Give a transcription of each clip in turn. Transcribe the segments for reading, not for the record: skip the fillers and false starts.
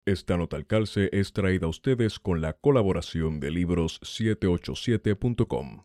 Esta nota al calce es traída a ustedes con la colaboración de libros787.com.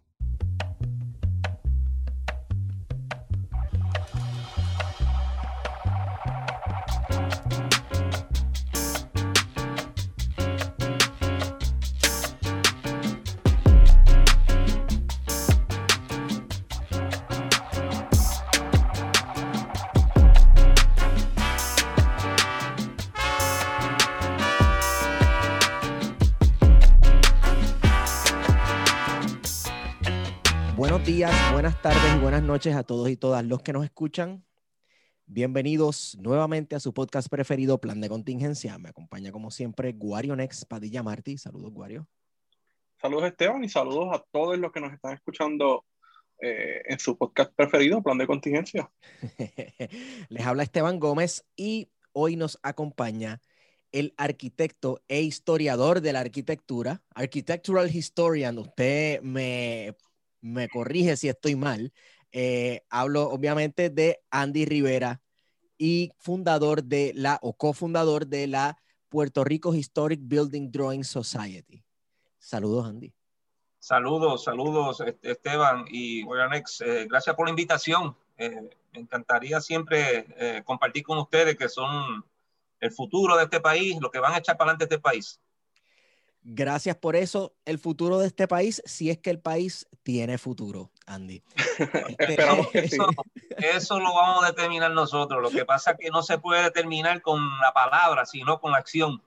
Buenos días, buenas tardes y buenas noches a todos y todas los que nos escuchan. Bienvenidos nuevamente a su podcast preferido, Plan de Contingencia. Me acompaña como siempre Guario Nex Padilla Martí. Saludos, Guario. Saludos, Esteban, y saludos a todos los que nos están escuchando en su podcast preferido, Plan de Contingencia. Les habla Esteban Gómez y hoy nos acompaña el arquitecto e historiador de la arquitectura, Architectural Historian. Usted me corrige si estoy mal. Hablo obviamente de Andy Rivera y cofundador de la Puerto Rico Historic Building Drawing Society. Saludos, Andy. Saludos, Esteban y Oyanex. Gracias por la invitación. Me encantaría siempre compartir con ustedes que son el futuro de este país, lo que van a echar para adelante este país. Gracias por eso. El futuro de este país, si es que el país tiene futuro, Andy. Esperamos que sí. Eso lo vamos a determinar nosotros. Lo que pasa es que no se puede determinar con la palabra, sino con la acción.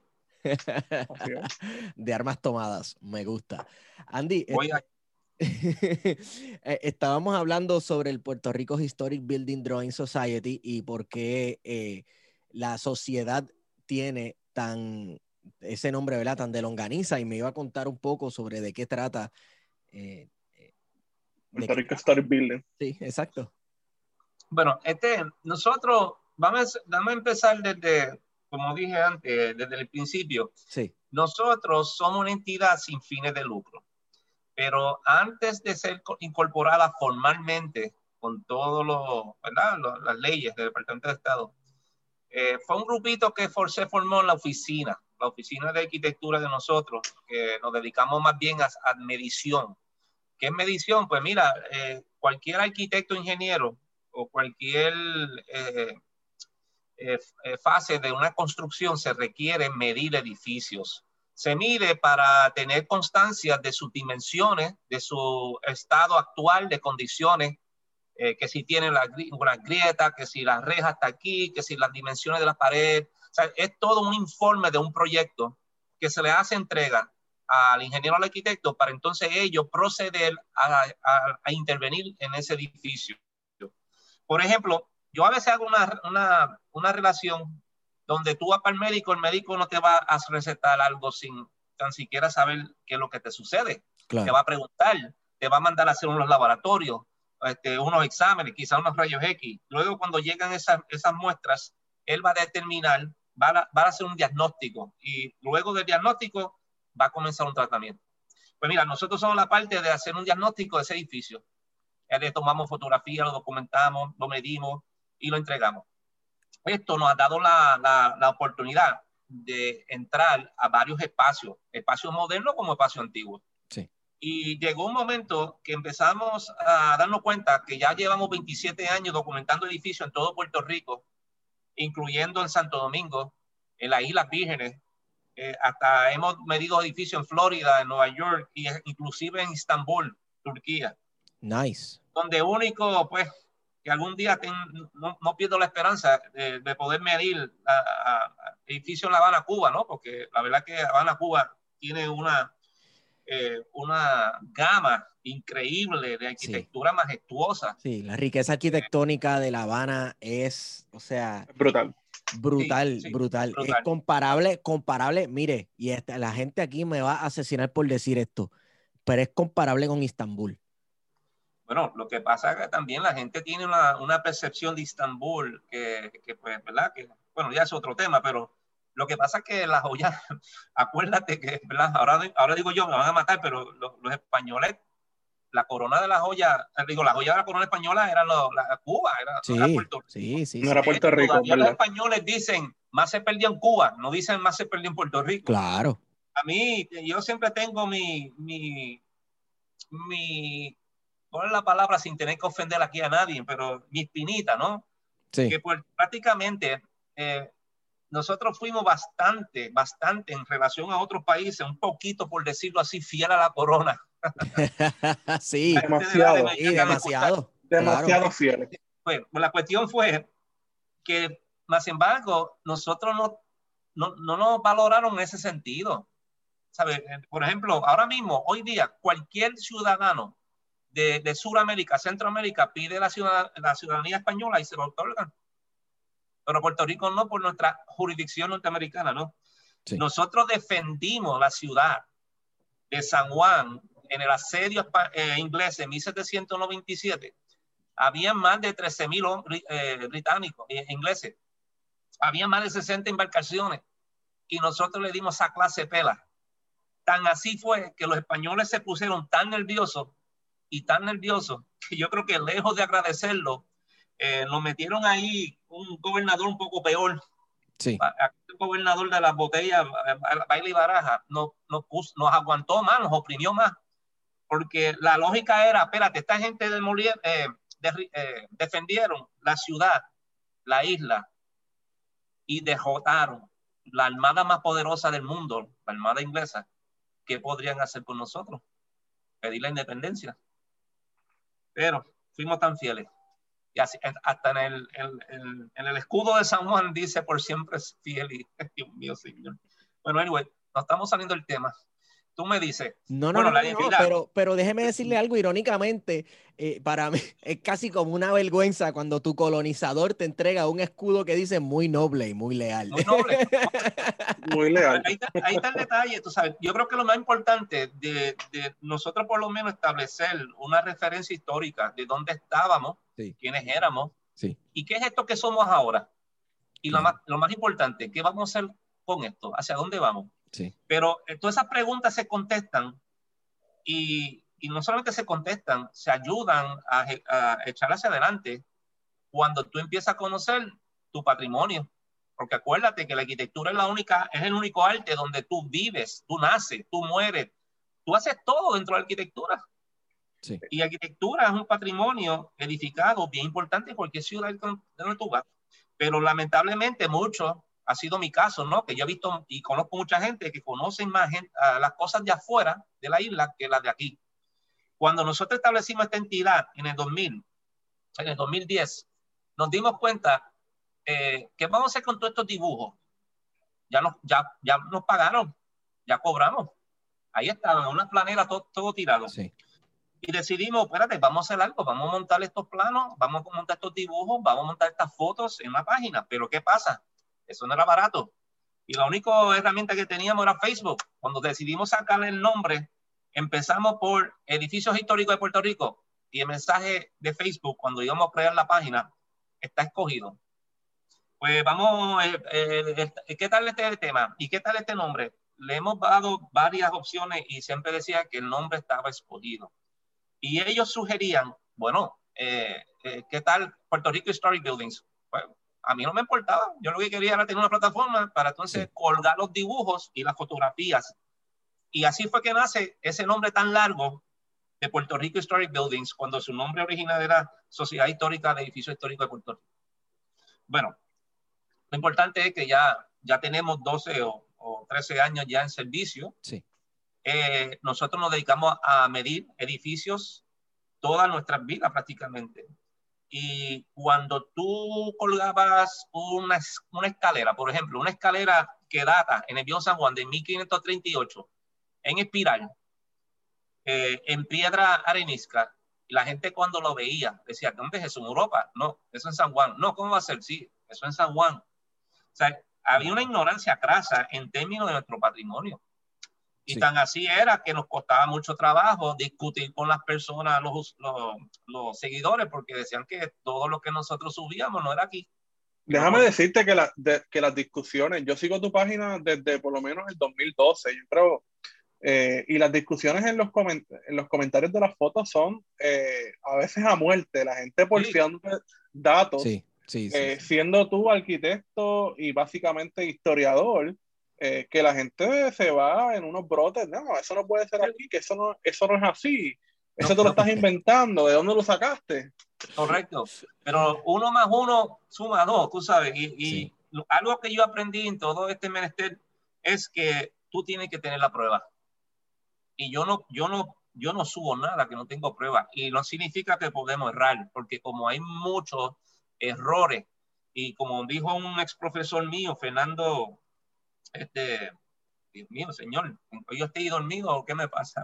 De armas tomadas, me gusta. Andy, estábamos hablando sobre el Puerto Rico Historic Building Drawing Society y por qué la sociedad tiene ese nombre, ¿verdad?, tan de longaniza, y me iba a contar un poco sobre de qué trata. Puerto Rico Historic Building. Sí, exacto. Bueno, nosotros vamos a empezar desde, como dije antes, desde el principio. Sí. Nosotros somos una entidad sin fines de lucro, pero antes de ser incorporada formalmente con todas las leyes del Departamento de Estado, fue un grupito que se formó en la oficina de arquitectura de nosotros, que nos dedicamos más bien a medición. ¿Qué es medición? Pues mira, cualquier arquitecto, ingeniero o cualquier fase de una construcción se requiere medir edificios. Se mide para tener constancia de sus dimensiones, de su estado actual de condiciones, que si tiene una grieta, que si la reja está aquí, que si las dimensiones de la pared. O sea, es todo un informe de un proyecto que se le hace entrega al ingeniero, al arquitecto, para entonces ellos proceder a intervenir en ese edificio. Por ejemplo, yo a veces hago una relación donde tú vas para el médico no te va a recetar algo sin tan siquiera saber qué es lo que te sucede. Claro. Te va a preguntar, te va a mandar a hacer unos laboratorios, unos exámenes, quizás unos rayos X. Luego, cuando llegan esas muestras, él va a determinar, va a hacer un diagnóstico, y luego del diagnóstico va a comenzar un tratamiento. Pues mira, nosotros somos la parte de hacer un diagnóstico de ese edificio. Le tomamos fotografías, lo documentamos, lo medimos y lo entregamos. Esto nos ha dado la oportunidad de entrar a varios espacios modernos como espacios antiguos. Sí. Y llegó un momento que empezamos a darnos cuenta que ya llevamos 27 años documentando edificios en todo Puerto Rico, incluyendo en Santo Domingo, en las Islas Vírgenes, hasta hemos medido edificios en Florida, en Nueva York, e inclusive en Estambul, Turquía. Nice. Donde único, pues, que algún día no pierdo la esperanza de poder medir edificios en La Habana, Cuba, ¿no? Porque la verdad que La Habana, Cuba tiene una gama increíble de arquitectura majestuosa. Sí, la riqueza arquitectónica de La Habana es, o sea, brutal. Brutal. Es comparable, mire, y la gente aquí me va a asesinar por decir esto, pero es comparable con Istambul. Bueno, lo que pasa es que también la gente tiene una percepción de Istambul que pues, ¿verdad? Que, bueno, ya es otro tema, pero lo que pasa es que la joya, acuérdate que, ¿verdad? Ahora digo yo, me van a matar, pero los españoles, la corona de la joya, la joya de la corona española era la Cuba, era Puerto Rico. Sí. No era Puerto Rico, todavía los españoles dicen, más se perdió en Cuba, no dicen más se perdió en Puerto Rico. Claro. A mí, yo siempre tengo ¿cuál es la palabra sin tener que ofender aquí a nadie? Pero mi espinita, ¿no? Sí. Que pues, prácticamente nosotros fuimos bastante en relación a otros países, un poquito, por decirlo así, fiel a la corona. Sí, demasiado. Sí, demasiado. Demasiado Claro. fieles. Pues, la cuestión fue que, más sin embargo, nosotros no nos valoraron en ese sentido. ¿Sabe? Por ejemplo, ahora mismo, hoy día, cualquier ciudadano de Sudamérica, Centroamérica, pide la ciudadanía española y se lo otorgan. Pero Puerto Rico no, por nuestra jurisdicción norteamericana, ¿no? Sí. Nosotros defendimos la ciudad de San Juan en el asedio inglés en 1797. Había más de 13,000 británicos, ingleses. Había más de 60 embarcaciones. Y nosotros le dimos esa clase de pela. Tan así fue que los españoles se pusieron tan nerviosos que yo creo que lejos de agradecerlo, nos metieron ahí un gobernador un poco peor. Sí. El gobernador de las botellas, baile y baraja, nos aguantó más, nos oprimió más, porque la lógica era, espérate, esta gente defendieron la ciudad, la isla, y derrotaron la armada más poderosa del mundo, la armada inglesa. ¿Qué podrían hacer con nosotros? Pedir la independencia. Pero fuimos tan fieles. Y así, hasta en el escudo de San Juan dice por siempre es fiel. Y Dios mío, Señor. Bueno, anyway, no estamos saliendo del tema. Tú me dices. No, pero déjeme decirle algo irónicamente. Para mí es casi como una vergüenza cuando tu colonizador te entrega un escudo que dice muy noble y muy leal. Muy noble. Muy leal. Ahí está el detalle, tú sabes. Yo creo que lo más importante de nosotros por lo menos establecer una referencia histórica de dónde estábamos, sí, quiénes éramos, sí, y qué es esto que somos ahora. Y claro, lo más importante, ¿qué vamos a hacer con esto? ¿Hacia dónde vamos? Sí. Pero todas esas preguntas se contestan y no solamente se contestan, se ayudan a echar hacia adelante cuando tú empiezas a conocer tu patrimonio. Porque acuérdate que la arquitectura es el único arte donde tú vives, tú naces, tú mueres, tú haces todo dentro de la arquitectura. Sí. Y arquitectura es un patrimonio edificado bien importante en cualquier ciudad donde tú vas. Pero lamentablemente ha sido mi caso, ¿no? Que yo he visto y conozco mucha gente que conocen más las cosas de afuera de la isla que las de aquí. Cuando nosotros establecimos esta entidad en el 2010, nos dimos cuenta ¿qué vamos a hacer con todos estos dibujos? Ya nos pagaron, ya cobramos. Ahí estaban, una planera todo tirado. Sí. Y decidimos, espérate, vamos a hacer algo, vamos a montar estos planos, vamos a montar estos dibujos, vamos a montar estas fotos en una página. Pero ¿qué pasa? Eso no era barato. Y la única herramienta que teníamos era Facebook. Cuando decidimos sacarle el nombre, empezamos por Edificios Históricos de Puerto Rico y el mensaje de Facebook, cuando íbamos a crear la página, está escogido. Pues vamos, ¿qué tal este tema? ¿Y qué tal este nombre? Le hemos dado varias opciones y siempre decía que el nombre estaba escogido. Y ellos sugerían, bueno, ¿qué tal Puerto Rico Historic Buildings? Pues, a mí no me importaba. Yo lo que quería era tener una plataforma para entonces sí, colgar los dibujos y las fotografías. Y así fue que nace ese nombre tan largo de Puerto Rico Historic Buildings, cuando su nombre original era Sociedad Histórica de Edificios Históricos de Puerto Rico. Bueno, lo importante es que ya tenemos 12 o 13 años ya en servicio. Sí. Nosotros nos dedicamos a medir edificios todas nuestras vidas prácticamente. Y cuando tú colgabas una escalera, por ejemplo, una escalera que data en el Viejo San Juan de 1538, en espiral, en piedra arenisca, y la gente cuando lo veía decía, ¿dónde es eso? ¿En Europa? No, eso en San Juan. No, ¿cómo va a ser? Sí, eso en San Juan. O sea, había una ignorancia crasa en términos de nuestro patrimonio. Y sí, tan así era que nos costaba mucho trabajo discutir con las personas, los seguidores, porque decían que todo lo que nosotros subíamos no era aquí. Déjame decirte que las discusiones, yo sigo tu página desde por lo menos el 2012, yo creo, y las discusiones en los comentarios de las fotos son a veces a muerte, la gente porfiando sí, datos. Sí. Sí, sí, sí. siendo tú arquitecto y básicamente historiador, que la gente se va en unos brotes, no, eso no puede ser aquí, que eso no es así, eso te lo estás inventando, ¿de dónde lo sacaste? Correcto, pero 1 más 1 suma 2, tú sabes, Sí. algo que yo aprendí en todo este menester es que tú tienes que tener la prueba. Y yo no subo nada que no tengo prueba. Y no significa que podemos errar, porque como hay muchos errores, y como dijo un ex profesor mío, Fernando, Dios mío, señor, yo estoy dormido o qué me pasa.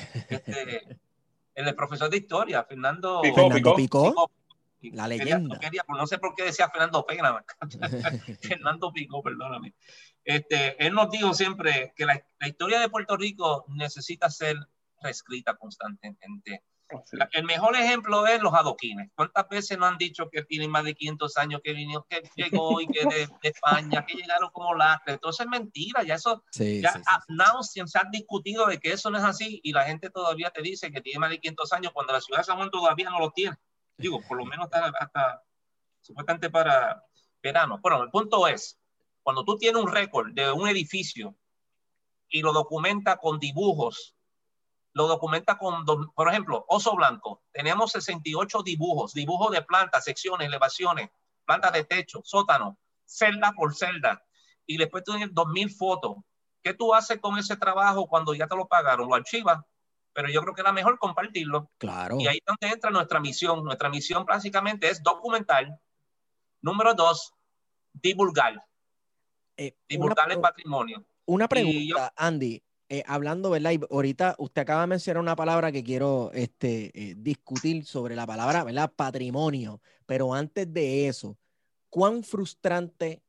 El profesor de historia, Fernando Picó, la leyenda. No sé por qué decía Fernando Pena, Fernando Picó, perdóname. Él nos dijo siempre que la historia de Puerto Rico necesita ser reescrita constantemente. El mejor ejemplo es los adoquines. ¿Cuántas veces nos han dicho que tienen más de 500 años que llegó y que de España, que llegaron como lastres? Entonces es mentira, ya eso, sí. se han discutido de que eso no es así y la gente todavía te dice que tiene más de 500 años cuando la ciudad de San Juan todavía no lo tiene. Digo, por lo menos hasta supuestamente para verano. Bueno, el punto es, cuando tú tienes un récord de un edificio y lo documenta con dibujos, lo documenta con, por ejemplo, Oso Blanco. Tenemos 68 dibujos de plantas, secciones, elevaciones, plantas de techo, sótano, celda por celda. Y después tú tienes 2000 fotos. ¿Qué tú haces con ese trabajo cuando ya te lo pagaron? Lo archivas. Pero yo creo que era mejor compartirlo. Claro. Y ahí es donde entra nuestra misión. Nuestra misión básicamente es documentar. Número 2, divulgar. Divulgar el patrimonio. Una pregunta, Andy. Hablando, ¿verdad? Y ahorita usted acaba de mencionar una palabra que quiero discutir sobre la palabra, ¿verdad? Patrimonio. Pero antes de eso, ¿cuán frustrante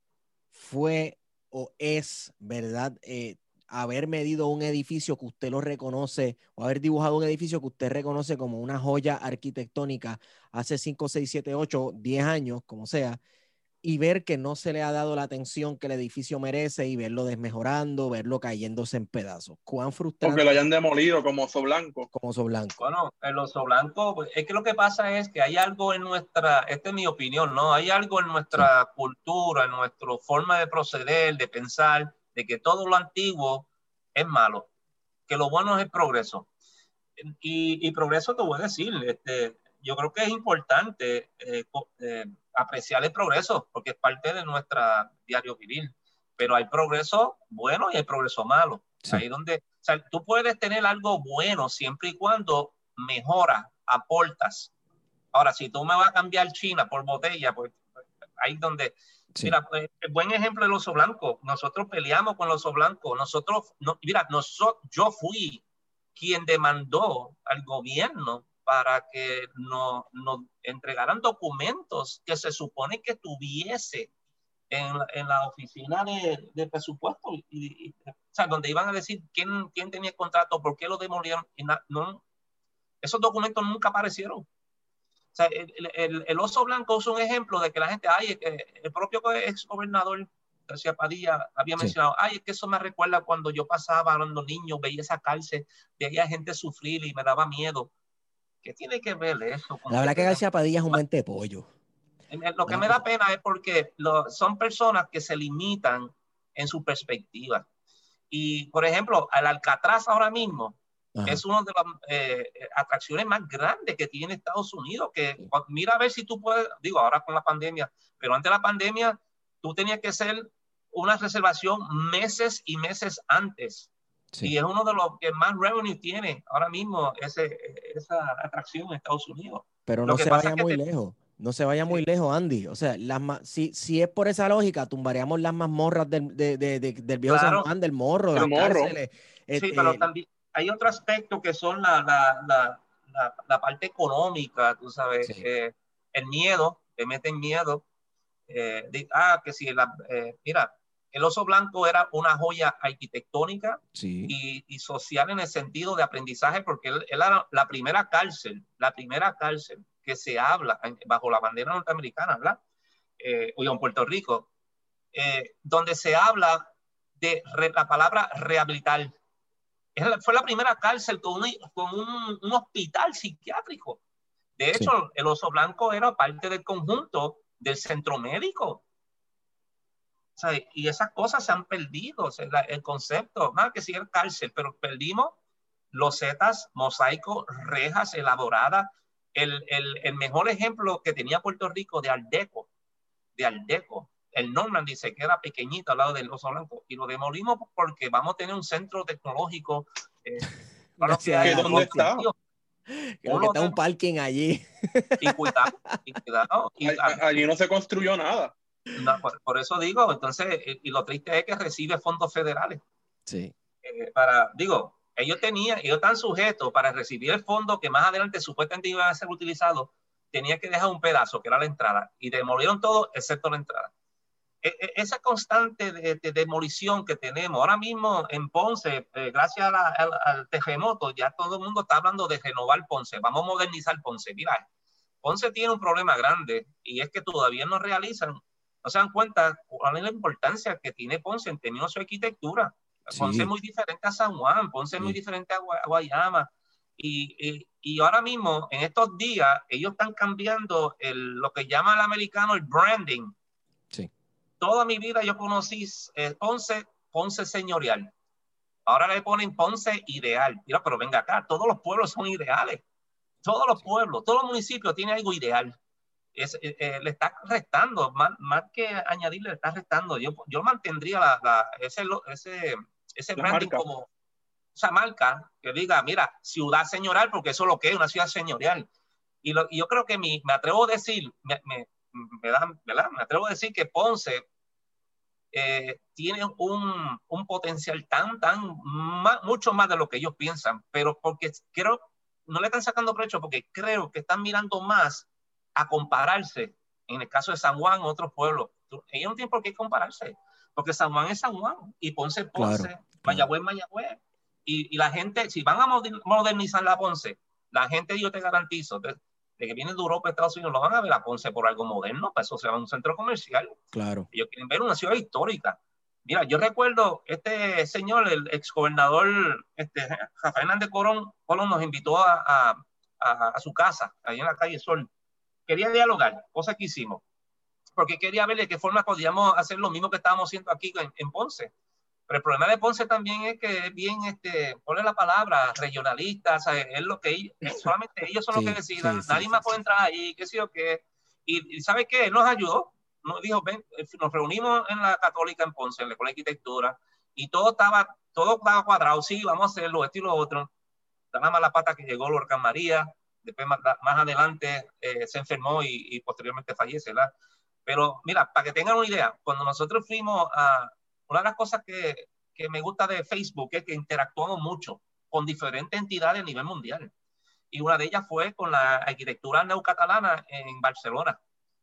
fue o es, ¿verdad? Haber medido un edificio que usted lo reconoce o haber dibujado un edificio que usted reconoce como una joya arquitectónica hace 5, 6, 7, 8, 10 años, como sea, y ver que no se le ha dado la atención que el edificio merece y verlo desmejorando, verlo cayéndose en pedazos? ¿Cuán frustrante? Porque lo hayan demolido como Oso Blanco. Como Oso Blanco. Bueno, el Oso Blanco, pues, es que lo que pasa es que hay algo en esta es mi opinión, ¿no? Hay algo en nuestra cultura, en nuestra forma de proceder, de pensar, de que todo lo antiguo es malo, que lo bueno es el progreso. Y progreso te voy a decir, yo creo que es importante apreciar el progreso, porque es parte de nuestra diario vivir. Pero hay progreso bueno y hay progreso malo. Sí. Ahí donde, o sea, tú puedes tener algo bueno siempre y cuando mejoras, aportas. Ahora, si tú me vas a cambiar China por botella, pues ahí donde... Sí. Mira, el buen ejemplo del Oso Blanco. Nosotros peleamos con el Oso Blanco. Yo fui quien demandó al gobierno para que nos entregaran documentos que se supone que tuviese en la oficina de presupuesto, o sea, donde iban a decir quién tenía el contrato, por qué lo demolieron. Esos documentos nunca aparecieron. O sea, el Oso Blanco es un ejemplo de que la gente, el propio ex gobernador García Padilla había mencionado, es que eso me recuerda cuando yo pasaba cuando niño, veía esa cárcel, veía gente sufrir y me daba miedo. ¿Qué tiene que ver eso? La verdad que García Padilla es un mente de pollo. Lo que me da pena es porque son personas que se limitan en su perspectiva. Y, por ejemplo, el Alcatraz ahora mismo es una de las atracciones más grandes que tiene Estados Unidos, que mira a ver si tú puedes, digo, ahora con la pandemia, pero antes de la pandemia tú tenías que hacer una reservación meses y meses antes. Sí. Y es uno de los que más revenue tiene ahora mismo esa atracción en Estados Unidos. Pero no se vaya muy lejos. No se vaya muy lejos, Andy. O sea, si es por esa lógica, tumbaríamos las mazmorras del viejo San Juan, del Morro, de las cárceles. Sí, pero también hay otro aspecto que son la parte económica, tú sabes. Sí. El miedo, te meten miedo. Que si mira, el Oso Blanco era una joya arquitectónica y social en el sentido de aprendizaje, porque él era la primera cárcel que se habla bajo la bandera norteamericana, ¿verdad? O en Puerto Rico, donde se habla de la palabra rehabilitar. Fue la primera cárcel con un hospital psiquiátrico. De hecho, el Oso Blanco era parte del conjunto del centro médico. O sea, y esas cosas se han perdido. O sea, el concepto, más que sigue el cárcel, pero perdimos losetas, mosaicos, rejas elaboradas. El mejor ejemplo que tenía Puerto Rico de Art Deco, el Normandy se queda pequeñito al lado del Oso Blanco y lo demolimos porque vamos a tener un centro tecnológico. ¿Dónde está? Creo que está un parking allí. Y cuidado. Allí no se construyó nada. No, por eso digo, entonces, y lo triste es que recibe fondos federales. Sí. Ellos están sujetos para recibir el fondo que más adelante supuestamente iba a ser utilizado, tenía que dejar un pedazo, que era la entrada, y demolieron todo excepto la entrada. Esa constante de demolición que tenemos ahora mismo en Ponce, gracias al terremoto, ya todo el mundo está hablando de renovar Ponce, vamos a modernizar Ponce. Mira, Ponce tiene un problema grande y es que todavía no se dan cuenta cuál es la importancia que tiene Ponce en términos de su arquitectura. Sí. Ponce es muy diferente a San Juan, Ponce es muy diferente a Guayama. Y ahora mismo, en estos días, ellos están cambiando lo que llama el americano el branding. Sí. Toda mi vida yo conocí Ponce señorial. Ahora le ponen Ponce ideal. Mira, pero venga acá, todos los pueblos son ideales. Todos los pueblos, todos los municipios tienen algo ideal. Le está restando, más que añadirle, le está restando. Yo mantendría ese branding marca. como esa marca que diga, mira, ciudad señorial, porque eso es lo que es una ciudad señorial. Y yo creo que me atrevo a decir, ¿verdad? Me atrevo a decir que Ponce tiene un potencial mucho más de lo que ellos piensan, pero porque creo, no le están sacando provecho porque creo que están mirando más a compararse. En el caso de San Juan, otros pueblos, ellos no tienen por qué compararse, porque San Juan es San Juan y Ponce es Ponce, claro. Mayagüez es Mayagüez. Y la gente, si van a modernizar la Ponce, la gente, yo te garantizo, de que vienen de Europa, Estados Unidos, lo van a ver a Ponce por algo moderno, para eso se va a un centro comercial. Claro. Ellos quieren ver una ciudad histórica. Mira, yo recuerdo este señor, el exgobernador Rafael Hernández Colón nos invitó a su casa, ahí en la calle Sol. Quería dialogar, cosa que hicimos, porque quería ver de qué forma podíamos hacer lo mismo que estábamos haciendo aquí en Ponce. Pero el problema de Ponce también es que es bien, ponle la palabra, regionalista, ¿sabes? Es lo que solamente ellos son los que decidan, nadie más puede entrar ahí, qué sé yo qué. Y ¿sabe qué? Él nos ayudó, nos dijo, ven, nos reunimos en la Católica en Ponce, en la Escuela de Arquitectura, y todo estaba cuadrado, sí, vamos a hacerlo, esto y lo otro. Da nada más la pata que llegó el huracán María, después más adelante se enfermó y posteriormente fallece, ¿verdad? Pero mira, para que tengan una idea, cuando nosotros fuimos una de las cosas que me gusta de Facebook es que interactuamos mucho con diferentes entidades a nivel mundial. Y una de ellas fue con la arquitectura neocatalana en Barcelona.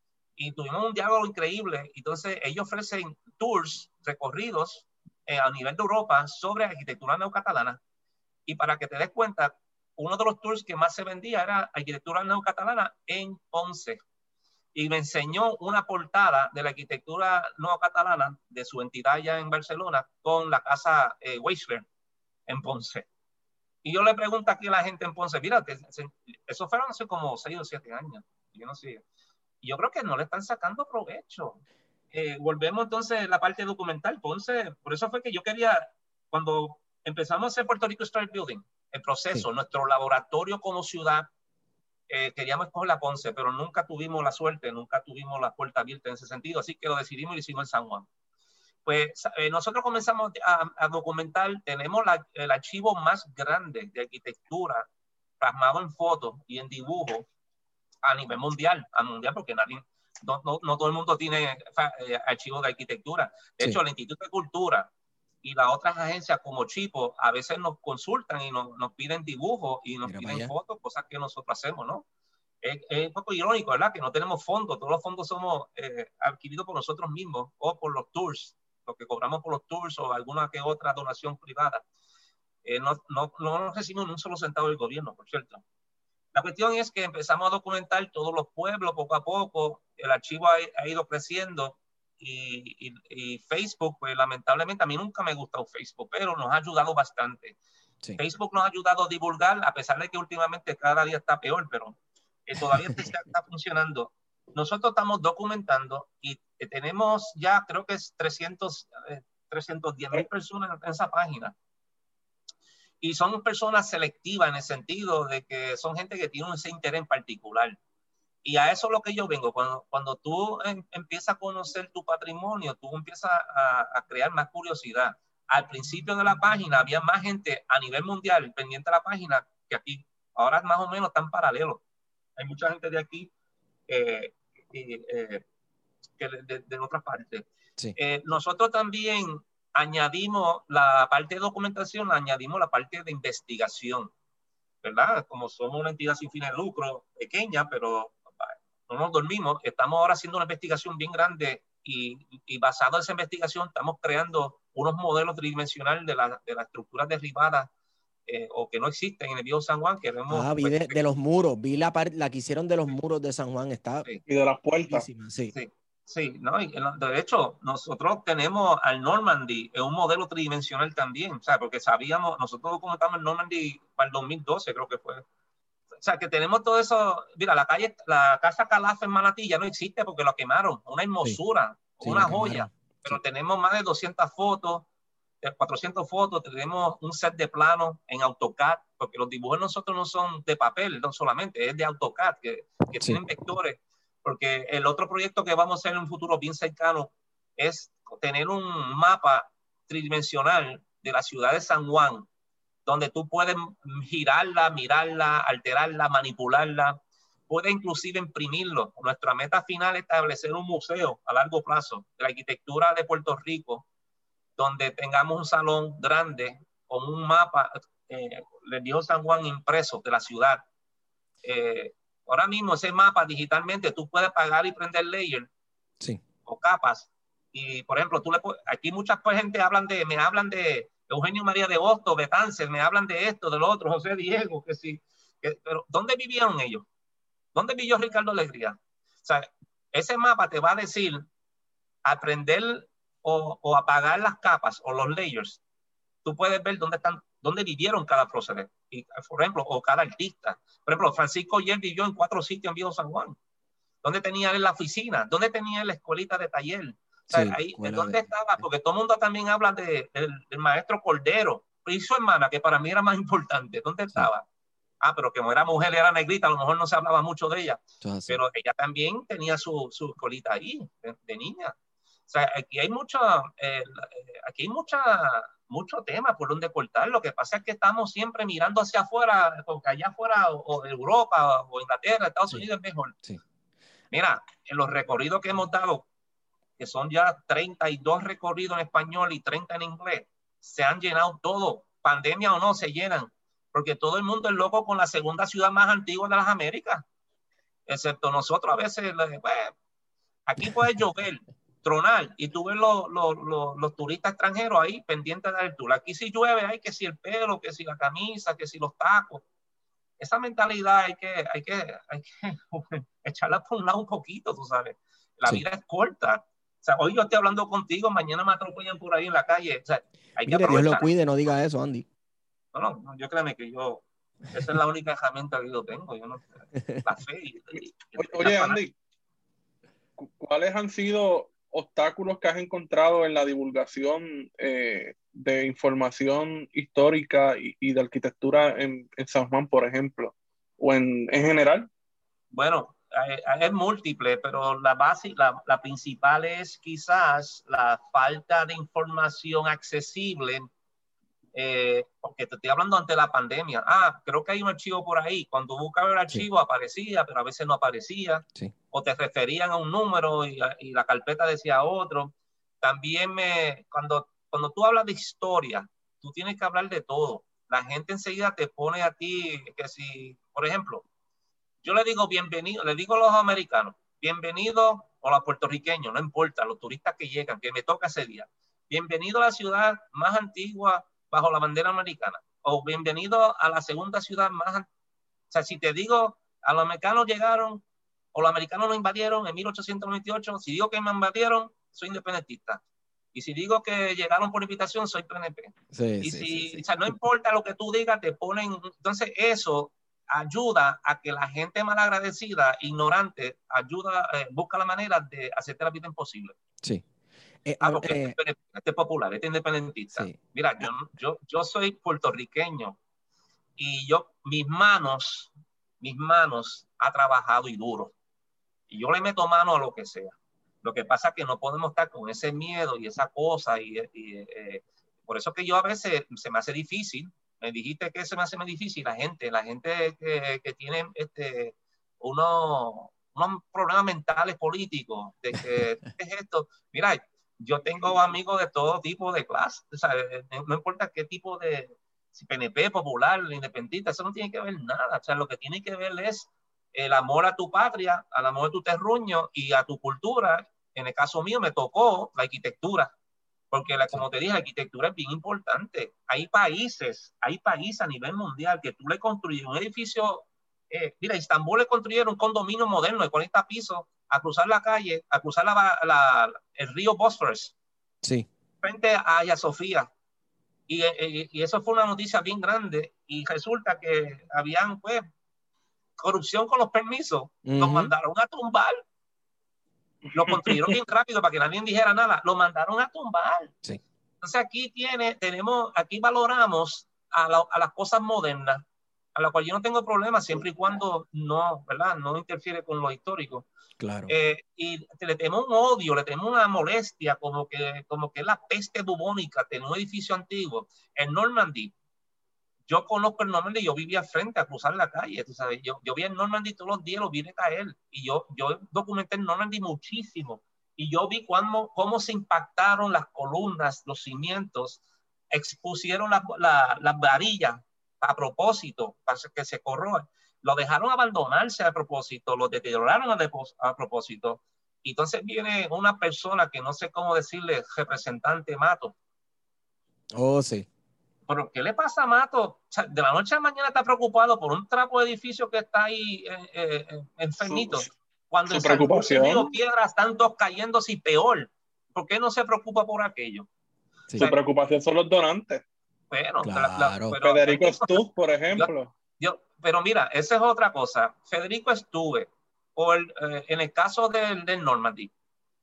Y tuvimos un diálogo increíble. Entonces, ellos ofrecen tours, recorridos a nivel de Europa sobre arquitectura neocatalana. Y para que te des cuenta, uno de los tours que más se vendía era arquitectura neocatalana en Ponce. Y me enseñó una portada de la arquitectura neocatalana de su entidad allá en Barcelona con la casa Weissler en Ponce. Y yo le pregunto aquí a la gente en Ponce, mira, eso fueron hace como 6 o 7 años. Yo no sé. Y yo creo que no le están sacando provecho. Volvemos entonces a la parte documental. Ponce, por eso fue que yo quería, cuando empezamos a hacer Puerto Rico Start Building, el proceso, nuestro laboratorio como ciudad, queríamos escoger la Ponce, pero nunca tuvimos la suerte, nunca tuvimos la puerta abierta en ese sentido, así que lo decidimos y lo hicimos en San Juan. Pues nosotros comenzamos a documentar, tenemos el archivo más grande de arquitectura plasmado en fotos y en dibujo a nivel mundial, porque no todo el mundo tiene archivos de arquitectura. De hecho, el Instituto de Cultura y las otras agencias como Chipo a veces nos consultan y nos piden dibujos y nos piden fotos, cosas que nosotros hacemos, ¿no? Es un poco irónico, ¿verdad? Que no tenemos fondos, todos los fondos somos adquiridos por nosotros mismos o por los tours, lo que cobramos por los tours o alguna que otra donación privada. No recibimos ni un solo centavo del gobierno, por cierto. La cuestión es que empezamos a documentar todos los pueblos poco a poco, el archivo ha ido creciendo. Y Facebook, pues lamentablemente a mí nunca me ha gustado Facebook, pero nos ha ayudado bastante. Sí. Facebook nos ha ayudado a divulgar, a pesar de que últimamente cada día está peor, pero todavía está funcionando. nosotros estamos documentando y tenemos ya, creo que es 310,000 personas en esa página. Y son personas selectivas en el sentido de que son gente que tiene ese interés en particular. Y a eso es lo que yo vengo. Cuando tú empiezas a conocer tu patrimonio, tú empiezas a crear más curiosidad. Al principio de la página había más gente a nivel mundial pendiente de la página que aquí. Ahora más o menos están paralelos. Hay mucha gente de aquí que de otras partes. Sí. Nosotros también añadimos la parte de documentación, añadimos la parte de investigación, ¿verdad? Como somos una entidad sin fines de lucro pequeña, pero no nos dormimos, estamos ahora haciendo una investigación bien grande y basado en esa investigación estamos creando unos modelos tridimensionales de las estructuras derribadas o que no existen en el viejo San Juan. Vi de los muros, vi la que hicieron de los muros de San Juan, está sí. Y de las puertas. Sí, ¿no? Y de hecho, nosotros tenemos al Normandy en un modelo tridimensional también, o sea, porque sabíamos, nosotros documentamos el Normandy para el 2012, creo que fue. O sea, que tenemos todo eso. Mira, la casa Calaf en Manatí ya no existe porque lo quemaron. Una hermosura, una joya. Pero tenemos más de 200 fotos, 400 fotos, tenemos un set de planos en AutoCAD, porque los dibujos nosotros no son de papel, no solamente, es de AutoCAD, que tienen vectores. Porque el otro proyecto que vamos a hacer en un futuro bien cercano es tener un mapa tridimensional de la ciudad de San Juan, donde tú puedes girarla, mirarla, alterarla, manipularla, puedes inclusive imprimirlo. Nuestra meta final es establecer un museo a largo plazo de la arquitectura de Puerto Rico, donde tengamos un salón grande con un mapa del viejo San Juan impreso de la ciudad. Ahora mismo ese mapa digitalmente tú puedes pagar y prender layer o capas. Y por ejemplo, aquí muchas gente me hablan de Eugenio María de Hostos, Betances, me hablan de esto, de lo otro, José Diego, pero ¿dónde vivieron ellos? ¿Dónde vivió Ricardo Alegría? O sea, ese mapa te va a decir aprender o apagar las capas o los layers. Tú puedes ver dónde vivieron cada prócer, y, por ejemplo, o cada artista. Por ejemplo, Francisco Oller vivió en 4 sitios en Viejo San Juan. ¿Dónde tenía él la oficina? ¿Dónde tenía él la escuelita de taller? O sea, ahí, ¿dónde estaba? Porque todo el mundo también habla del maestro Cordero y su hermana, que para mí era más importante. ¿Dónde estaba? Pero que como era mujer, era negrita, a lo mejor no se hablaba mucho de ella. Pero ella también tenía su escuelita ahí, de niña. O sea, aquí hay mucho tema por donde cortar. Lo que pasa es que estamos siempre mirando hacia afuera, porque allá afuera, o Europa, o Inglaterra, Estados Unidos es mejor. Sí. Mira, en los recorridos que hemos dado, que son ya 32 recorridos en español y 30 en inglés, se han llenado todo, pandemia o no, se llenan, porque todo el mundo es loco con la segunda ciudad más antigua de las Américas, excepto nosotros. A veces, aquí puede llover, tronar, y tú ves los turistas extranjeros ahí pendientes del tour. Aquí si llueve, hay que si el pelo, que si la camisa, que si los tacos. Esa mentalidad hay que echarla por un lado un poquito, tú sabes. La vida es corta. O sea, hoy yo estoy hablando contigo, mañana me atropellan por ahí en la calle. O sea, hay que aprovechar. Dios lo cuide, no diga eso, Andy. No, yo créeme que esa es la única herramienta que yo tengo. La fe. Oye, Andy, ¿cuáles han sido obstáculos que has encontrado en la divulgación de información histórica y de arquitectura en San Juan, por ejemplo, o en general? Bueno, es múltiple, pero la principal es quizás la falta de información accesible, porque te estoy hablando ante la pandemia. Creo que hay un archivo por ahí. Cuando buscaba el archivo aparecía, pero a veces no aparecía. Sí. O te referían a un número y la carpeta decía otro. También cuando tú hablas de historia, tú tienes que hablar de todo. La gente enseguida te pone a ti que si, por ejemplo, yo le digo bienvenido, le digo a los americanos, bienvenido, o a los puertorriqueños, no importa, los turistas que llegan, que me toca ese día. Bienvenido a la ciudad más antigua bajo la bandera americana, o bienvenido a la segunda ciudad más. O sea, si te digo, a los americanos llegaron, o los americanos nos invadieron en 1898, si digo que me invadieron, soy independentista. Y si digo que llegaron por invitación, soy PNP. Sí. O sea, no importa lo que tú digas, te ponen. Entonces, eso ayuda a que la gente malagradecida, ignorante, busca la manera de hacerte la vida imposible. Sí. Porque este es popular, este independentista. Sí. Mira, yo soy puertorriqueño y mis manos ha trabajado y duro. Y yo le meto mano a lo que sea. Lo que pasa es que no podemos estar con ese miedo y esa cosa. Por eso que yo a veces se me hace difícil. Me dijiste que se me hace muy difícil. La gente que tiene unos problemas mentales políticos. De que es esto. Mira, yo tengo amigos de todo tipo de clase. O sea, no importa qué tipo de PNP, popular, independentista, eso no tiene que ver nada. O sea, lo que tiene que ver es el amor a tu patria, al amor de tu terruño y a tu cultura. En el caso mío me tocó la arquitectura, porque como te dije, la arquitectura es bien importante. Hay países a nivel mundial que tú le construyes un edificio. Mira, Estambul le construyeron un condominio moderno de 40 pisos a cruzar la calle, a cruzar el río Bósforos, sí, frente a Hagia Sofía. Y eso fue una noticia bien grande. Y resulta que habían, pues, corrupción con los permisos. Los mandaron a tumbar. Lo construyeron bien rápido para que nadie dijera nada. Lo mandaron a tumbar. Sí. Entonces aquí valoramos a las cosas modernas, a las cuales yo no tengo problema siempre y cuando no interfiere con lo histórico. Claro. Y le tenemos un odio, le tenemos una molestia, como que es la peste bubónica, tener un edificio antiguo. En Normandy, yo conozco el Normandy, yo vivía frente a cruzar la calle, tú sabes, yo vi el Normandy todos los días, lo vi de caer, y yo documenté el Normandy muchísimo, y yo vi cómo se impactaron las columnas, los cimientos, expusieron las varillas a propósito, para que se corroan. Lo dejaron abandonarse a propósito, lo deterioraron a propósito. Y entonces viene una persona que no sé cómo decirle, representante Mato. Oh, sí. ¿Pero qué le pasa a Mato? O sea, de la noche a la mañana está preocupado por un trapo de edificio que está ahí enfermito. Cuando en preocupación. San Luis piedras están todos cayéndose y peor. ¿Por qué no se preocupa por aquello? Sí. Su preocupación son los donantes. Bueno, claro. Federico Stubb, por ejemplo. Pero mira, esa es otra cosa. Federico Stubb, en el caso del Normandy,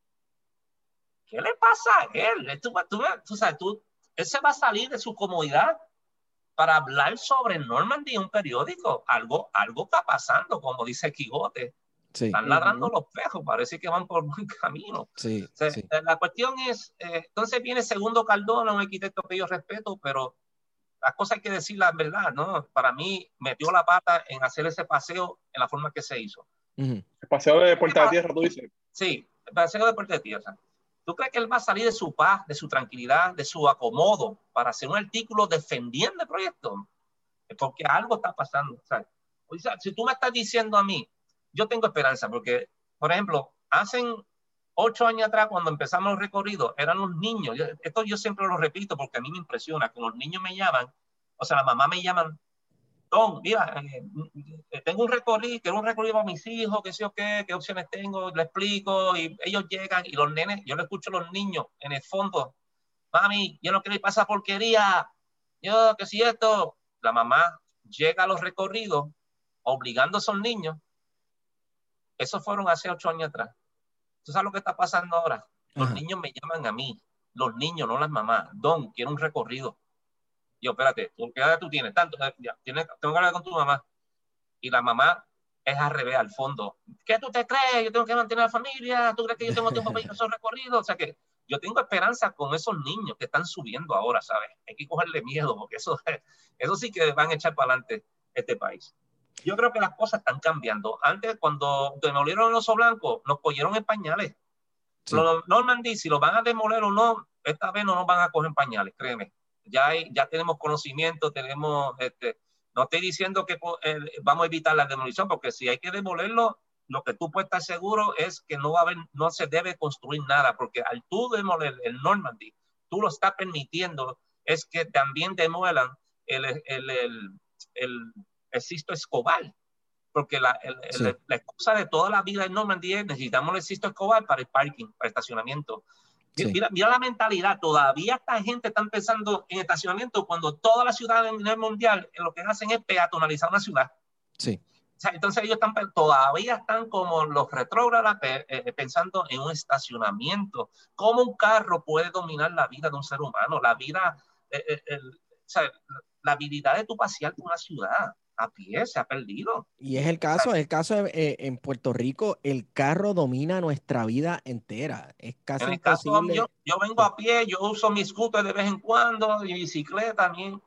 ¿qué le pasa a él? Él se va a salir de su comodidad para hablar sobre Normandy en un periódico. Algo está pasando, como dice Quijote. Sí. Están ladrando los perros, parece que van por buen camino. Sí, o sea, sí. La cuestión es, entonces viene Segundo Cardona, un arquitecto que yo respeto, pero las cosas hay que decir la verdad, ¿no? Para mí metió la pata en hacer ese paseo en la forma que se hizo. El paseo de Puerta de Tierra, tú dices. Sí, el paseo de Puerta de Tierra. ¿Tú crees que él va a salir de su paz, de su tranquilidad, de su acomodo para hacer un artículo defendiendo el proyecto? Porque algo está pasando. O sea, si tú me estás diciendo a mí, yo tengo esperanza, porque, por ejemplo, hace 8 años atrás, cuando empezamos los recorridos, eran los niños. Esto yo siempre lo repito porque a mí me impresiona que los niños me llaman, o sea, la mamá me llaman, Tom, mira, tengo un recorrido, quiero un recorrido para mis hijos, qué sé yo qué opciones tengo, le explico, y ellos llegan, y los nenes, yo le escucho a los niños en el fondo, mami, yo no quiero ir para esa porquería, yo, que si esto, la mamá llega a los recorridos, obligando a esos niños. Esos fueron hace 8 años atrás. ¿Tú sabes lo que está pasando ahora? Los niños me llaman a mí, los niños, no las mamás. Don, quiero un recorrido. Yo, espérate, ¿qué edad tú tienes? Tanto, tengo que hablar con tu mamá. Y la mamá es al revés, al fondo. ¿Qué tú te crees? Yo tengo que mantener a la familia. ¿Tú crees que yo tengo tiempo para ir a esos recorridos? O sea que yo tengo esperanza con esos niños que están subiendo ahora, ¿sabes? Hay que cogerle miedo, porque eso sí que van a echar para adelante este país. Yo creo que las cosas están cambiando. Antes, cuando demolieron el Oso Blanco, nos cogieron en pañales. Sí. Los Normandy, si lo van a demoler o no, esta vez no nos van a coger en pañales, créeme. Ya tenemos conocimiento, no estoy diciendo que vamos a evitar la demolición, porque si hay que demolerlo, lo que tú puedes estar seguro es que no se debe construir nada, porque al tú demoler el Normandy, tú lo estás permitiendo, es que también demuelan el Sisto Escobar, porque la excusa de toda la vida en Normandy es necesitamos el Sisto Escobar para el parking, para el estacionamiento. Sí. Mira la mentalidad, todavía esta gente está pensando en estacionamiento cuando toda la ciudad a nivel mundial lo que hacen es peatonalizar una ciudad. Sí. O sea, entonces ellos todavía están como los retrógradas pensando en un estacionamiento. ¿Cómo un carro puede dominar la vida de un ser humano? La vida, o sea, la habilidad de tu pasear por una ciudad a pie se ha perdido. Y es el caso en Puerto Rico, el carro domina nuestra vida entera. Es casi En el caso imposible. mío, yo vengo a pie, yo uso mi scooter de vez en cuando, mi bicicleta también.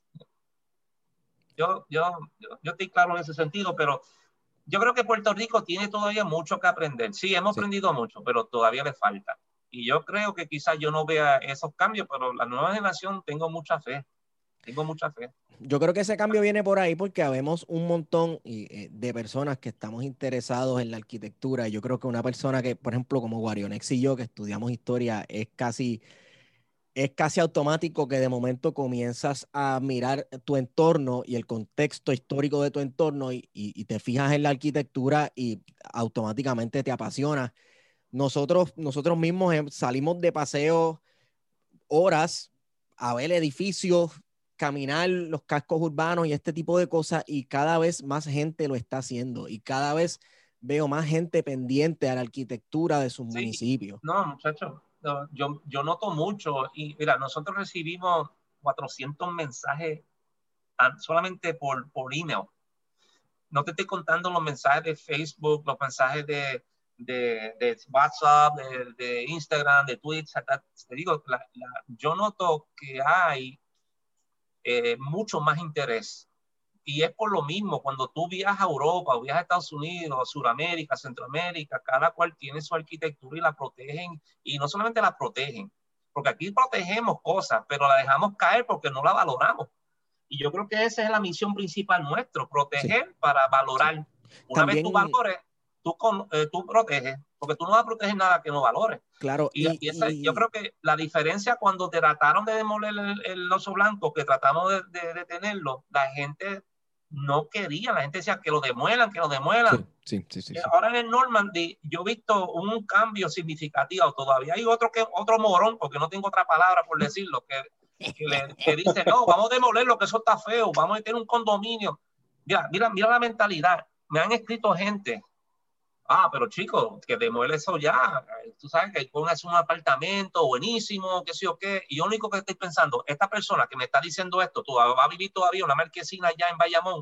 Yo estoy claro en ese sentido, pero yo creo que Puerto Rico tiene todavía mucho que aprender. Sí, hemos aprendido mucho, pero todavía le falta. Y yo creo que quizás yo no vea esos cambios, pero la nueva generación tengo mucha fe. Tengo mucha fe. Yo creo que ese cambio viene por ahí porque habemos un montón de personas que estamos interesados en la arquitectura. Yo creo que una persona que, por ejemplo, como Guarionex y yo, que estudiamos historia, es casi automático que de momento comienzas a mirar tu entorno y el contexto histórico de tu entorno y te fijas en la arquitectura y automáticamente te apasiona. Nosotros mismos salimos de paseo horas a ver edificios, caminar los cascos urbanos y este tipo de cosas, y cada vez más gente lo está haciendo y cada vez veo más gente pendiente a la arquitectura de sus municipios. No, muchachos, no, yo noto mucho y mira, nosotros recibimos 400 mensajes solamente por email. No te estoy contando los mensajes de Facebook, los mensajes de WhatsApp, de Instagram, de Twitter. Te digo, yo noto que hay mucho más interés. Y es por lo mismo, cuando tú viajas a Europa, o viajas a Estados Unidos, a Sudamérica, Centroamérica, cada cual tiene su arquitectura y la protegen. Y no solamente la protegen, porque aquí protegemos cosas, pero la dejamos caer porque no la valoramos. Y yo creo que esa es la misión principal nuestra, proteger para valorar. Sí. Una vez tú valores, tú proteges, porque tú no vas a proteger nada que no valores. Claro. Yo creo que la diferencia cuando trataron de demoler el oso blanco, que tratamos de detenerlo, la gente no quería, la gente decía que lo demuelan, que lo demuelan. Sí. Ahora en el Normandy yo he visto un cambio significativo. Todavía hay otro morón, porque no tengo otra palabra por decirlo, que dice, no, vamos a demolerlo, que eso está feo, vamos a tener un condominio. Mira la mentalidad. Me han escrito gente, pero chicos, que demuele eso ya. Tú sabes que pongas un apartamento buenísimo, qué sé yo qué. Y yo lo único que estoy pensando, esta persona que me está diciendo esto, tú vas a vivir todavía una marquesina allá en Bayamón,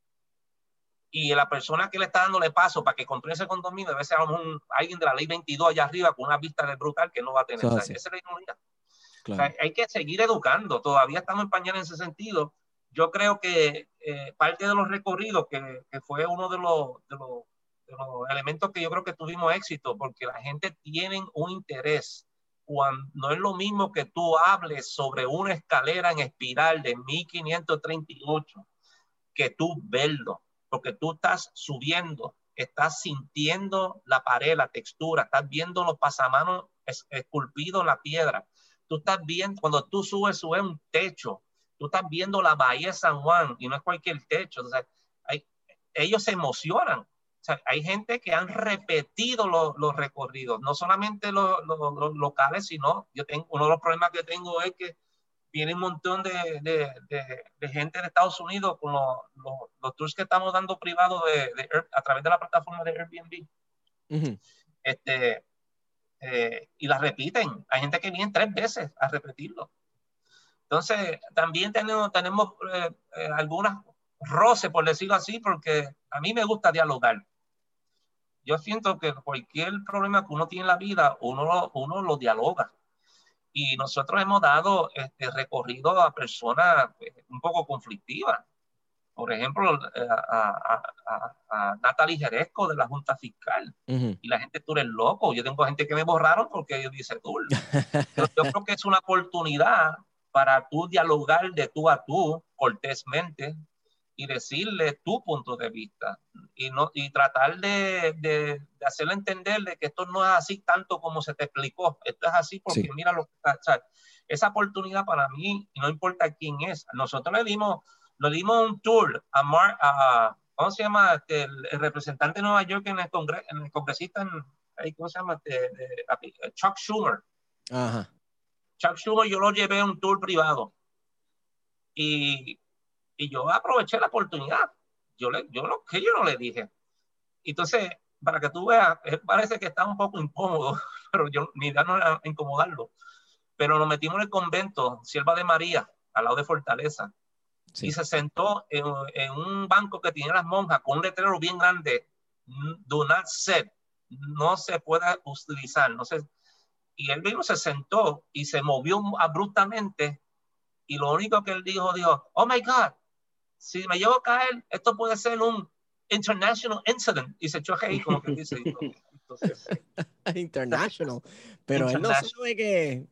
y la persona que le está dándole paso para que compre ese condominio debe ser alguien de la ley 22 allá arriba con una vista de brutal que no va a tener. Esa es la ironía. Claro. O sea, hay que seguir educando. Todavía estamos en pañales en ese sentido. Yo creo que parte de los recorridos, que fue uno de los elementos que yo creo que tuvimos éxito, porque la gente tiene un interés. Cuando no es lo mismo que tú hables sobre una escalera en espiral de 1538 que tú verlo, porque tú estás subiendo, estás sintiendo la pared, la textura, estás viendo los pasamanos esculpidos en la piedra. Tú estás viendo, cuando tú subes un techo, tú estás viendo la Bahía de San Juan y no es cualquier techo. O sea, ellos se emocionan. O sea, hay gente que han repetido los recorridos, no solamente los locales, sino uno de los problemas que tengo es que viene un montón de gente de Estados Unidos con los tours que estamos dando privados a través de la plataforma de Airbnb. Uh-huh. Y las repiten. Hay gente que viene 3 veces a repetirlo. Entonces, también tenemos algunas roces, por decirlo así, porque a mí me gusta dialogar. Yo siento que cualquier problema que uno tiene en la vida, uno lo dialoga. Y nosotros hemos dado recorrido a personas un poco conflictivas. Por ejemplo, a Natalie Jerezco de la Junta Fiscal. Uh-huh. Y la gente, tú eres loco. Yo tengo gente que me borraron porque ellos dicen tú. Pero yo creo que es una oportunidad para tú dialogar de tú a tú, cortésmente, y decirle tu punto de vista. Y tratar de hacerle entender de que esto no es así tanto como se te explicó. Esto es así porque mira lo que está. O sea, esa oportunidad para mí, no importa quién es. Nosotros le dimos un tour a ¿cómo se llama? El representante de Nueva York en el congresista, ¿cómo se llama? Chuck Schumer. Ajá. Chuck Schumer, yo lo llevé a un tour privado. Y yo aproveché la oportunidad. yo no le dije. Entonces, para que tú veas, él parece que está un poco incómodo, pero mi idea no era incomodarlo. Pero nos metimos en el convento, Sierva de María, al lado de Fortaleza. Sí. Y se sentó en un banco que tiene las monjas con un letrero bien grande, do not sit, no se puede utilizar, no se... Y él mismo se sentó y se movió abruptamente y lo único que él dijo, oh my God, si me llevo a caer, esto puede ser un international incident. Y se echó ahí como que dice. Entonces, international. Pero él no sabe que...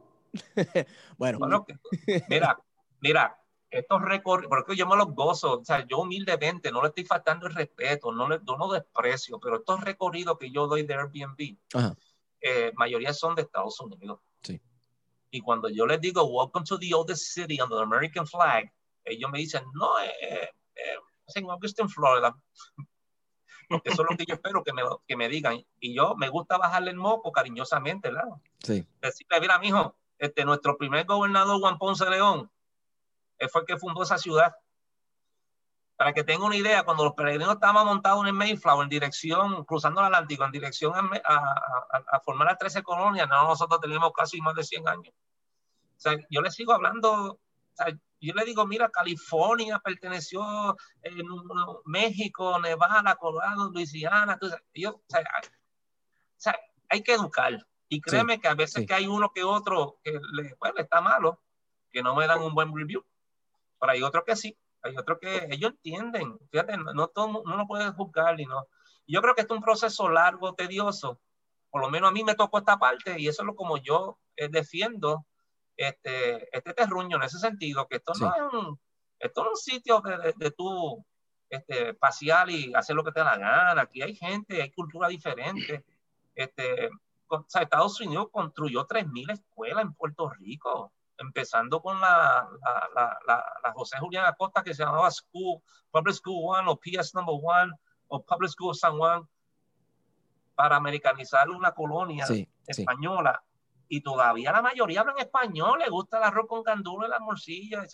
bueno, mira, estos recorridos, porque yo me los gozo, o sea, yo humildemente no le estoy faltando el respeto, no desprecio, pero estos recorridos que yo doy de Airbnb, mayoría son de Estados Unidos. Sí. Y cuando yo les digo, welcome to the oldest city under the American flag, ellos me dicen, no, es en Austin, Florida. Porque eso es lo que yo espero que me digan. Y yo me gusta bajarle el moco cariñosamente, ¿verdad? Sí. Decirle, mira, mijo, nuestro primer gobernador, Juan Ponce de León, él fue el que fundó esa ciudad. Para que tenga una idea, cuando los peregrinos estaban montados en el Mayflower, en dirección, cruzando el Atlántico, en dirección a formar las 13 colonias, nosotros teníamos casi más de 100 años. O sea, yo les sigo hablando, o sea, yo le digo, mira, California perteneció, México, Nevada, Colorado, Luisiana. O sea, hay que educar. Y créeme que a veces que hay uno que otro que le está malo, que no me dan un buen review. Pero hay otros que sí. Hay otros que ellos entienden. Fíjate, no lo puede juzgar. Yo creo que es un proceso largo, tedioso. Por lo menos a mí me tocó esta parte y eso es lo como yo defiendo este terruño en ese sentido, que esto no es un sitio de tú pasear y hacer lo que te da la gana. Aquí hay gente, hay cultura diferente. O sea, Estados Unidos construyó 3,000 escuelas en Puerto Rico, empezando con la José Julián Acosta, que se llamaba Public School 1 o PS No. 1 o Public School San Juan, para americanizar una colonia española. Y todavía la mayoría hablan español, le gusta el arroz con gandules y las morcillas.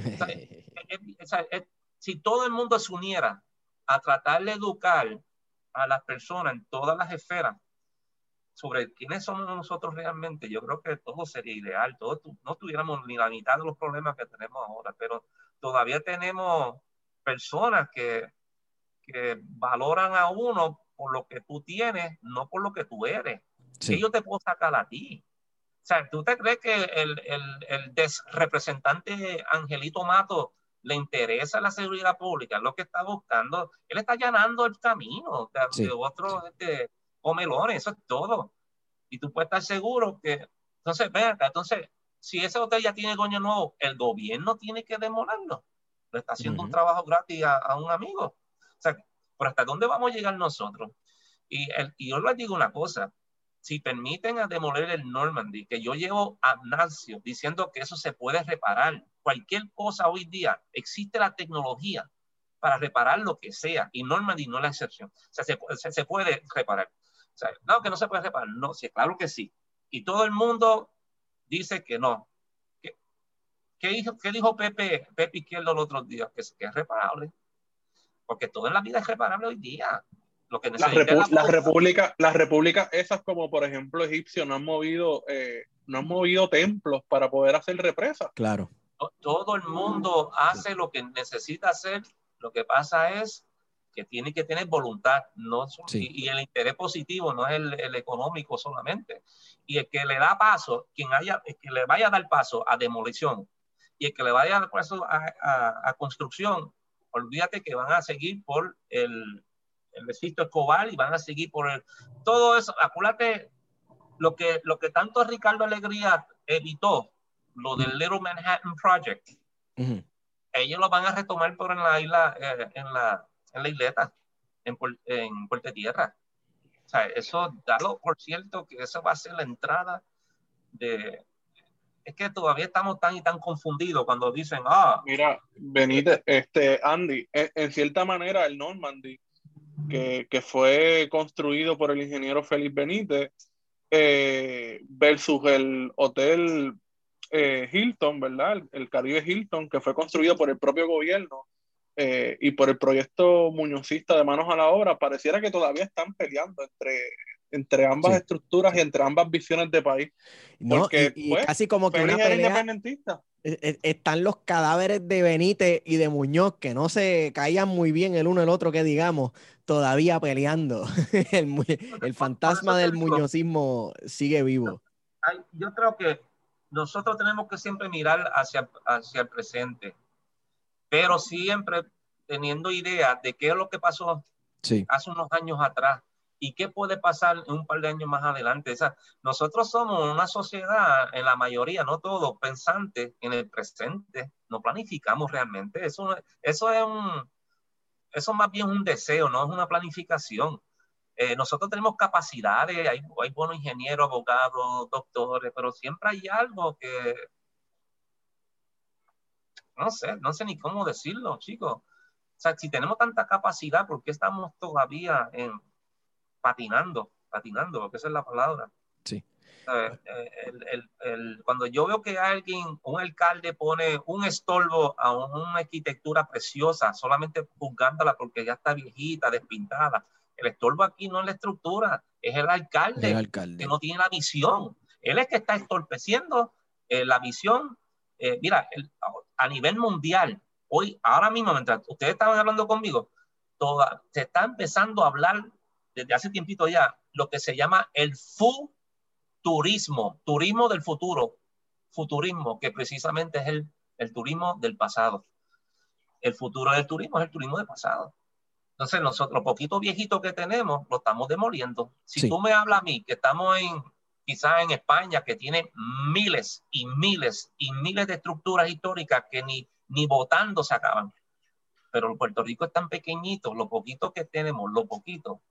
Si todo el mundo se uniera a tratar de educar a las personas en todas las esferas sobre quiénes somos nosotros realmente, yo creo que todo sería ideal. No tuviéramos ni la mitad de los problemas que tenemos ahora, pero todavía tenemos personas que valoran a uno por lo que tú tienes, no por lo que tú eres. Sí. Ellos te pueden sacar a ti. O sea, ¿tú te crees que el representante Angelito Mato le interesa la seguridad pública? Es lo que está buscando. Él está allanando el camino de otros comelones, eso es todo. Y tú puedes estar seguro que... Entonces, si ese hotel ya tiene dueño nuevo, el gobierno tiene que demolerlo. Le está haciendo un trabajo gratis a un amigo. O sea, ¿pero hasta dónde vamos a llegar nosotros? Y yo les digo una cosa. Si permiten a demoler el Normandy, que yo llevo a Nancio diciendo que eso se puede reparar, cualquier cosa hoy día, existe la tecnología para reparar lo que sea, y Normandy no es la excepción. O sea, se puede reparar. O sea, no, que no se puede reparar. No, sí, claro que sí. Y todo el mundo dice que no. ¿Qué dijo Pepe Izquierdo el otro día? Que es reparable. Porque todo en la vida es reparable hoy día. Lo que las repúblicas esas, como por ejemplo Egipcio, no han movido templos para poder hacer represas. Claro. Todo el mundo hace lo que necesita hacer. Lo que pasa es que tiene que tener voluntad, y el interés positivo, no es el económico solamente. Y el que le da paso, el que le vaya a dar paso a demolición y el que le vaya a dar paso a construcción, olvídate que van a seguir por el Sisto Escobar y van a seguir por todo eso. Acuérdate lo que tanto Ricardo Alegría evitó, lo del Little Manhattan Project. Ellos lo van a retomar por en la isla, en la isleta, en Puerto Tierra. O sea, eso, dalo por cierto que eso va a ser la entrada de... Es que todavía estamos tan confundidos cuando dicen, Mira, Benítez, Andy, en cierta manera el Normandy, que fue construido por el ingeniero Félix Benítez, versus el hotel Hilton, ¿verdad? El Caribe Hilton, que fue construido por el propio gobierno, y por el proyecto muñozista de Manos a la Obra, pareciera que todavía están peleando entre ambas Sí. estructuras y entre ambas visiones de país. No, Porque, y pues, casi como que Félix una era pelea. independentista. Están los cadáveres de Benítez y de Muñoz, que no se caían muy bien el uno el otro, que digamos, todavía peleando. El Por fantasma eso te del digo, muñozismo sigue vivo. yo creo que nosotros tenemos que siempre mirar hacia el presente, pero siempre teniendo idea de qué es lo que pasó Sí. hace unos años atrás y qué puede pasar en un par de años más adelante. O sea, nosotros somos una sociedad, en la mayoría, no todos, pensantes en el presente. No planificamos realmente. Eso más bien es un deseo, no es una planificación. Nosotros tenemos capacidades, hay buenos ingenieros, abogados, doctores, pero siempre hay algo que no sé ni cómo decirlo, chicos. O sea, si tenemos tanta capacidad, ¿por qué estamos todavía patinando? Patinando, porque esa es la palabra. Sí. Cuando yo veo que un alcalde pone un estorbo a una arquitectura preciosa, solamente juzgándola porque ya está viejita, despintada, el estorbo aquí no es la estructura, es el alcalde que no tiene la visión. Él es que está entorpeciendo la visión. Mira, a nivel mundial, ahora mismo, mientras ustedes estaban hablando conmigo, se está empezando a hablar desde hace tiempito ya lo que se llama el turismo del futuro, futurismo, que precisamente es el turismo del pasado. El futuro del turismo es el turismo del pasado. Entonces, nosotros, poquito viejito que tenemos, lo estamos demoliendo. Si tú me hablas a mí, que estamos quizás en España, que tiene miles y miles y miles de estructuras históricas que ni votando se acaban. Pero en Puerto Rico es tan pequeñito, lo poquito que tenemos, lo poquito,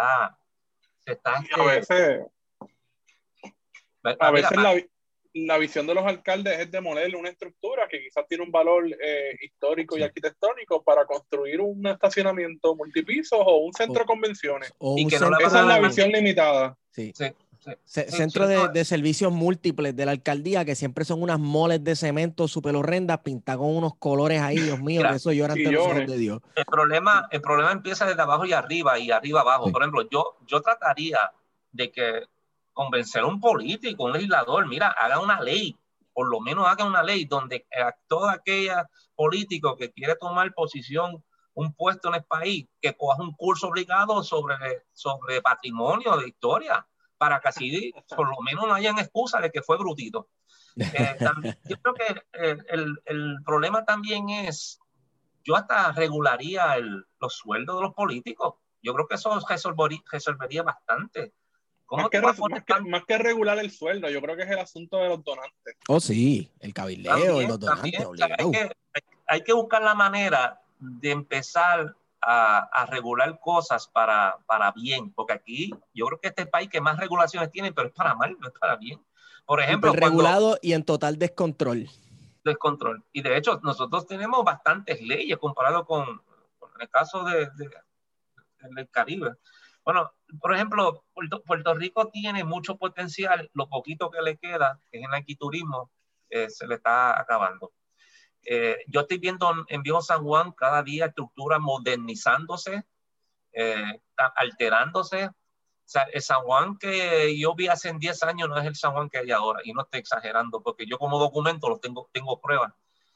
a veces la visión de los alcaldes es demoler una estructura que quizás tiene un valor histórico y arquitectónico para construir un estacionamiento multipisos o un centro de convenciones. Esa es la visión limitada. Sí. Centro de servicios múltiples de la alcaldía, que siempre son unas moles de cemento súper horrendas, pintadas con unos colores ahí, Dios mío, que eso llora ante los ojos de Dios. El problema empieza desde abajo y arriba abajo. Sí. Por ejemplo, yo trataría de que convencer a un político, un legislador, mira, haga una ley, por lo menos haga una ley donde todo aquel político que quiere tomar posición, un puesto en el país, que coja un curso obligado sobre patrimonio de historia, para que así por lo menos no hayan excusas de que fue brutito. También, yo creo que el problema también es, yo hasta regularía los sueldos de los políticos. Yo creo que eso resolvería bastante. Más que regular el sueldo, yo creo que es el asunto de los donantes. Oh, sí, el cabildeo y los donantes. Hay que buscar la manera de empezar a regular cosas para bien, porque aquí yo creo que este es el país que más regulaciones tiene, pero es para mal, no es para bien. Por ejemplo, regulado y en total descontrol. Y de hecho, nosotros tenemos bastantes leyes comparado con el caso del Caribe. Bueno, por ejemplo, Puerto Rico tiene mucho potencial, lo poquito que le queda, que es en el arquiturismo, se le está acabando. Yo estoy viendo en Viejo San Juan cada día estructuras modernizándose, alterándose. O sea, el San Juan que yo vi hace 10 años no es el San Juan que hay ahora, y no estoy exagerando, porque yo como documento tengo pruebas.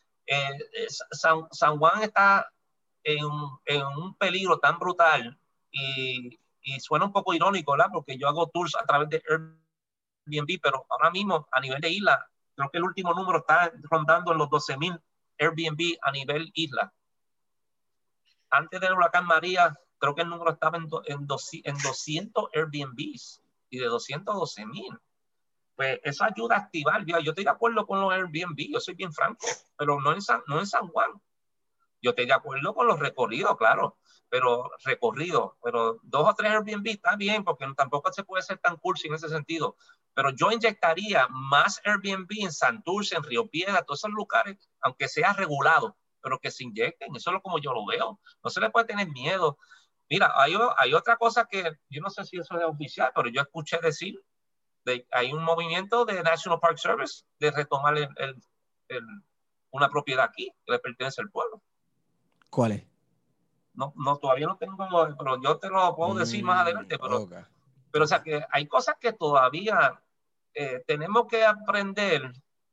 San Juan está en un peligro tan brutal y suena un poco irónico, ¿verdad? Porque yo hago tours a través de Airbnb, pero ahora mismo a nivel de isla, creo que el último número está rondando en los 12,000 Airbnb a nivel isla. Antes del huracán María, creo que el número estaba en 200 Airbnbs y de 200 a 12,000. Pues eso ayuda a activar. Yo estoy de acuerdo con los Airbnb, yo soy bien franco, pero no en San Juan. Yo estoy de acuerdo con los recorridos, claro, pero 2 o 3 Airbnb está bien, porque tampoco se puede ser tan cursi en ese sentido. Pero yo inyectaría más Airbnb en Santurce, en Río Piedra, todos esos lugares, aunque sea regulado, pero que se inyecten. Eso es como yo lo veo. No se le puede tener miedo. Mira, hay otra cosa que yo no sé si eso es oficial, pero yo escuché decir, hay un movimiento de National Park Service de retomar una propiedad aquí que le pertenece al pueblo. ¿Cuál es? No, todavía no tengo, pero yo te lo puedo decir más adelante. Okay. Pero o sea que hay cosas que todavía tenemos que aprender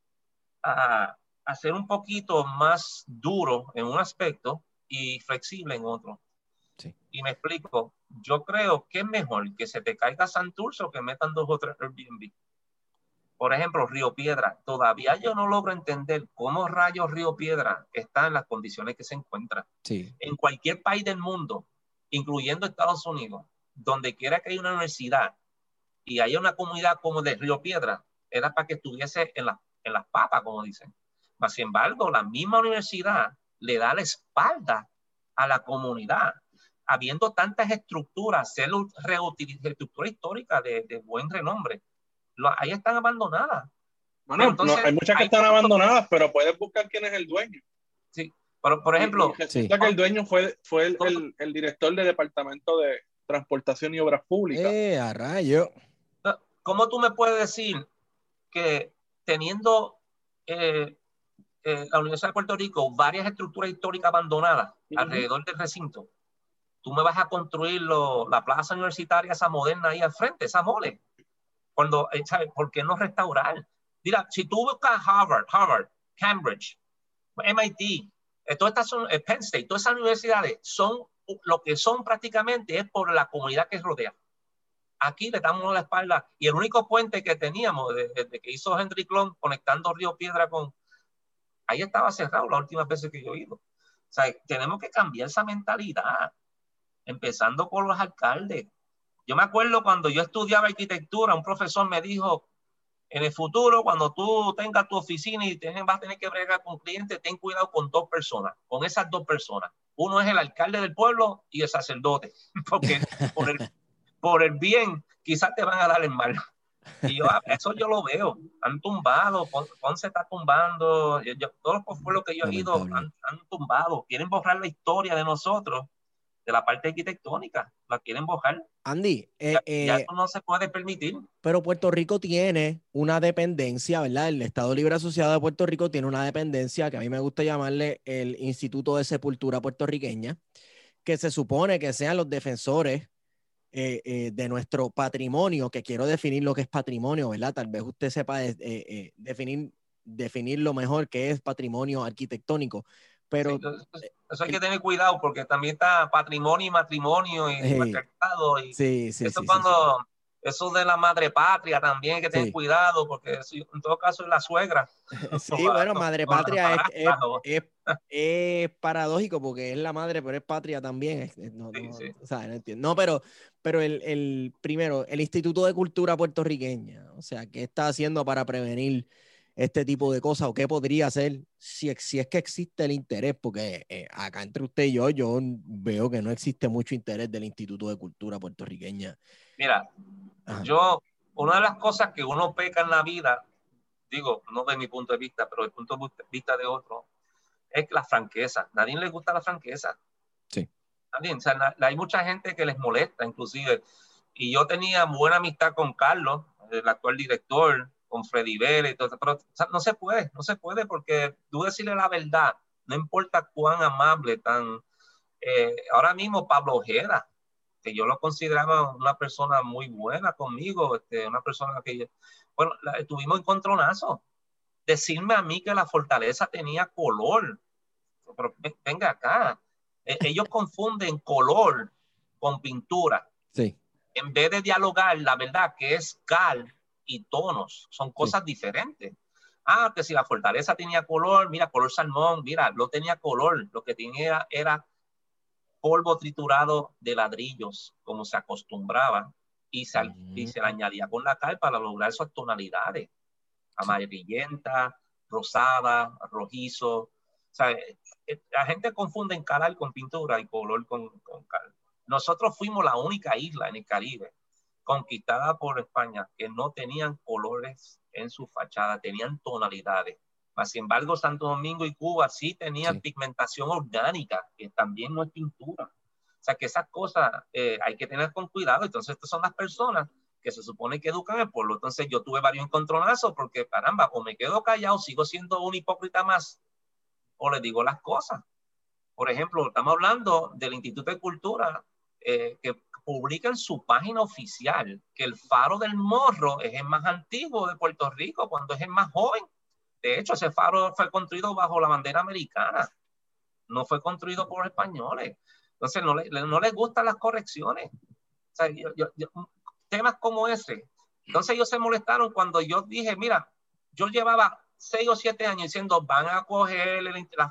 a ser un poquito más duro en un aspecto y flexible en otro. Sí. Y me explico. Yo creo que es mejor que se te caiga Santurce o que metan 2 o 3 Airbnb. Por ejemplo, Río Piedra. Todavía yo no logro entender cómo rayos Río Piedra está en las condiciones que se encuentra. Sí. En cualquier país del mundo, incluyendo Estados Unidos, donde quiera que haya una universidad y haya una comunidad como de Río Piedra, era para que estuviese en las papas, como dicen. Mas, sin embargo, la misma universidad le da la espalda a la comunidad, habiendo tantas estructuras, estructuras históricas de buen renombre. Ahí están abandonadas. Bueno, entonces, no, hay muchas que están abandonadas, pero puedes buscar quién es el dueño. Sí, pero por ejemplo... Y resulta que el dueño fue el director del Departamento de Transportación y Obras Públicas. A rayo. ¿Cómo tú me puedes decir que teniendo la Universidad de Puerto Rico varias estructuras históricas abandonadas alrededor del recinto, tú me vas a construir la plaza universitaria esa moderna ahí al frente, esa mole? Cuando, ¿sabes? ¿Por qué no restaurar? Mira, si tú buscas Harvard, Cambridge, MIT, todas estas son, Penn State, todas esas universidades son lo que son prácticamente es por la comunidad que rodea. Aquí le damos la espalda y el único puente que teníamos desde que hizo Henry Clon conectando Río Piedra con... Ahí estaba cerrado las últimas veces que yo he ido. O sea, tenemos que cambiar esa mentalidad, empezando por los alcaldes. Yo me acuerdo cuando yo estudiaba arquitectura, un profesor me dijo, en el futuro, cuando tú tengas tu oficina y vas a tener que bregar con clientes, ten cuidado con 2 personas, con esas 2 personas. Uno es el alcalde del pueblo y el sacerdote, porque por el bien quizás te van a dar el mal. Y yo, eso yo lo veo. Han tumbado, Ponce está tumbando, todos los pueblos que yo he ido han tumbado. Quieren borrar la historia de nosotros, de la parte arquitectónica, la quieren borrar. Andy, ya eso no se puede permitir. Pero Puerto Rico tiene una dependencia, ¿verdad? El Estado Libre Asociado de Puerto Rico tiene una dependencia que a mí me gusta llamarle el Instituto de Sepultura Puertorriqueña, que se supone que sean los defensores de nuestro patrimonio, que quiero definir lo que es patrimonio, ¿verdad? Tal vez usted sepa definir lo mejor que es patrimonio arquitectónico, pero... Sí, eso hay que tener cuidado porque también está patrimonio y matrimonio y maltratado. Y eso cuando... Eso de la madre patria también hay que tener cuidado porque eso, en todo caso es la suegra. Sí, bueno, madre patria es paradójico porque es la madre, pero es patria también. O sea, no entiendo. No, pero primero, el Instituto de Cultura Puertorriqueña, o sea, ¿qué está haciendo para prevenir este tipo de cosas o qué podría hacer si es que existe el interés? Porque acá entre usted y yo veo que no existe mucho interés del Instituto de Cultura Puertorriqueña. Mira, una de las cosas que uno peca en la vida, digo, no de mi punto de vista, pero del punto de vista de otro, es la franqueza. Nadie le gusta la franqueza. Sí. Nadie, o sea, hay mucha gente que les molesta, inclusive. Y yo tenía buena amistad con Carlos, el actual director, con Freddy Vélez, pero o sea, no se puede porque tú decirle la verdad, no importa cuán amable, ahora mismo Pablo Ojeda, que yo lo consideraba una persona muy buena conmigo, una persona que, bueno, tuvimos encontronazo. Decirme a mí que la fortaleza tenía color, pero venga acá, ellos confunden color con pintura. Sí. En vez de dialogar, la verdad que es cal y tonos, son cosas diferentes. Que si la fortaleza tenía color, mira, color salmón, mira, no tenía color, lo que tenía era polvo triturado de ladrillos, como se acostumbraba, y se le añadía con la cal para lograr esas tonalidades, amarillenta, rosada, rojizo. O sea, la gente confunde en cal con pintura y color con cal. Nosotros fuimos la única isla en el Caribe conquistada por España que no tenían colores en su fachada, tenían tonalidades. Sin embargo, Santo Domingo y Cuba sí tenían pigmentación orgánica, que también no es pintura. O sea, que esas cosas hay que tener con cuidado. Entonces, estas son las personas que se supone que educan el pueblo. Entonces, yo tuve varios encontronazos porque, caramba, o me quedo callado, sigo siendo un hipócrita más, o le digo las cosas. Por ejemplo, estamos hablando del Instituto de Cultura que publica en su página oficial que el Faro del Morro es el más antiguo de Puerto Rico, cuando es el más joven. De hecho, ese faro fue construido bajo la bandera americana, no fue construido por los españoles. Entonces, no les gustan las correcciones. O sea, temas como ese. Entonces, ellos se molestaron cuando yo dije, mira, yo llevaba 6 o 7 años diciendo, van a coger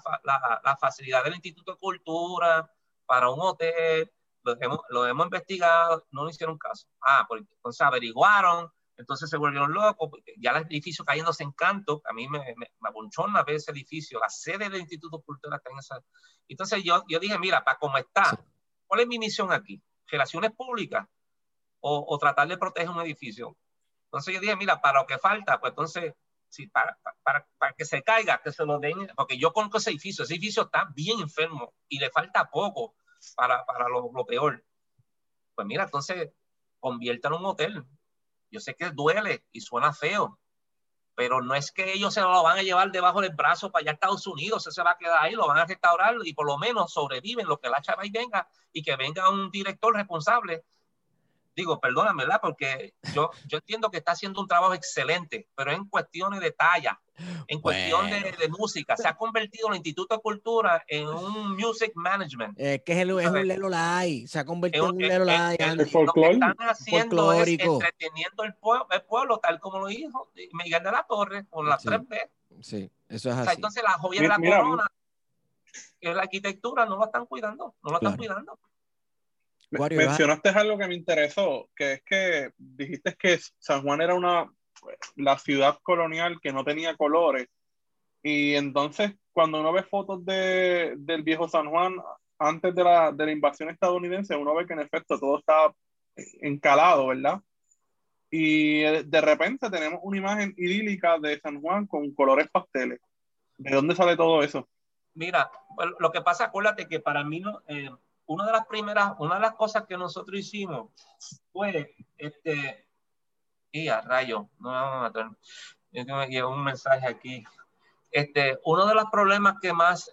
la facilidad del Instituto de Cultura para un hotel, lo hemos investigado, no le hicieron caso. Pues entonces averiguaron, entonces se volvieron locos, ya el edificio cayéndose en canto, a mí me abonchona ver ese edificio, la sede del Instituto de Cultura está en esa. Entonces yo dije, mira, para cómo está, ¿cuál es mi misión aquí? ¿Relaciones públicas o tratar de proteger un edificio? Entonces yo dije, mira, para lo que falta, pues entonces, sí, para que se caiga, que se lo den, porque yo conozco ese edificio está bien enfermo y le falta poco para lo peor. Pues mira, entonces conviértalo en un hotel. Yo sé que duele y suena feo, pero no es que ellos se lo van a llevar debajo del brazo para allá a Estados Unidos, se va a quedar ahí, lo van a restaurar y por lo menos sobreviven lo que la chava ahí venga y que venga un director responsable. Digo, perdóname, ¿verdad? Porque yo entiendo que está haciendo un trabajo excelente, pero en cuestiones de talla, en cuestión de música, se ha convertido el Instituto de Cultura en un music management. Que es un Lelo Lai, se ha convertido en un Lelo Lai. El folclore. Lo que están haciendo es entreteniendo el pueblo, tal como lo dijo Miguel de la Torre, con las 3B. Sí, eso es así. O sea, entonces la joya de la corona, que es la arquitectura, no lo están cuidando, no lo están cuidando. Mencionaste algo que me interesó, que es que dijiste que San Juan era la ciudad colonial que no tenía colores, y entonces cuando uno ve fotos del viejo San Juan antes de la invasión estadounidense, uno ve que en efecto todo estaba encalado, ¿verdad? Y de repente tenemos una imagen idílica de San Juan con colores pasteles. ¿De dónde sale todo eso? Mira, lo que pasa, acuérdate que para mí una de las cosas que nosotros hicimos fue y a rayo, no me van a matar. Me llegó un mensaje aquí. Uno de los problemas que más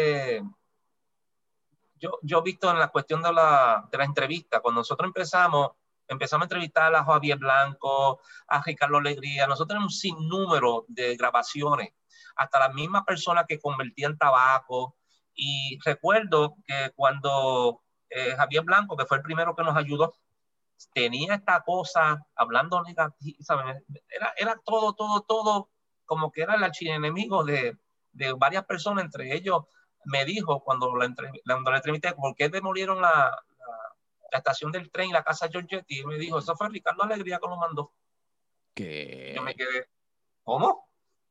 yo he visto en la cuestión de la entrevista, cuando nosotros empezamos a entrevistar a Javier Blanco, a Ricardo Alegría, nosotros tenemos un sinnúmero de grabaciones, hasta las mismas personas que convertían tabaco. Y recuerdo que cuando Javier Blanco, que fue el primero que nos ayudó, tenía esta cosa hablando negativo, ¿sabes? Era todo, como que era el archienemigo de varias personas, entre ellos me dijo cuando la entrevisté, ¿por qué demolieron la estación del tren y la casa Giorgetti? Y me dijo, eso fue Ricardo Alegría que lo mandó. ¿Qué? Yo me quedé, ¿cómo?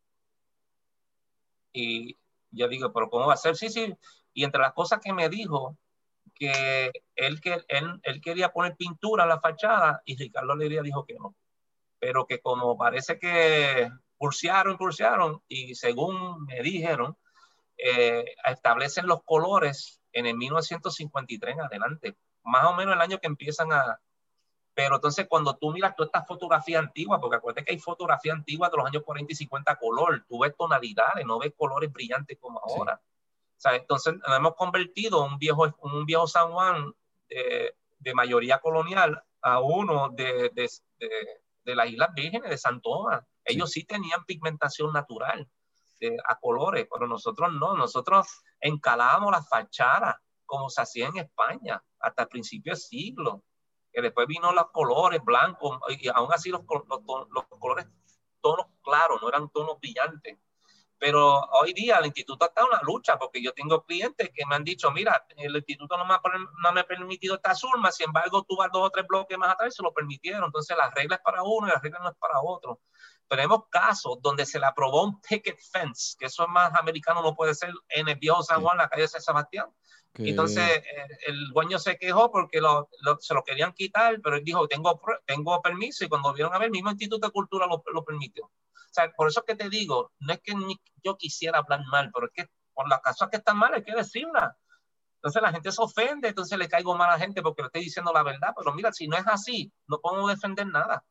Y yo digo, ¿pero cómo va a ser? Sí. Y entre las cosas que me dijo, que él quería poner pintura en la fachada y Ricardo Alegría dijo que no. Pero que como parece que pulsearon y según me dijeron, establecen los colores en el 1953 en adelante, más o menos el año que empiezan a. Pero entonces cuando tú miras todas estas fotografías antiguas, porque acuérdate que hay fotografías antiguas de los años 40 y 50 color, tú ves tonalidades, no ves colores brillantes como ahora. Sí. O sea, entonces nos hemos convertido un viejo San Juan de mayoría colonial a uno de las Islas Vírgenes, de San Tomás. Ellos sí tenían pigmentación natural a colores, pero nosotros no. Nosotros encalábamos las fachadas como se hacía en España hasta el principio del siglo, que después vino los colores blancos y aún así los colores tonos claros, no eran tonos brillantes. Pero hoy día el instituto está en una lucha, porque yo tengo clientes que me han dicho, mira, el instituto no me ha permitido esta surma, sin embargo tú vas 2 o 3 bloques más atrás y se lo permitieron. Entonces la regla es para uno y la regla no es para otro. Tenemos casos donde se le aprobó un picket fence, que eso es más americano, no puede ser, en el viejo San Juan, la calle de San Sebastián. Entonces el dueño se quejó porque se lo querían quitar, pero él dijo, tengo permiso, y cuando vieron a ver, el mismo Instituto de Cultura lo permitió. O sea, por eso es que te digo, no es que yo quisiera hablar mal, pero es que por las cosas que están mal hay que decirlas. Entonces la gente se ofende, entonces le caigo mal a la gente porque le estoy diciendo la verdad, pero mira, si no es así, no podemos defender nada.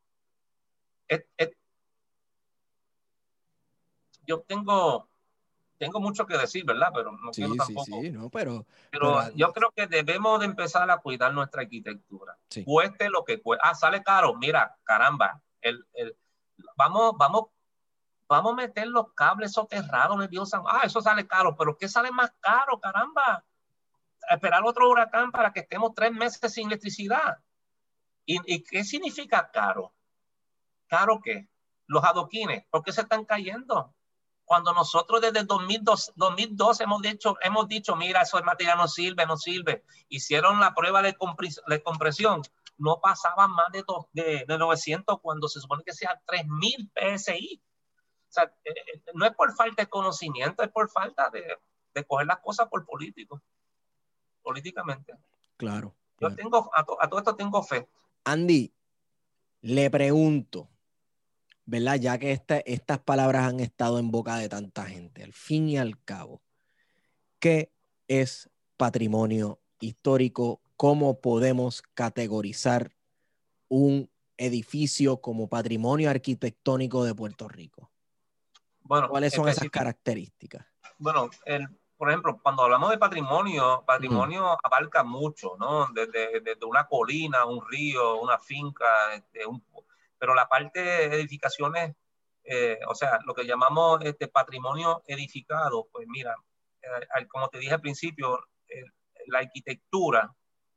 Yo tengo tengo mucho que decir, ¿verdad? Pero no quiero tampoco. Sí, no, pero yo creo que debemos de empezar a cuidar nuestra arquitectura. Sí. Cueste lo que cueste. Sale caro. Mira, caramba. Vamos a meter los cables soterrados en el viejo San Juan. Eso sale caro. ¿Pero qué sale más caro, caramba? Esperar otro huracán para que estemos 3 meses sin electricidad. ¿Y qué significa caro? ¿Caro qué? Los adoquines. ¿Por qué se están cayendo? Cuando nosotros desde el 2002 hemos dicho, mira, eso de material no sirve. Hicieron la prueba de compresión. No pasaban más de 900 cuando se supone que sea 3000 PSI. O sea, no es por falta de conocimiento, es por falta de coger las cosas por políticamente. Claro. Yo tengo, a todo esto tengo fe. Andy, le pregunto, ¿verdad? Ya que estas palabras han estado en boca de tanta gente, al fin y al cabo, ¿qué es patrimonio histórico? ¿Cómo podemos categorizar un edificio como patrimonio arquitectónico de Puerto Rico? Bueno, ¿cuáles son esas características? Bueno, por ejemplo, cuando hablamos de patrimonio abarca mucho, ¿no? Desde una colina, un río, una finca, pero la parte de edificaciones, o sea, lo que llamamos patrimonio edificado, pues mira, como te dije al principio, la arquitectura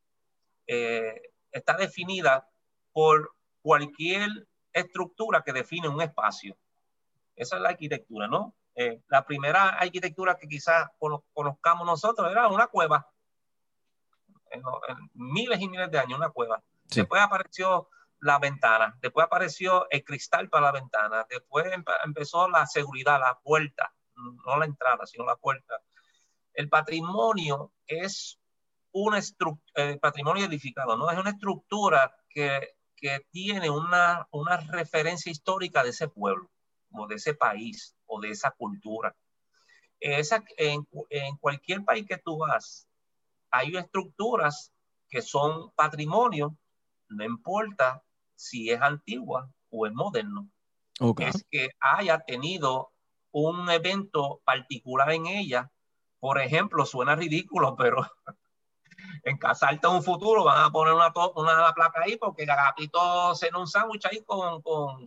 está definida por cualquier estructura que define un espacio. Esa es la arquitectura, ¿no? La primera arquitectura que quizás conozcamos nosotros era una cueva. En miles y miles de años, una cueva. Sí. Después apareció la ventana, después apareció el cristal para la ventana, después empezó la seguridad, la puerta, no la entrada, sino la puerta. El patrimonio es patrimonio edificado, ¿no? Es una estructura que tiene una referencia histórica de ese pueblo, o de ese país, o de esa cultura. En cualquier país que tú vas, hay estructuras que son patrimonio, no importa si es antigua o es moderno. Okay. Es que haya tenido un evento particular en ella. Por ejemplo, suena ridículo, pero en Casarte en un futuro van a poner una placa ahí porque Agapito cenó un sándwich ahí con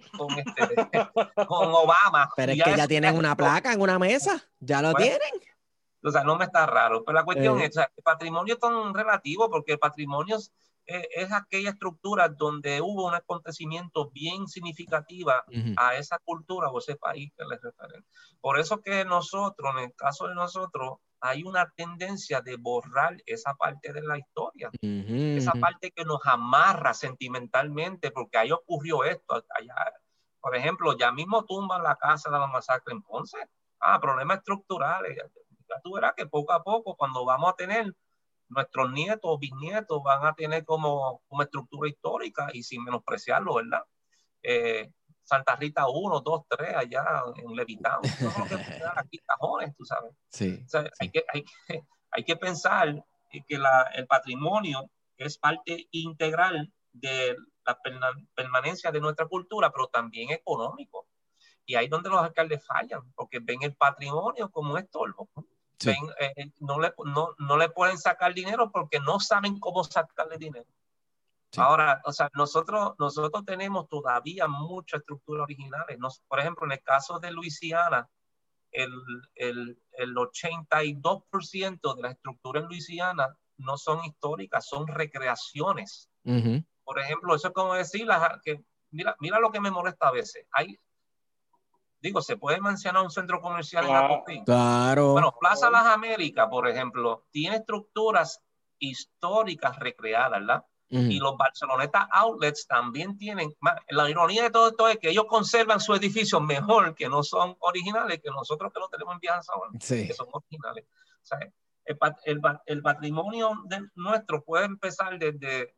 Obama. Pero es que ya tienen una placa en una mesa, ya lo tienen. O sea, no me está raro. Pero la cuestión es, o sea, el patrimonio es tan relativo porque el patrimonio es aquella estructura donde hubo un acontecimiento bien significativo a esa cultura o ese país que les refieren. Por eso que nosotros, en el caso de nosotros, hay una tendencia de borrar esa parte de la historia, esa parte que nos amarra sentimentalmente, porque ahí ocurrió esto. Allá, por ejemplo, ya mismo tumban la casa de la masacre en Ponce. Problemas estructurales. Ya tú verás que poco a poco, cuando vamos a tener nuestros nietos o bisnietos, van a tener como estructura histórica y sin menospreciarlo, ¿verdad? Santa Rita 1, 2, 3, allá en Levitán. Aquí cajones, tú sabes. Sí, o sea, sí. Hay que pensar que el patrimonio es parte integral de la permanencia de nuestra cultura, pero también económico. Y ahí es donde los alcaldes fallan, porque ven el patrimonio como un estorbo. Sí. No le pueden sacar dinero porque no saben cómo sacarle dinero. Sí. Ahora, o sea, nosotros tenemos todavía muchas estructuras originales. Por ejemplo, en el caso de Luisiana, el 82% de las estructuras en Luisiana no son históricas, son recreaciones. Por ejemplo, eso es como decir, mira lo que me molesta a veces. Se puede mencionar un centro comercial en Atoquí. Claro. Bueno, Plaza Las Américas, por ejemplo, tiene estructuras históricas recreadas, ¿verdad? Y los Barceloneta Outlets también tienen. La ironía de todo esto es que ellos conservan sus edificios mejor, que no son originales, que nosotros que lo tenemos en Vieja San Juan, que son originales. O sea, el patrimonio nuestro puede empezar desde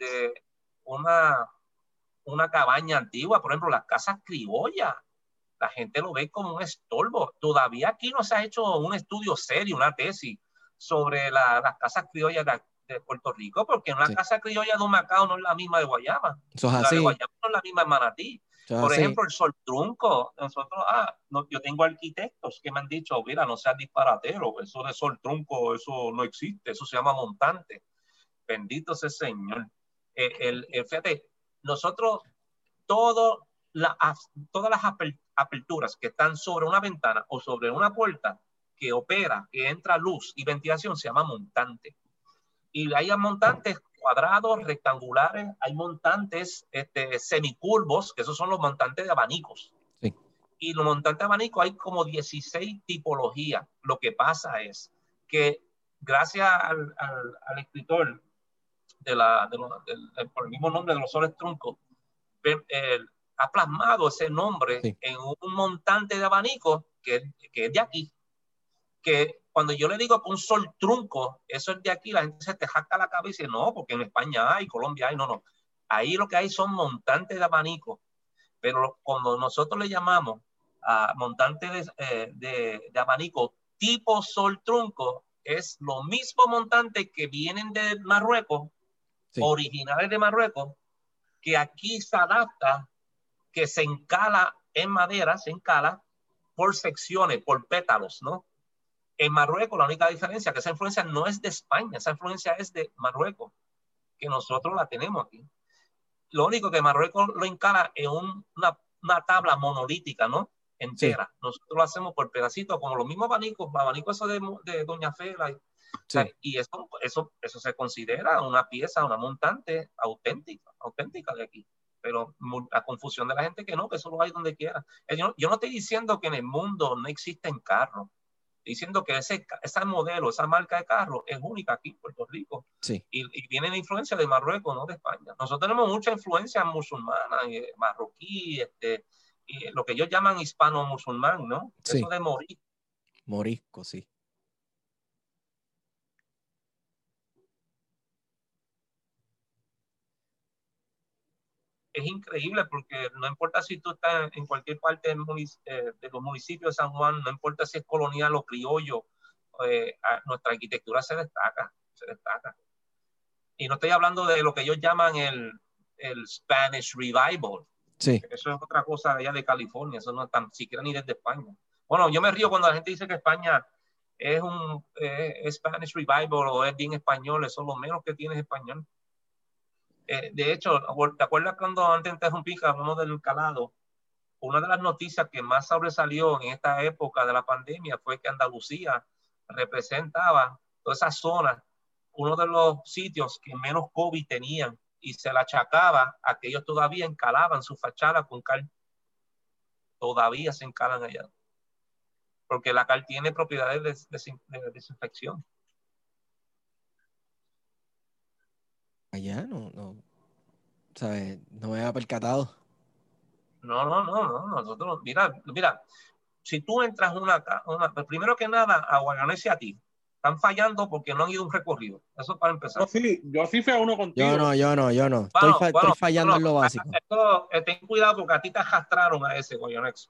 una cabaña antigua, por ejemplo, las casas criollas. La gente lo ve como un estorbo. Todavía aquí no se ha hecho un estudio serio, una tesis sobre las casas criollas de Puerto Rico, porque una casa criolla de Humacao no es la misma de Guayama. Eso es la así. de Guayama no es la misma de Manatí. Por ejemplo, el sol trunco. Nosotros, no, yo tengo arquitectos que me han dicho, mira, no seas disparatero, eso de sol trunco, eso no existe, eso se llama montante. Bendito sea el Señor. Fíjate, nosotros, todas las aperturas que están sobre una ventana o sobre una puerta que opera, que entra luz y ventilación, se llama montante. Y hay montantes cuadrados, rectangulares, hay montantes semicurvos, que esos son los montantes de abanicos. Sí. Y los montantes de abanicos hay como 16 tipologías. Lo que pasa es que gracias al escritor por el mismo nombre de los soles truncos, ha plasmado ese nombre en un montante de abanico que es de aquí. Que cuando yo le digo que un sol trunco, eso es de aquí, la gente se te jacta la cabeza y dice, no, porque en España hay, Colombia hay, no. Ahí lo que hay son montantes de abanico. Pero cuando nosotros le llamamos a montantes de abanico tipo sol trunco, es lo mismo montante que vienen de Marruecos, originales de Marruecos, que aquí se adapta, que se encala en madera, se encala por secciones, por pétalos, ¿no? En Marruecos la única diferencia es que esa influencia no es de España, esa influencia es de Marruecos, que nosotros la tenemos aquí. Lo único que Marruecos lo encala en una tabla monolítica, ¿no? Entera. Sí. Nosotros lo hacemos por pedacitos, como los mismos abanicos eso de Doña Fela. Sí. O sea, y eso se considera una pieza, una montante auténtica de aquí. Pero la confusión de la gente que no, que eso lo hay donde quiera. Yo no estoy diciendo que en el mundo no existen carros. Diciendo que ese modelo, esa marca de carro es única aquí en Puerto Rico. Sí. Y viene la influencia de Marruecos, no de España. Nosotros tenemos mucha influencia musulmana, marroquí, y lo que ellos llaman hispano-musulmán, ¿no? Sí. Eso de morisco. Morisco, sí. Es increíble porque no importa si tú estás en cualquier parte de los municipios de San Juan, no importa si es colonial o criollo, nuestra arquitectura se destaca. Y no estoy hablando de lo que ellos llaman el Spanish Revival. Sí. Eso es otra cosa allá de California, eso no es tan siquiera ni desde España. Bueno, yo me río cuando la gente dice que España es un Spanish Revival o es bien español, eso es lo menos que tiene es español. De hecho, ¿te acuerdas cuando antes interrumpí que hablamos del calado? Una de las noticias que más sobresalió en esta época de la pandemia fue que Andalucía representaba toda esa zona, uno de los sitios que menos COVID tenían, y se la achacaba a que ellos todavía encalaban su fachada con cal. Todavía se encalan allá. Porque la cal tiene propiedades de desinfección. Allá no, ¿sabes? No me había percatado. No. Nosotros, mira, si tú entras primero que nada, a Guayanese a ti, están fallando porque no han ido un recorrido. Eso para empezar. Yo sí fui a uno contigo. Yo no. Estoy fallando en lo básico. Ten cuidado porque a ti te arrastraron a ese Guayanese.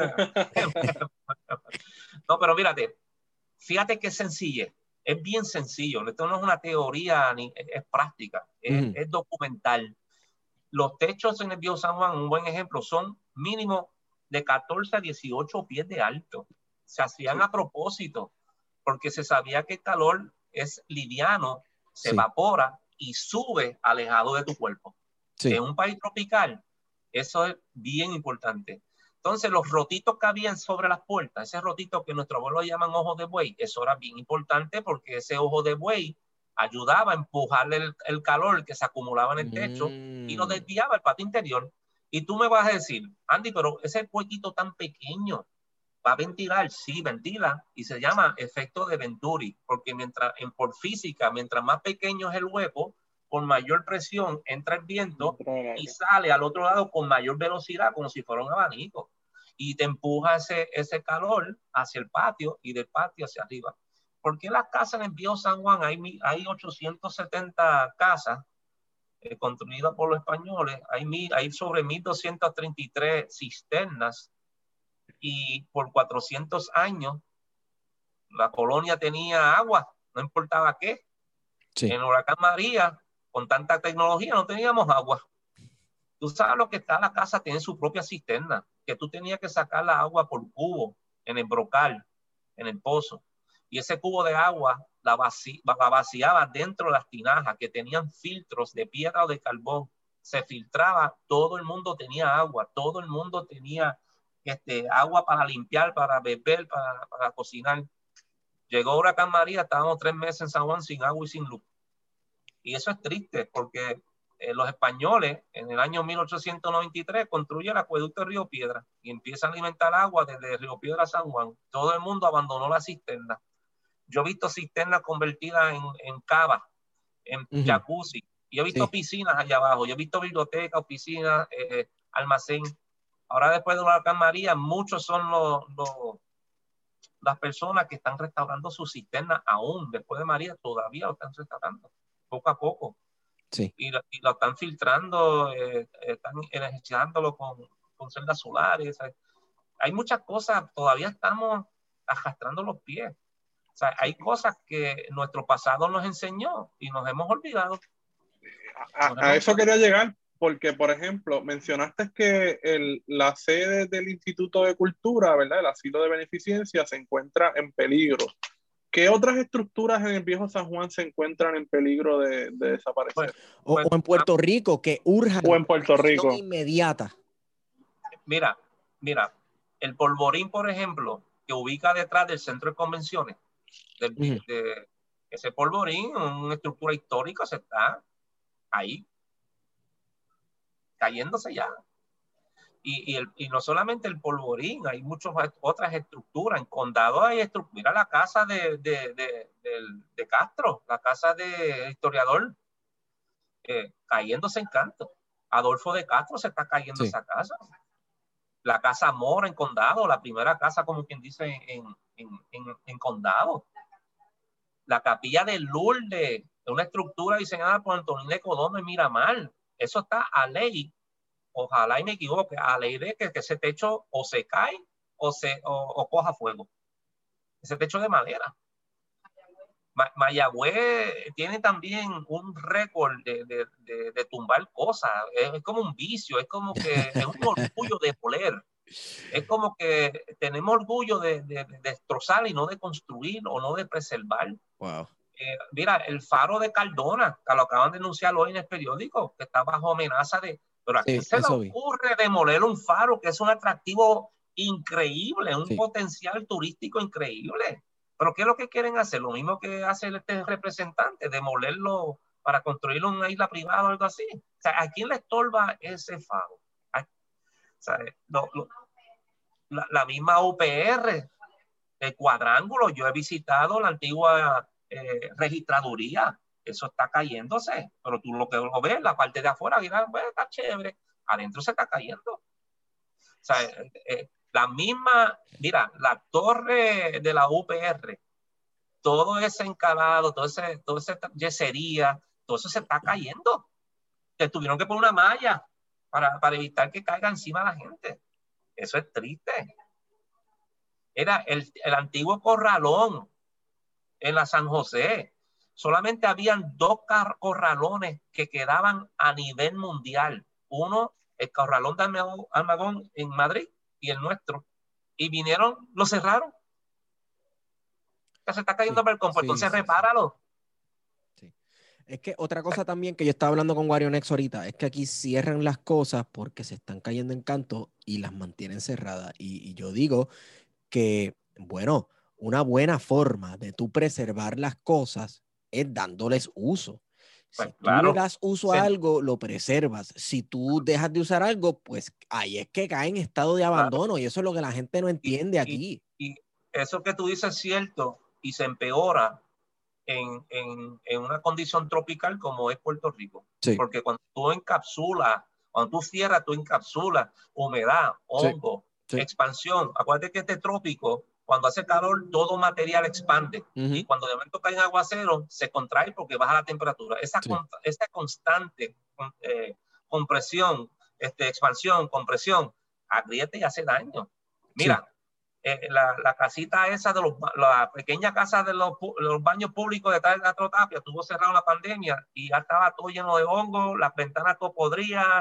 No, pero fíjate qué sencillo. Es bien sencillo. Esto no es una teoría, es práctica, es documental. Los techos en el Viejo San Juan, un buen ejemplo, son mínimo de 14 a 18 pies de alto. Se hacían a propósito, porque se sabía que el calor es liviano, se evapora y sube alejado de tu cuerpo. En un país tropical, eso es bien importante. Entonces, los rotitos que habían sobre las puertas, ese rotito que nuestros abuelos llaman ojo de buey, eso era bien importante porque ese ojo de buey ayudaba a empujarle el calor que se acumulaba en el techo y lo desviaba al patio interior. Y tú me vas a decir, Andy, pero ese huequito tan pequeño va a ventilar. Sí, ventila, y se llama efecto de Venturi, porque por física, mientras más pequeño es el hueco, con mayor presión entra el viento y sale al otro lado con mayor velocidad, como si fuera un abanico, y te empuja ese calor hacia el patio y del patio hacia arriba. ¿Por qué las casas en el Viejo San Juan hay 870 casas construidas por los españoles? Hay sobre 1.233 cisternas, y por 400 años la colonia tenía agua, no importaba qué. En el huracán María, con tanta tecnología, no teníamos agua. Tú sabes lo que está la casa, tiene su propia cisterna, que tú tenías que sacar la agua por cubo en el brocal, en el pozo. Y ese cubo de agua la vaciaba dentro de las tinajas que tenían filtros de piedra o de carbón. Se filtraba, todo el mundo tenía agua, todo el mundo tenía agua para limpiar, para beber, para cocinar. Llegó Huracán María, estábamos 3 meses en San Juan sin agua y sin luz. Y eso es triste porque los españoles en el año 1893 construyen el acueducto de Río Piedra y empiezan a alimentar agua desde Río Piedra a San Juan. Todo el mundo abandonó la cisterna. Yo he visto cisternas convertidas en cavas, en jacuzzi. Y he visto piscinas allá abajo. Yo he visto bibliotecas, oficinas, almacén. Ahora después de Huracán María, muchos son las personas que están restaurando su cisterna aún. Después de María todavía lo están restaurando, poco a poco. Sí. Y lo están filtrando, están energizándolo con celdas solares. Hay muchas cosas, todavía estamos arrastrando los pies. O sea, hay cosas que nuestro pasado nos enseñó y nos hemos olvidado. A eso quería llegar, porque, por ejemplo, mencionaste que la sede del Instituto de Cultura, ¿verdad? El asilo de beneficencia se encuentra en peligro. ¿Qué otras estructuras en el viejo San Juan se encuentran en peligro de desaparecer? O en Puerto Rico, que urjan o en Puerto Rico inmediata. Mira, el Polvorín, por ejemplo, que ubica detrás del centro de convenciones, de ese Polvorín, una estructura histórica, se está ahí, cayéndose ya. Y no solamente el Polvorín, hay muchas otras estructuras. En Condado hay estructuras. Mira la casa de Castro, la casa de historiador, cayéndose en canto. Adolfo de Castro se está cayendo esa casa. La casa Mora en Condado, la primera casa, como quien dice, en Condado. La capilla de Lourdes, una estructura diseñada por Antonín de Codoma en Miramar. Eso está a ley. Ojalá y me equivoque, a ley de que ese techo o se cae o coja fuego. Ese techo de madera. Mayagüez tiene también un récord de tumbar cosas. Es como un vicio, es como que es un orgullo de poler. Es como que tenemos orgullo de destrozar y no de construir o no de preservar. Wow. Mira, el faro de Cardona, que lo acaban de denunciar hoy en el periódico, que está bajo amenaza de... Pero ¿a quién se le ocurre demoler un faro que es un atractivo increíble, un potencial turístico increíble? ¿Pero qué es lo que quieren hacer? Lo mismo que hace este representante, demolerlo para construir una isla privada o algo así. O sea, ¿a quién le estorba ese faro? O sea, la misma UPR, el cuadrángulo, yo he visitado la antigua registraduría. Eso está cayéndose, pero tú lo que lo ves, la parte de afuera, mira, pues, está chévere, adentro se está cayendo. O sea, la misma, mira, la torre de la UPR, todo ese encalado, toda esa yesería, todo eso se está cayendo. Que tuvieron que poner una malla para evitar que caiga encima la gente. Eso es triste. Era el antiguo corralón en la San José. Solamente habían 2 corralones que quedaban a nivel mundial. Uno, el corralón de Almagón en Madrid y el nuestro. Y vinieron, lo cerraron. Ya se está cayendo el balcón, pues entonces repáralo. Sí. Es que otra cosa también que yo estaba hablando con WarioNext ahorita, es que aquí cierran las cosas porque se están cayendo en canto y las mantienen cerradas. Y yo digo que, bueno, una buena forma de tú preservar las cosas es dándoles uso. Pues si claro, tú le das uso a algo, lo preservas. Si tú dejas de usar algo, pues ahí es que cae en estado de abandono. Y eso es lo que la gente no entiende aquí. Y eso que tú dices es cierto y se empeora en una condición tropical como es Puerto Rico. Sí. Porque cuando tú encapsulas, cuando tú cierras, tú encapsulas humedad, hongo, expansión. Acuérdate que este trópico, cuando hace calor, todo material expande. Y cuando de momento cae en aguacero, se contrae porque baja la temperatura. Esa constante compresión, expansión, compresión, agrieta y hace daño. Mira, la casita esa la pequeña casa de los baños públicos detrás de la Trotapia estuvo cerrado en la pandemia y ya estaba todo lleno de hongo, las ventanas todo podridas,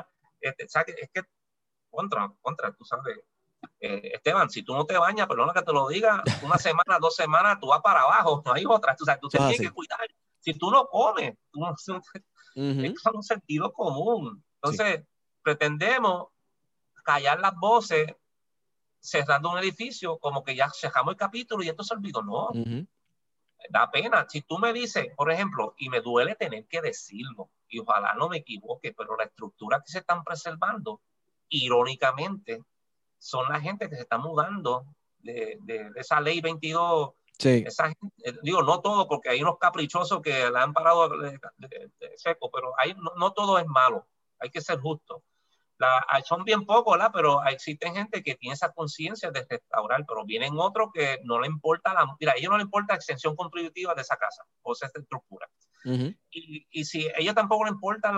¿sabes? Es que contra, tú sabes. Esteban, si tú no te bañas, perdona que te lo diga, una semana, 2 semanas, tú vas para abajo, no hay otra. Tú sabes, tú te tienes que cuidar. Si tú no comes, esto es un sentido común. Entonces, pretendemos callar las voces cerrando un edificio como que ya cerramos el capítulo y esto se olvidó. No, da pena. Si tú me dices, por ejemplo, y me duele tener que decirlo, y ojalá no me equivoque, pero la estructura que se están preservando, irónicamente, son la gente que se está mudando de esa ley 22. Sí. Esa gente, digo, no todo, porque hay unos caprichosos que la han parado de seco, pero no todo es malo. Hay que ser justo. Son bien pocos, ¿verdad? Pero existen gente que tiene esa conciencia de restaurar, pero vienen otros que no le importa mira, a ellos no le importa la extensión contributiva de esa casa o esa estructura. Y si a ellos tampoco le importan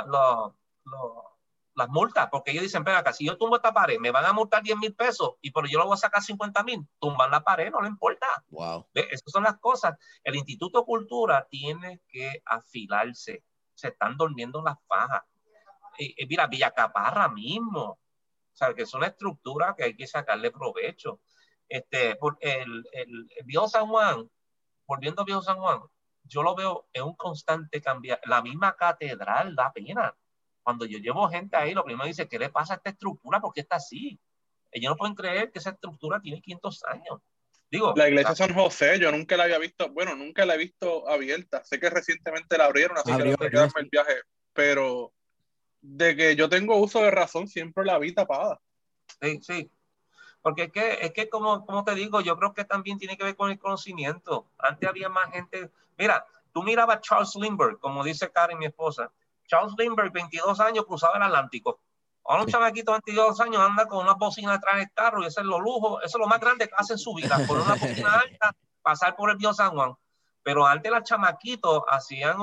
las multas, porque ellos dicen, acá, si yo tumbo esta pared, me van a multar 10,000 pesos, pero yo lo voy a sacar 50,000, tumban la pared, no le importa. Wow. Esas son las cosas. El Instituto de Cultura tiene que afilarse. Se están durmiendo las fajas. Mira, Villacaparra mismo, o sea, que es una estructura que hay que sacarle provecho. Por el Viejo San Juan, volviendo a Viejo San Juan, yo lo veo en un constante cambiar. La misma catedral da pena. Cuando yo llevo gente ahí, lo primero dice, ¿qué le pasa a esta estructura? ¿Por qué está así? Ellos no pueden creer que esa estructura tiene 500 años. Digo, la iglesia San José, yo nunca la había visto, bueno, nunca la he visto abierta. Sé que recientemente la abrieron, así que no sé quedarme el viaje, pero de que yo tengo uso de razón, siempre la vi tapada. Sí. Porque es que como te digo, yo creo que también tiene que ver con el conocimiento. Antes había más gente. Mira, tú mirabas a Charles Lindbergh, como dice Karen, mi esposa. Charles Lindbergh, 22 años, cruzaba el Atlántico. Ahora un chamaquito de 22 años anda con una bocina detrás del carro y ese es lo lujo, eso es lo más grande que hace en su vida, con una bocina alta, pasar por el Viejo San Juan. Pero antes los chamaquitos hacían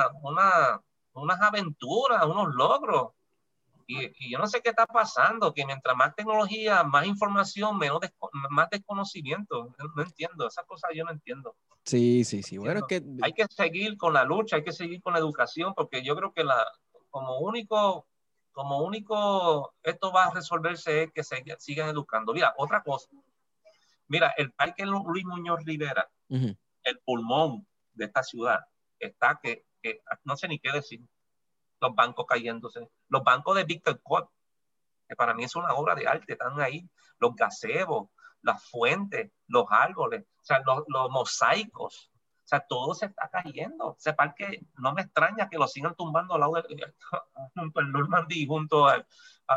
unas aventuras, unos logros. Y yo no sé qué está pasando, que mientras más tecnología, más información, más desconocimiento. No entiendo, esas cosas yo no entiendo. Sí. Bueno, hay que seguir con la lucha, hay que seguir con la educación, porque yo creo que como único esto va a resolverse es que sigan educando. Mira, otra cosa. Mira, el Parque Luis Muñoz Rivera, el pulmón de esta ciudad, está que no sé ni qué decir. Los bancos cayéndose, los bancos de Víctor Cot, que para mí es una obra de arte, están ahí, los gazebos, las fuentes, los árboles, o sea, los mosaicos, o sea, todo se está cayendo. Ese parque no me extraña que lo sigan tumbando al lado junto al Normandy, junto al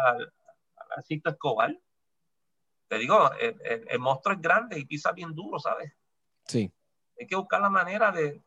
Cito Escobar. Te digo, el monstruo es grande y pisa bien duro, ¿sabes? Sí. Hay que buscar la manera de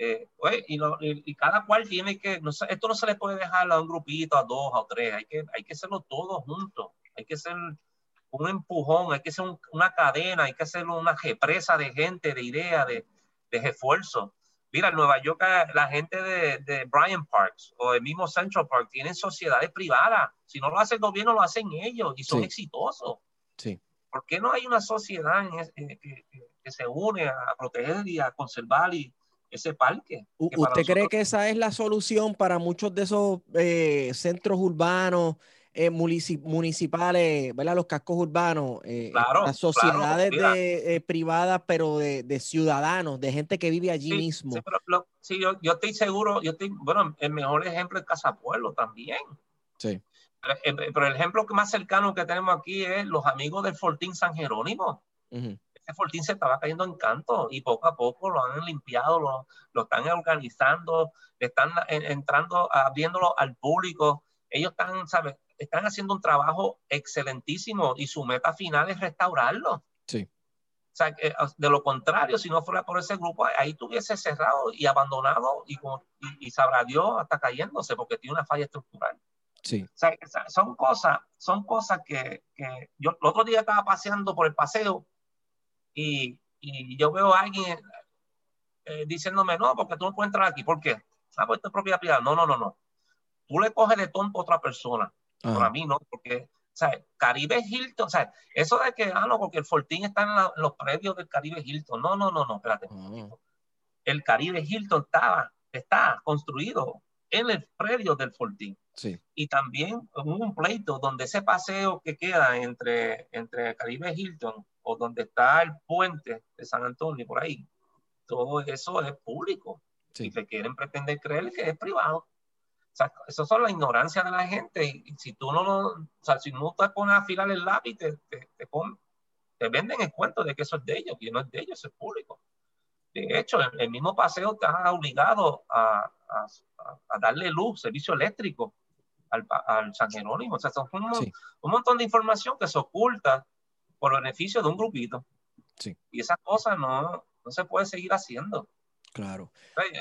y cada cual tiene que, esto no se le puede dejar a un grupito, a 2, a 3, hay que hacerlo todos juntos, hay que hacer un empujón, hay que hacer una cadena, hay que hacer una represa de gente, de ideas, de esfuerzo. Mira, en Nueva York la gente de Bryant Parks o el mismo Central Park tienen sociedades privadas, si no lo hace el gobierno lo hacen ellos y son exitosos. Sí. ¿Por qué no hay una sociedad que se une a proteger y a conservar ese parque? ¿Usted cree que esa es la solución para muchos de esos centros urbanos, municipales, ¿verdad? Los cascos urbanos, las sociedades privadas, pero de ciudadanos, de gente que vive allí mismo? Sí, pero yo estoy seguro, bueno, el mejor ejemplo es Casa Pueblo también. Sí. Pero el ejemplo más cercano que tenemos aquí es los amigos del Fortín San Jerónimo. Ese Fortín se estaba cayendo en canto y poco a poco lo han limpiado, lo están organizando, están entrando, abriéndolo al público. Ellos están haciendo un trabajo excelentísimo y su meta final es restaurarlo. Sí. O sea, de lo contrario, si no fuera por ese grupo, ahí tuviese cerrado y abandonado y sabrá Dios hasta cayéndose porque tiene una falla estructural. Sí. O sea, son cosas que yo el otro día estaba paseando por el paseo y yo veo a alguien diciéndome, no, porque tú no puedes entrar aquí. ¿Por qué? Pues esto es propiedad privada. No. Tú le coges de tonto a otra persona. Para mí no, porque, o sea, Caribe Hilton, o sea, eso de que, no, porque el Fortín está en los predios del Caribe Hilton. No, espérate. El Caribe Hilton está construido en el predio del Fortín. Sí. Y también hubo un pleito donde ese paseo que queda entre Caribe Hilton o donde está el puente de San Antonio, por ahí, todo eso es público. Sí. Y te quieren pretender creer que es privado. O sea, eso son la ignorancia de la gente. Y si tú o sea, si no te pones a afilar el lápiz, te venden el cuento de que eso es de ellos, y no es de ellos, eso es público. De hecho, el mismo paseo te ha obligado a darle luz, servicio eléctrico al San Jerónimo. O sea, son un montón de información que se oculta por beneficio de un grupito. Sí. Y esas cosas no se puede seguir haciendo. Claro.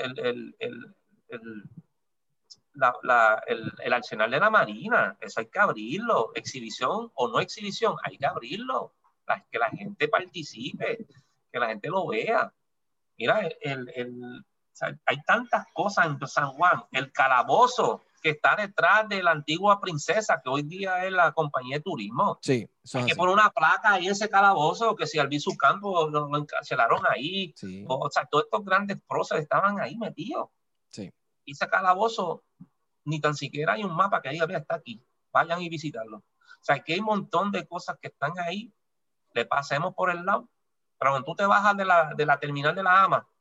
El arsenal de la Marina, eso hay que abrirlo. Exhibición o no exhibición, hay que abrirlo. Que la gente participe, que la gente lo vea. Mira, o sea, hay tantas cosas en San Juan. El calabozo que está detrás de la antigua princesa, que hoy día es la compañía de turismo. Sí, hay que poner una placa ahí en ese calabozo, que si Albizu Campos lo encarcelaron ahí. Sí. O sea, todos estos grandes próceres estaban ahí metidos. Sí. Y ese calabozo, ni tan siquiera hay un mapa que diga, mira, está aquí, vayan y visitarlo. O sea, que hay un montón de cosas que están ahí, le pasemos por el lado. Pero cuando tú te bajas de la terminal de la AMA,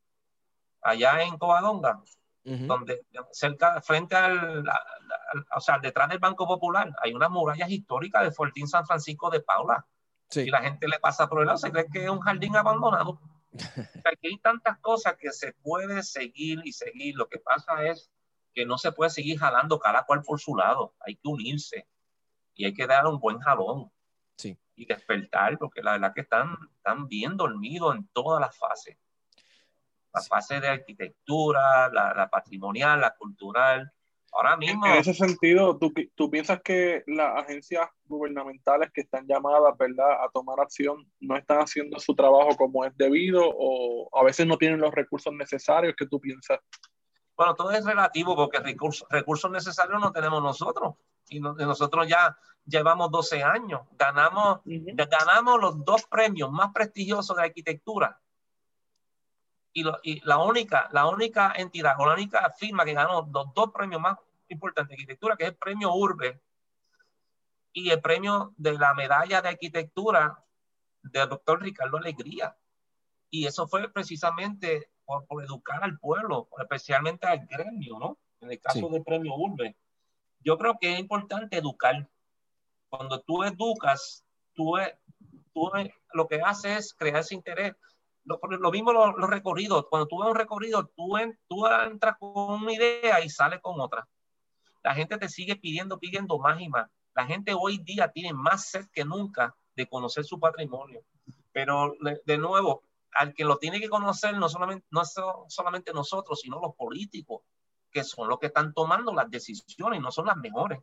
allá en Covadonga, donde cerca, frente o sea, detrás del Banco Popular, hay unas murallas históricas de Fortín San Francisco de Paula. Sí. Y la gente le pasa por el lado, se cree que es un jardín abandonado. O sea, que hay tantas cosas que se puede seguir y seguir. Lo que pasa es que no se puede seguir jalando cada cual por su lado. Hay que unirse y hay que dar un buen jalón. Sí. Y despertar, porque la verdad que están bien dormidos en todas las fases. La fase de arquitectura, la patrimonial, la cultural. Ahora mismo... En ese sentido, ¿tú piensas que las agencias gubernamentales que están llamadas, ¿verdad?, a tomar acción no están haciendo su trabajo como es debido o a veces no tienen los recursos necesarios? ¿Qué tú piensas? Bueno, todo es relativo porque recursos necesarios no tenemos nosotros. Y nosotros ya llevamos 12 años. Ganamos los 2 premios más prestigiosos de arquitectura. Y la única entidad o la única firma que ganó los 2 premios más importantes de arquitectura, que es el premio Urbe y el premio de la medalla de arquitectura del doctor Ricardo Alegría. Y eso fue precisamente por educar al pueblo, especialmente al gremio, ¿no? En el caso del premio Urbe. Yo creo que es importante educar. Cuando tú educas, tú lo que haces es crear ese interés. Lo mismo los recorridos. Cuando tú ves un recorrido, tú entras con una idea y sales con otra. La gente te sigue pidiendo más y más. La gente hoy día tiene más sed que nunca de conocer su patrimonio. Pero, de nuevo, al que lo tiene que conocer no solamente nosotros, sino los políticos, que son los que están tomando las decisiones y no son las mejores.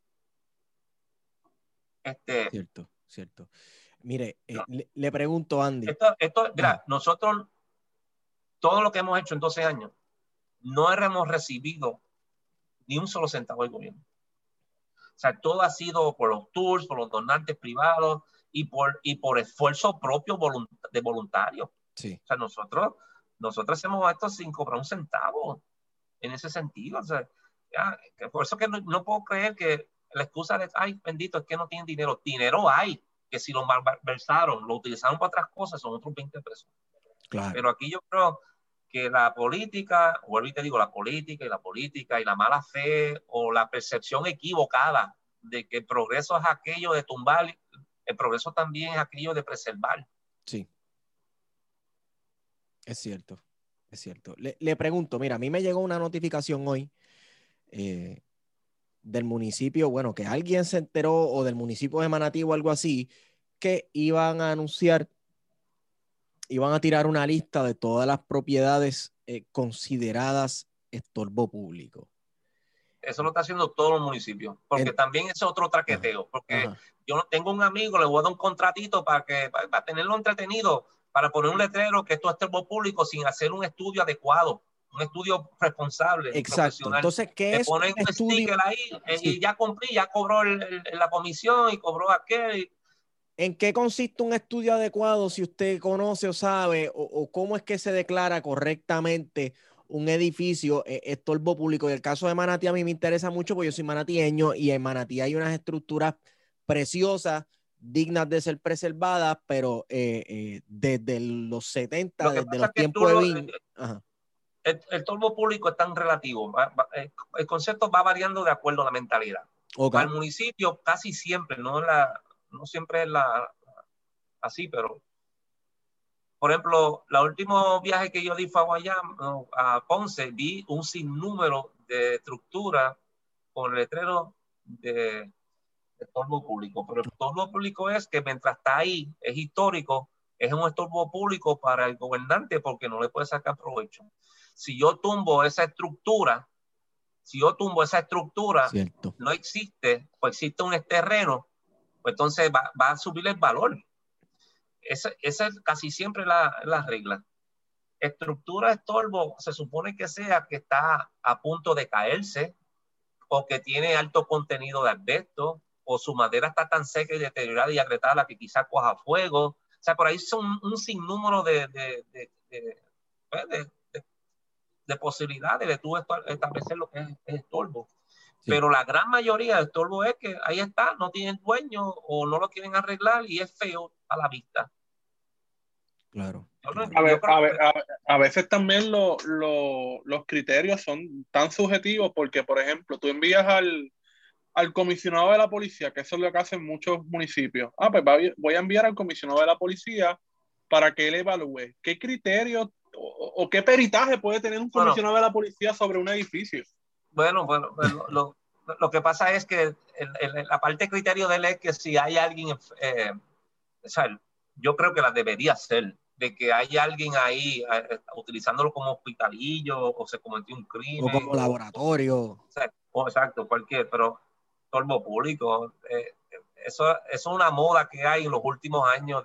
Cierto. Mire, le pregunto, Andy. Mira, nosotros, todo lo que hemos hecho en 12 años, no hemos recibido ni un solo centavo del gobierno. O sea, todo ha sido por los tours, por los donantes privados y por esfuerzo propio de voluntarios. Sí. O sea, nosotros hacemos esto sin cobrar un centavo en ese sentido. O sea, por eso que no puedo creer que la excusa de, ay, bendito, es que no tienen dinero. Dinero hay, que si lo malversaron, lo utilizaron para otras cosas, son otros 20 pesos. Claro. Pero aquí yo creo que la política, vuelvo y te digo, la política y la mala fe o la percepción equivocada de que el progreso es aquello de tumbar, el progreso también es aquello de preservar. Sí. Es cierto. Le pregunto, mira, a mí me llegó una notificación hoy del municipio, bueno, que alguien se enteró, o del municipio de Manatí o algo así, que iban a tirar una lista de todas las propiedades consideradas estorbo público. Eso lo está haciendo todos los municipios, porque también es otro traqueteo, porque yo tengo un amigo, le voy a dar un contratito para tenerlo entretenido, para poner un letrero que esto es estorbo público sin hacer un estudio adecuado, un estudio responsable. Exacto. Profesional. Entonces, ¿qué es ponen un sticker ahí y ya cumplí, ya cobró la comisión y cobró aquel. ¿En qué consiste un estudio adecuado si usted conoce o sabe o cómo es que se declara correctamente un edificio es estorbo público. Y el caso de Manatí a mí me interesa mucho porque yo soy manatieño y en Manatí hay unas estructuras preciosas, dignas de ser preservadas, pero desde los 70, Lo que desde pasa los es que tiempos de Vin. Ajá. El estorbo público es tan relativo. El concepto va variando de acuerdo a la mentalidad. Okay. Para el municipio casi siempre, no siempre es así, pero por ejemplo, el último viaje que yo di fue a Guayama, a Ponce, vi un sinnúmero de estructuras con letreros de estorbo público. Pero el estorbo público es que mientras está ahí, es histórico, es un estorbo público para el gobernante porque no le puede sacar provecho. Si yo tumbo esa estructura, Cierto. no existe, o existe un terreno, pues entonces va a subir el valor. Esa es casi siempre la regla. Estructura de estorbo se supone que sea que está a punto de caerse o que tiene alto contenido de asbesto o su madera está tan seca y deteriorada y agrietada que quizá coja fuego. O sea, por ahí son un sinnúmero de posibilidades de tú establecer lo que es estorbo. Sí. Pero la gran mayoría de estorbo es que ahí está, no tienen dueño o no lo quieren arreglar y es feo a la vista. Claro. A veces también los criterios son tan subjetivos porque, por ejemplo, tú envías al comisionado de la policía, que eso es lo que hacen muchos municipios. Pues voy a enviar al comisionado de la policía para que él evalúe qué criterios o qué peritaje puede tener un comisionado de la policía sobre un edificio. Bueno, lo que pasa es que la parte de criterio de él es que si hay alguien, o sea, yo creo que la debería ser, de que hay alguien ahí utilizándolo como hospitalillo o se cometió un crimen. O como laboratorio. Exacto, cualquier, pero estorbo público. Eso es una moda que hay en los últimos años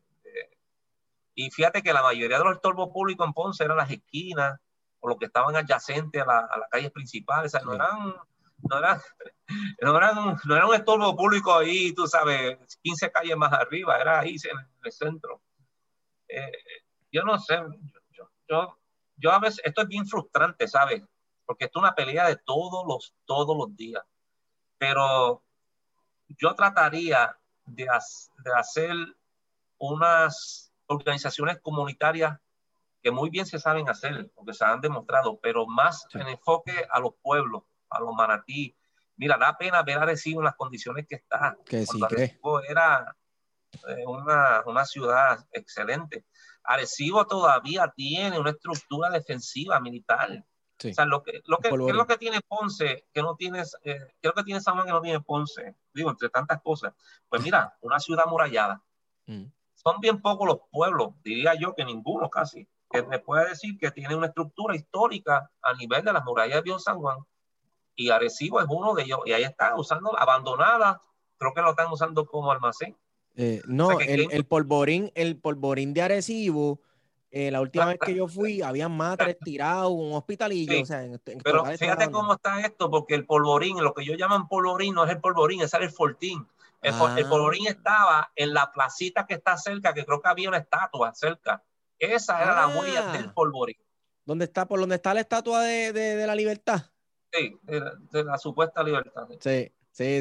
y fíjate que la mayoría de los estorbos públicos en Ponce eran las esquinas o los que estaban adyacentes a las calles principales. O sea, sí. no eran un estorbo público ahí, tú sabes, 15 calles más arriba, era ahí en el centro. Yo no sé, yo a veces, esto es bien frustrante, ¿sabes? Porque esto es una pelea de todos los días. Pero yo trataría de hacer unas organizaciones comunitarias que muy bien se saben hacer, porque se han demostrado, pero más en enfoque a los pueblos, a los manatí. Mira, da pena ver a Arecibo en las condiciones que está. Que sí, Arecibo era una ciudad excelente. Arecibo todavía tiene una estructura defensiva militar. Sí. O sea, ¿qué es lo que tiene Ponce que no tienes? ¿Qué es lo que tiene San Juan que no tiene Ponce? Digo, entre tantas cosas. Pues mira, una ciudad amurallada. Son bien pocos los pueblos, diría yo que ninguno casi, que me puede decir que tiene una estructura histórica a nivel de las murallas de Viejo San Juan. Y Arecibo es uno de ellos. Y ahí están usando abandonada. Creo que lo están usando como almacén. No, o sea, el polvorín de Arecibo, la última vez que yo fui, había matres tirados, un hospitalillo. Sí, o sea, pero fíjate cómo está esto, porque el polvorín, lo que ellos llaman polvorín, no es el polvorín, ese era el fortín. El polvorín estaba en la placita que está cerca, que creo que había una estatua cerca. Esa era la huella del polvorín. ¿Por donde está la estatua de la libertad? Sí, de la supuesta libertad. Sí.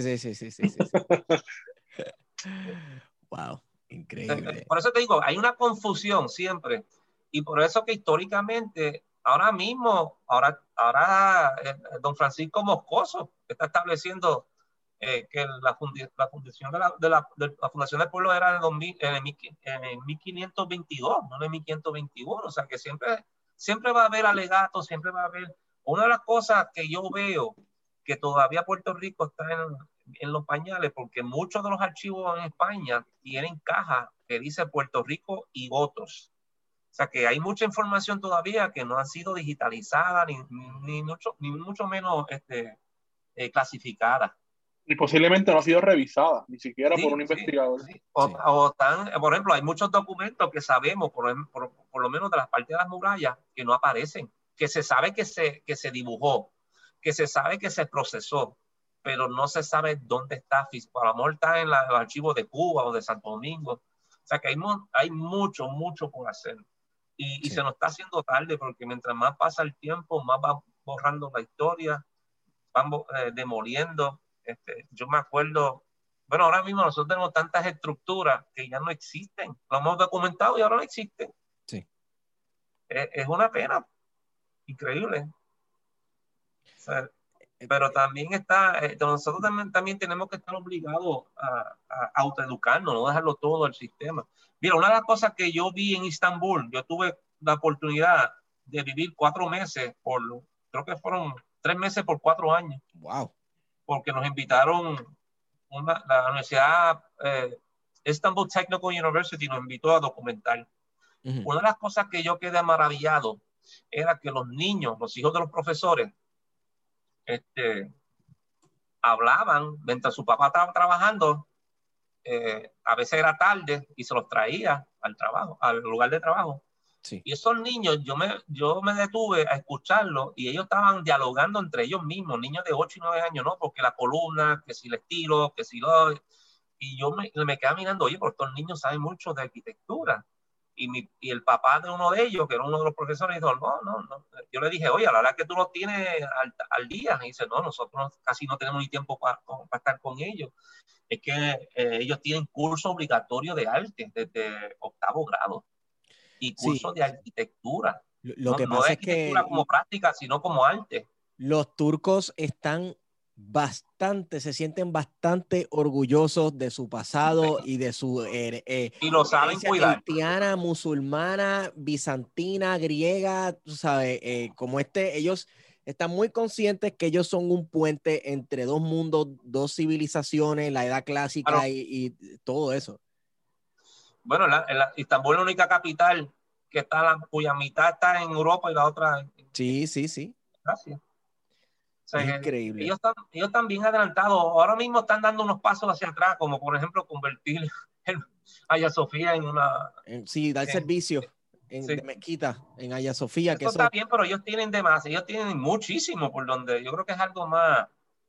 Wow, increíble. Por eso te digo, hay una confusión siempre. Y por eso que históricamente, ahora don Francisco Moscoso está estableciendo que la fundación la Fundación del Pueblo era en 1522, no en 1521. O sea que siempre va a haber alegatos, siempre va a haber. Una de las cosas que yo veo que todavía Puerto Rico está en los pañales, porque muchos de los archivos en España tienen cajas que dice Puerto Rico y votos. O sea que hay mucha información todavía que no ha sido digitalizada ni mucho menos clasificada. Y posiblemente no ha sido revisada, ni siquiera por un investigador. Sí. Por ejemplo, hay muchos documentos que sabemos, por lo menos de las partes de las murallas, que no aparecen, que se sabe que se dibujó, que se sabe que se procesó, pero no se sabe dónde está. A lo mejor está en los archivos de Cuba o de Santo Domingo. O sea que hay mucho por hacer. Y Sí. se nos está haciendo tarde porque mientras más pasa el tiempo, más va borrando la historia, van demoliendo. Yo me acuerdo, bueno, ahora mismo nosotros tenemos tantas estructuras que ya no existen. Lo hemos documentado y ahora no existen. Sí. Es una pena, increíble. O sea, pero también está, nosotros también tenemos que estar obligados a autoeducarnos, no dejarlo todo al sistema. Mira, una de las cosas que yo vi en Estambul, yo tuve la oportunidad de vivir 4 meses, creo que fueron 3 meses por 4 años. Wow. Porque nos invitaron, la Universidad Istanbul Technical University nos invitó a documentar. Una de las cosas que yo quedé maravillado era que los niños, los hijos de los profesores, hablaban mientras su papá estaba trabajando, a veces era tarde y se los traía al trabajo, al lugar de trabajo. Sí. Y esos niños, yo me detuve a escucharlos y ellos estaban dialogando entre ellos mismos, niños de 8 y 9 años, ¿no? Porque la columna, que si el estilo, que si lo... Y yo me quedé mirando, oye, porque estos niños saben mucho de arquitectura. Y el papá de uno de ellos, que era uno de los profesores, dijo, no. Yo le dije, oye, a la verdad que tú los tienes al día. Y dice, no, nosotros casi no tenemos ni tiempo para estar con ellos. Es que ellos tienen curso obligatorio de arte desde 8º grado y cursos de arquitectura. Lo que no pasa de es que arquitectura como práctica, sino como arte. los turcos están se sienten bastante orgullosos de su pasado y de su y lo saben cuidar. cristiana, musulmana, bizantina, griega, tú sabes, como ellos están muy conscientes que ellos son un puente entre dos mundos, dos civilizaciones, la edad clásica, claro, y todo eso. Bueno, Istambul es la única capital que cuya mitad está en Europa y la otra Sí. Gracias. O sea, es increíble. Ellos están bien adelantados. Ahora mismo están dando unos pasos hacia atrás, como por ejemplo convertir Hagia Sofía en una... Sí, dar servicio de mezquita en Hagia Sofía. Eso está bien, pero ellos tienen ellos tienen muchísimo por donde. Yo creo que es algo más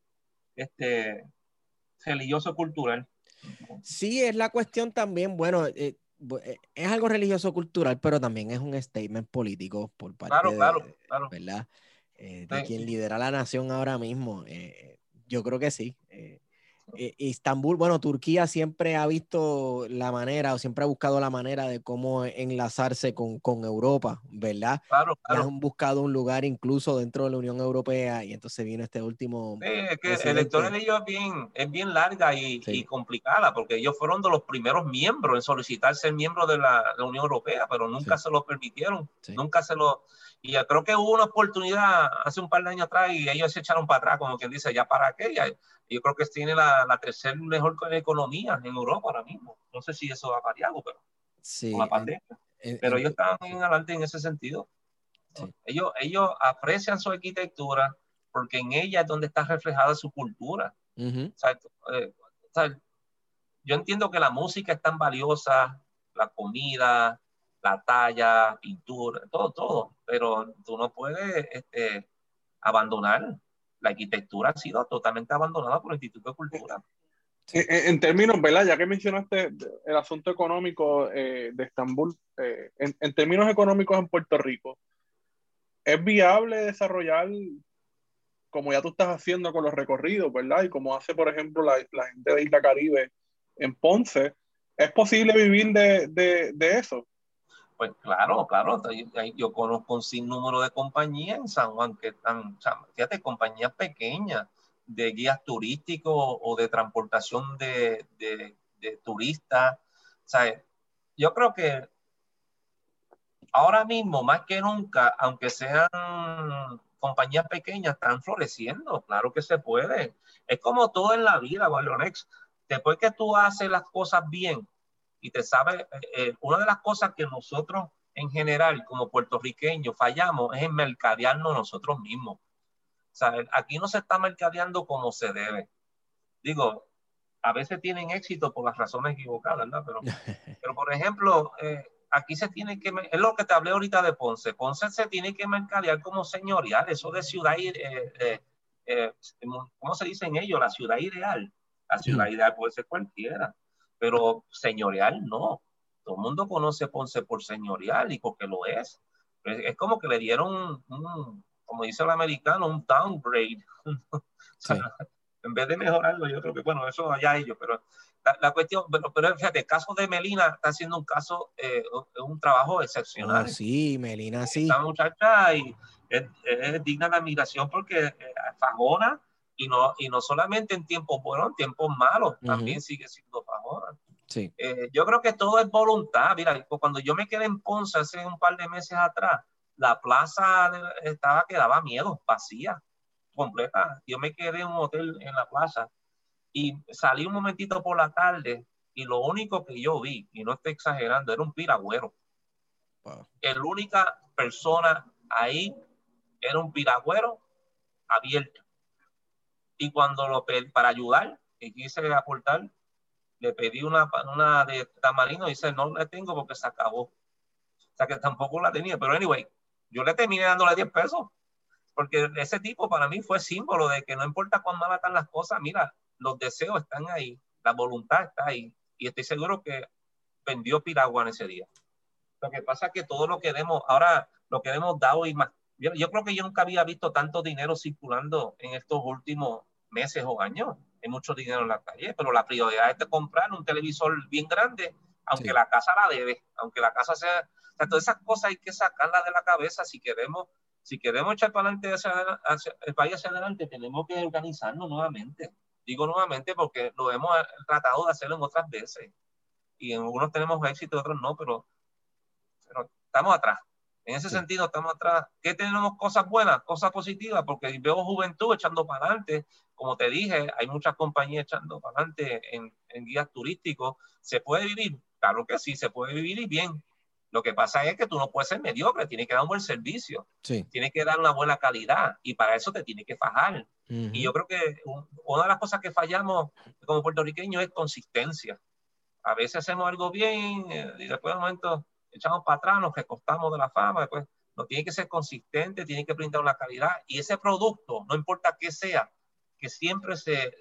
religioso cultural. Sí, es la cuestión también, bueno, es algo religioso cultural, pero también es un statement político por parte claro. ¿verdad? De quien lidera la nación ahora mismo. Yo creo que sí. Istambul, bueno, Turquía siempre ha visto la manera o siempre ha buscado la manera de cómo enlazarse con Europa, ¿verdad? Claro. Y han buscado un lugar incluso dentro de la Unión Europea y entonces vino este último... Sí, es que la historia de ellos es bien larga y complicada porque ellos fueron de los primeros miembros en solicitar ser miembros de la Unión Europea, pero nunca se lo permitieron, nunca se lo... Y yo creo que hubo una oportunidad hace un par de años atrás y ellos se echaron para atrás, como quien dice, ¿ya para qué? Yo creo que tiene la tercera mejor economía en Europa ahora mismo. No sé si eso ha variado, pero con la pandemia. Pero ellos están en adelante en ese sentido. Sí. Ellos aprecian su arquitectura porque en ella es donde está reflejada su cultura. O sea, yo entiendo que la música es tan valiosa, la comida, la talla, pintura, todo, pero tú no puedes abandonar. La arquitectura ha sido totalmente abandonada por el Instituto de Cultura. En términos, ¿verdad? Ya que mencionaste el asunto económico de Estambul, en términos económicos en Puerto Rico, ¿es viable desarrollar, como ya tú estás haciendo con los recorridos, ¿verdad? Y como hace, por ejemplo, la gente de Isla Caribe en Ponce, ¿es posible vivir de eso? Pues claro. Yo conozco un sinnúmero de compañías en San Juan que están, fíjate, compañías pequeñas de guías turísticos o de transportación de turistas. O sea, yo creo que ahora mismo, más que nunca, aunque sean compañías pequeñas, están floreciendo. Claro que se puede. Es como todo en la vida, Valonex. Después que tú haces las cosas bien y te sabes, una de las cosas que nosotros en general como puertorriqueños fallamos es en mercadearnos nosotros mismos. O sea, aquí no se está mercadeando como se debe. Digo, a veces tienen éxito por las razones equivocadas, ¿verdad? Pero por ejemplo, aquí se tiene que, es lo que te hablé ahorita de Ponce. Ponce se tiene que mercadear como señorial, eso de ciudad, ¿cómo se dice en ello? La ciudad ideal. La ciudad ideal puede ser cualquiera, pero señorial no. Todo el mundo conoce Ponce por señorial y porque lo es. Es como que le dieron como dice el americano, un downgrade. O sea, Sí. en vez de mejorarlo, yo creo que, bueno, eso allá ellos, pero la cuestión, pero fíjate, el caso de Melina está haciendo un caso, un trabajo excepcional. Oh, sí, Melina, sí. Esta muchacha es digna de admiración porque fajona y no solamente en tiempos buenos, en tiempos malos, también sigue siendo fajona. Sí. Yo creo que todo es voluntad. Mira, cuando yo me quedé en Ponce hace un par de meses atrás, la plaza quedaba miedo, vacía, completa. Yo me quedé en un hotel en la plaza y salí un momentito por la tarde y lo único que yo vi, y no estoy exagerando, era un piragüero. Wow. La única persona ahí era un piragüero abierto. Y cuando lo pedí para ayudar, que quise aportar, le pedí una de tamarindo y dice, no la tengo porque se acabó. O sea que tampoco la tenía. Pero anyway, yo le terminé dándole 10 pesos. Porque ese tipo para mí fue símbolo de que no importa cuán malas están las cosas, mira, los deseos están ahí, la voluntad está ahí. Y estoy seguro que vendió piragua en ese día. Lo que pasa es que todo lo queremos, ahora lo queremos dado y más. Yo creo que yo nunca había visto tanto dinero circulando en estos últimos meses o años. Hay mucho dinero en la calle, pero la prioridad es de comprar un televisor bien grande, aunque la casa la debe, aunque la casa sea... O sea, todas esas cosas hay que sacarlas de la cabeza si queremos echar para adelante hacia el país hacia adelante, tenemos que organizarnos nuevamente. Digo nuevamente porque lo hemos tratado de hacerlo en otras veces. Y en algunos tenemos éxito, otros no, pero estamos atrás. En ese sentido, estamos atrás. ¿Qué tenemos? Cosas buenas, cosas positivas, porque veo juventud echando para adelante. Como te dije, hay muchas compañías echando para adelante en guías turísticos. ¿Se puede vivir? Claro que sí, se puede vivir y bien. Lo que pasa es que tú no puedes ser mediocre, tienes que dar un buen servicio, tienes que dar una buena calidad y para eso te tienes que fajar. Y yo creo que una de las cosas que fallamos como puertorriqueños es consistencia. A veces hacemos algo bien y después de un momento echamos para atrás, nos recostamos de la fama, después no tiene que ser consistente, tiene que brindar una calidad y ese producto, no importa qué sea, que siempre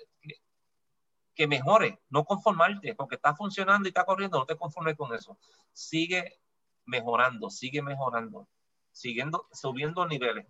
que mejore, no conformarte, porque está funcionando y está corriendo, no te conformes con eso. Sigue mejorando, subiendo niveles.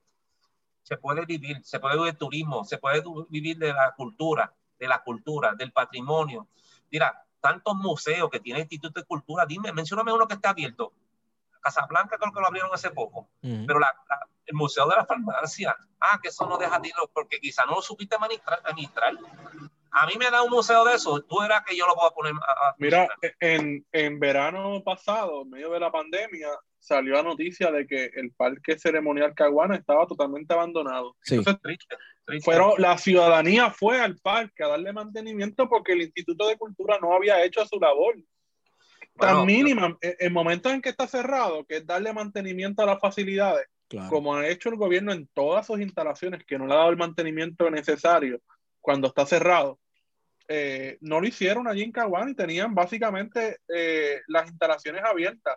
Se puede vivir de turismo, se puede vivir de la cultura, del patrimonio. Mira, tantos museos que tiene el Instituto de Cultura, mencióname uno que está abierto. Casablanca creo que lo abrieron hace poco, pero el Museo de la Farmacia, que eso no deja de irlo, porque quizá no lo supiste administrar. A mí me da un museo de eso, tú verás que yo lo voy a poner Mira, en verano pasado, en medio de la pandemia, salió la noticia de que el Parque Ceremonial Caguana estaba totalmente abandonado. Sí. Entonces, triste. la ciudadanía fue al parque a darle mantenimiento porque el Instituto de Cultura no había hecho su labor. Tan mínima, el momento en que está cerrado, que es darle mantenimiento a las facilidades, como ha hecho el gobierno en todas sus instalaciones, que no le ha dado el mantenimiento necesario cuando está cerrado, no lo hicieron allí en Caguán y tenían básicamente las instalaciones abiertas,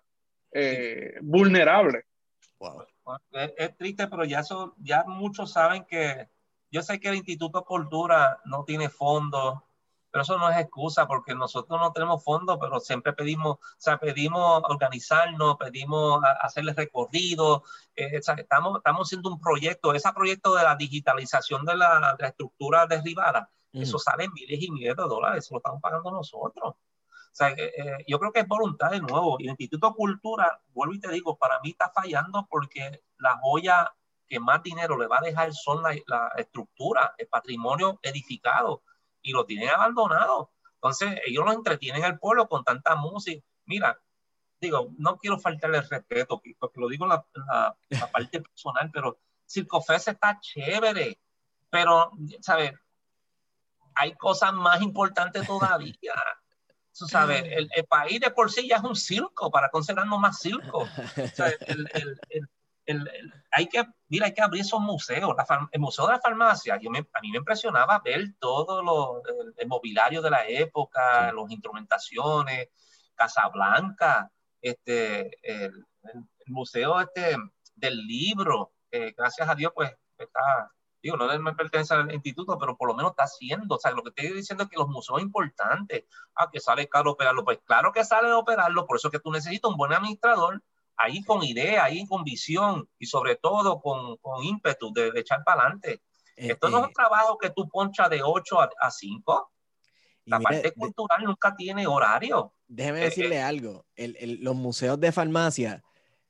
vulnerables. Wow. Es triste, pero ya muchos saben que yo sé que el Instituto de Cultura no tiene fondos, pero eso no es excusa porque nosotros no tenemos fondos, pero siempre pedimos organizarnos, pedimos hacerles recorridos. Estamos haciendo un proyecto, ese proyecto de la digitalización de la estructura derribada, eso sale en miles y miles de dólares, eso lo estamos pagando nosotros. O sea, yo creo que es voluntad de nuevo. Y el Instituto de Cultura, vuelvo y te digo, para mí está fallando porque la joya que más dinero le va a dejar son la estructura, el patrimonio edificado, y lo tienen abandonado. Entonces, ellos lo entretienen al pueblo con tanta música. Mira, digo, no quiero faltarle el respeto, porque lo digo en la parte personal, pero Circo Fest está chévere, pero, ¿sabes? Hay cosas más importantes todavía. Tú sabes, el país de por sí ya es un circo, para considerarnos más circo. O sea, hay que abrir esos museos. El Museo de la Farmacia, a mí me impresionaba ver todo el mobiliario de la época, las instrumentaciones, Casablanca, el museo del libro, gracias a Dios, pues está digo, no me pertenece al instituto, pero por lo menos está haciendo. O sea, lo que estoy diciendo es que los museos es importante. Que sale caro operarlo. Pues claro que sale operarlo, por eso es que tú necesitas un buen administrador, ahí con idea, ahí con visión y sobre todo con ímpetu de echar para adelante. Esto no es un trabajo que tú ponchas de 8 a 5. La parte cultural nunca tiene horario. Déjeme decirle algo. Los museos de farmacia,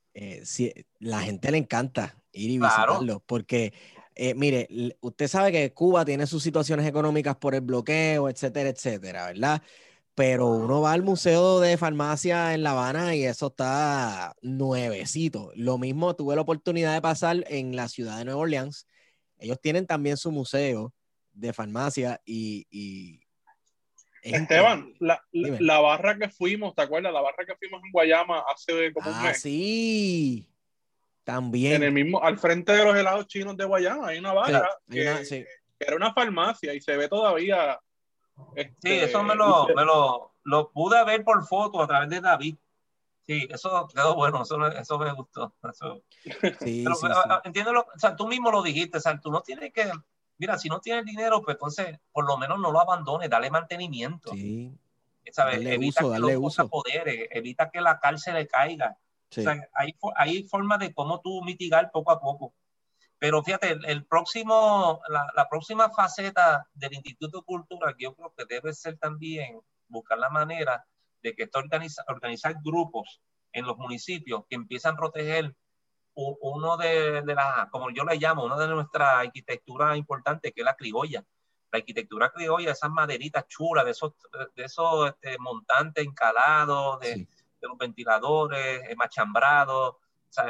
la gente le encanta ir y visitarlos porque, mire, usted sabe que Cuba tiene sus situaciones económicas por el bloqueo, etcétera, etcétera, ¿verdad? Pero uno va al museo de farmacia en La Habana y eso está nuevecito. Lo mismo tuve la oportunidad de pasar en la ciudad de Nueva Orleans. Ellos tienen también su museo de farmacia y Esteban, la barra que fuimos, ¿te acuerdas? La barra que fuimos en Guayama hace como un mes. Sí, también. En el mismo, al frente de los helados chinos de Guayama, hay una barra que era una farmacia y se ve todavía. Sí, eso me lo pude ver por foto a través de David. Sí, eso quedó bueno, eso me gustó. Eso. Sí, pero, sí. Entiéndelo, o sea, tú mismo lo dijiste, o sea, tú no tienes que, mira, si no tienes dinero, pues entonces por lo menos no lo abandones, dale mantenimiento. Sí. ¿Sabes? Darle Evita uso, que darle los uso. apodere, evita que la cárcel le caiga. Sí. O sea, hay formas de cómo tú mitigar poco a poco. Pero fíjate, la próxima faceta del Instituto de Cultura, que yo creo que debe ser también buscar la manera de que esto organizar grupos en los municipios que empiezan a proteger uno de las, como yo le llamo, una de nuestra arquitectura importante, que es la criolla. La arquitectura criolla, esas maderitas chulas, de esos montantes encalados, de los ventiladores, machambrados. O sea,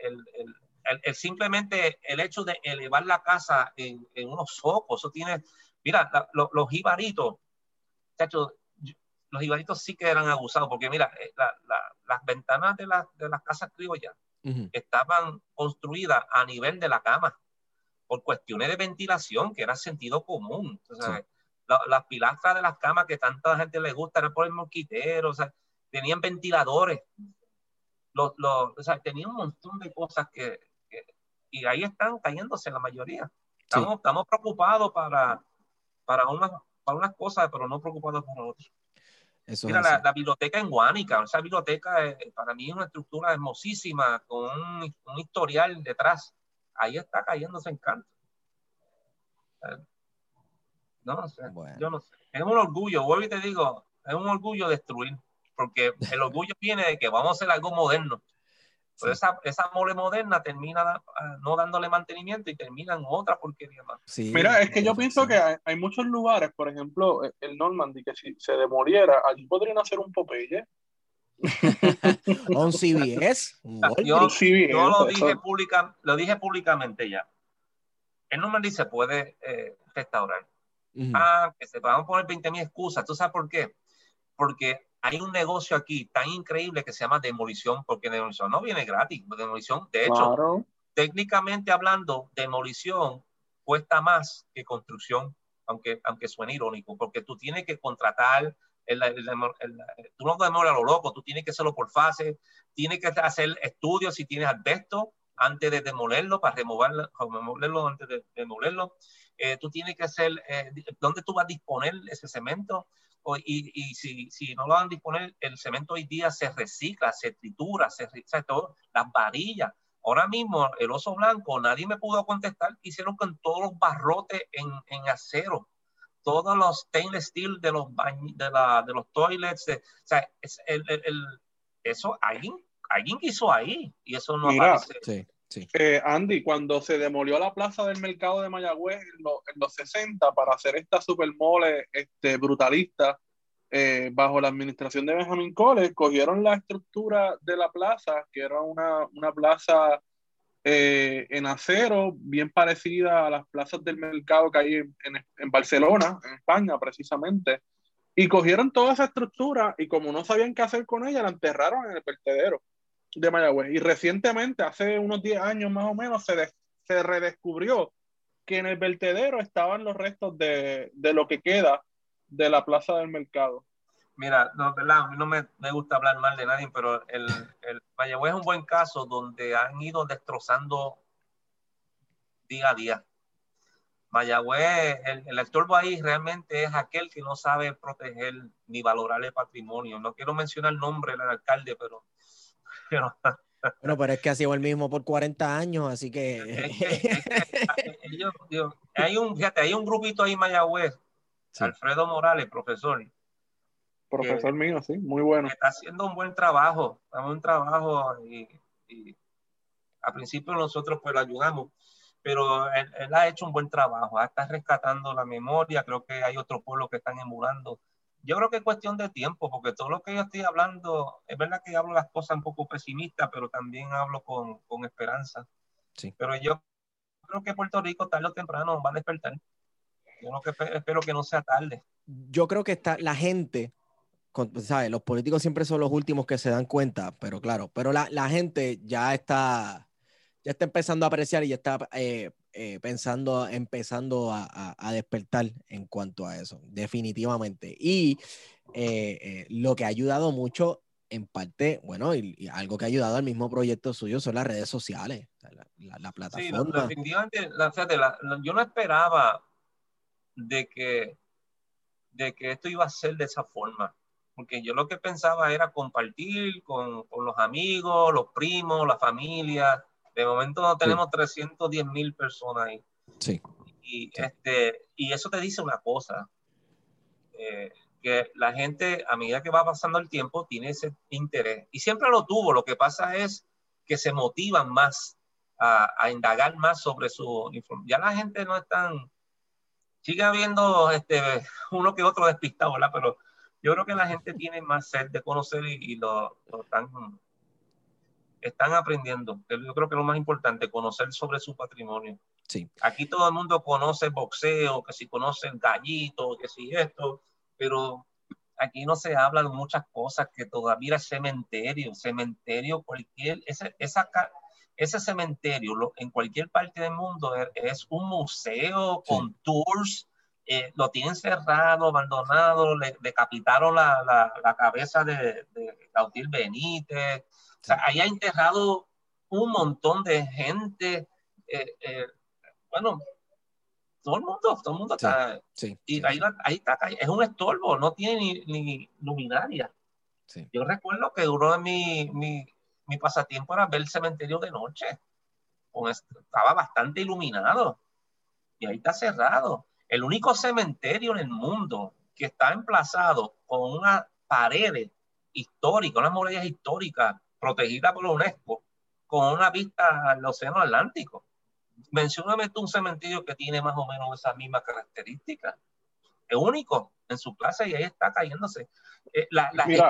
simplemente el hecho de elevar la casa en unos focos, eso tiene, mira, los jibaritos, chacho, los jibaritos sí que eran abusados, porque mira, las ventanas de las casas criollas estaban construidas a nivel de la cama por cuestiones de ventilación, que era sentido común. O sea, las pilastras de las camas que tanta gente le gusta eran por el mosquitero, o sea, tenían ventiladores, o sea, tenían un montón de cosas y ahí están cayéndose la mayoría. Estamos preocupados para unas cosas, pero no preocupados por otras. Mira, la biblioteca en Guánica, esa biblioteca para mí es una estructura hermosísima con un historial detrás. Ahí está cayéndose en canto. No sé, bueno. Yo no sé. Es un orgullo, vuelvo y te digo, es un orgullo destruir, porque el orgullo viene de que vamos a hacer algo moderno. Pero esa mole moderna termina no dándole mantenimiento y termina en otra porquería más. Sí, mira, es que yo pienso que hay muchos lugares, por ejemplo, el Normandy, que si se demoliera, allí podrían hacer un Popeye. Un CBS. Yo lo dije públicamente ya. El Normandy se puede restaurar. Que se van a poner 20,000 excusas. ¿Tú sabes por qué? Porque hay un negocio aquí tan increíble que se llama demolición, porque demolición no viene gratis. Demolición, de hecho, técnicamente hablando, demolición cuesta más que construcción, aunque suene irónico, porque tú tienes que contratar, tú no demoles a lo loco, tú tienes que hacerlo por fase, tienes que hacer estudios si tienes asbesto antes de demolerlo, para removerlo antes de demolerlo. Tú tienes que hacer dónde tú vas a disponer ese cemento. Y si no lo van a disponer, el cemento hoy día se recicla, se tritura, todo, las varillas. Ahora mismo, el oso blanco, nadie me pudo contestar, hicieron con todos los barrotes en acero, todos los stainless steel de los toilets, o sea, eso alguien hizo ahí, y eso no aparece. Sí. Andy, cuando se demolió la plaza del mercado de Mayagüez en los 60 para hacer esta supermole brutalista, bajo la administración de Benjamin Cole, cogieron la estructura de la plaza, que era una plaza en acero, bien parecida a las plazas del mercado que hay en Barcelona, en España precisamente, y cogieron toda esa estructura y como no sabían qué hacer con ella, la enterraron en el vertedero de Mayagüez. Y recientemente, hace unos 10 años más o menos, se redescubrió que en el vertedero estaban los restos de lo que queda de la plaza del mercado. Mira, ¿verdad? A mí no me gusta hablar mal de nadie, pero el Mayagüez es un buen caso donde han ido destrozando día a día. Mayagüez, el estorbo ahí realmente es aquel que no sabe proteger ni valorar el patrimonio. No quiero mencionar el nombre del alcalde, pero Bueno, pero es que ha sido el mismo por 40 años, así que... ellos, digo, hay un grupito ahí en Mayagüez, Sí. Alfredo Morales, profesor. Profesor mío, sí, muy bueno. Está haciendo un buen trabajo, y a principio nosotros pues lo ayudamos, pero él ha hecho un buen trabajo, está rescatando la memoria, creo que hay otros pueblos que están emulando. Yo creo que es cuestión de tiempo, porque todo lo que yo estoy hablando, es verdad que hablo las cosas un poco pesimistas, pero también hablo con esperanza. Sí. Pero yo creo que Puerto Rico tarde o temprano va a despertar. Yo lo que espero que no sea tarde. Yo creo que la gente, ¿sabes? Los políticos siempre son los últimos que se dan cuenta, pero claro, pero la gente ya está empezando a apreciar y ya está empezando a despertar en cuanto a eso, definitivamente. Y lo que ha ayudado mucho, en parte, bueno, y algo que ha ayudado al mismo proyecto suyo son las redes sociales, la Sí, plataforma. definitivamente, fíjate, yo no esperaba de que esto iba a ser de esa forma, porque yo lo que pensaba era compartir con los amigos, los primos, la familia. De momento no tenemos 310,000 personas ahí. Sí. Y eso te dice una cosa, que la gente, a medida que va pasando el tiempo, tiene ese interés. Y siempre lo tuvo. Lo que pasa es que se motivan más a indagar más sobre su información. Ya la gente no es tan... Sigue habiendo uno que otro despistado, ¿verdad? Pero yo creo que la gente tiene más sed de conocer y lo están aprendiendo. Yo creo que es lo más importante, conocer sobre su patrimonio. Sí. Aquí todo el mundo conoce boxeo, que si conocen Gallito, que si esto, pero aquí no se habla de muchas cosas que todavía es cementerio, ese cementerio en cualquier parte del mundo es un museo con tours, lo tienen cerrado, abandonado, le decapitaron la cabeza de Gautier Benítez, o sea, ahí ha enterrado un montón de gente, bueno, todo el mundo está. Ahí está, es un estorbo, no tiene ni luminaria. Sí. Yo recuerdo que uno de mi pasatiempo era ver el cementerio de noche. Estaba bastante iluminado y ahí está cerrado. El único cementerio en el mundo que está emplazado con unas paredes históricas, unas murallas históricas protegidas por la UNESCO, con una vista al océano Atlántico. Mencióname tú un cementerio que tiene más o menos esas mismas características. Es único en su clase y ahí está cayéndose. Mira,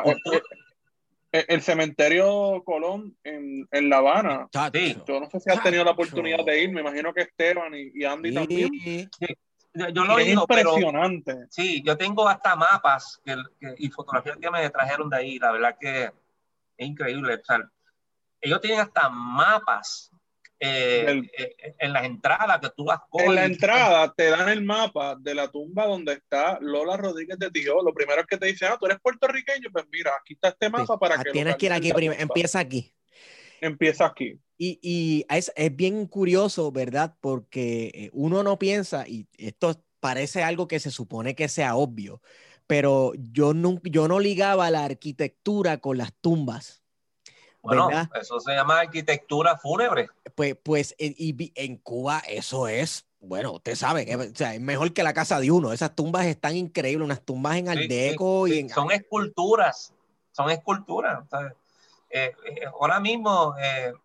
el cementerio Colón en La Habana. Sí. Yo no sé si has tenido la oportunidad de ir, me imagino que Esteban y Andy también. Sí. Yo lo he ido, impresionante. Pero, sí, yo tengo hasta mapas y fotografías que me trajeron de ahí. La verdad que es increíble. O sea, ellos tienen hasta mapas en las entradas que tú las coges. En la entrada te dan el mapa de la tumba donde está Lola Rodríguez de Tío. Lo primero es que te dicen, tú eres puertorriqueño, pues mira, aquí está este mapa para que tienes que ir aquí primero, empieza aquí. Empieza aquí. Y es bien curioso, ¿verdad? Porque uno no piensa, y esto parece algo que se supone que sea obvio, pero yo no ligaba la arquitectura con las tumbas. Bueno, ¿verdad? Eso se llama arquitectura fúnebre. Pues en Cuba eso es, bueno, usted sabe, o sea, es mejor que la casa de uno. Esas tumbas están increíbles, unas tumbas en Art Deco. Sí. Son esculturas, O sea, ahora mismo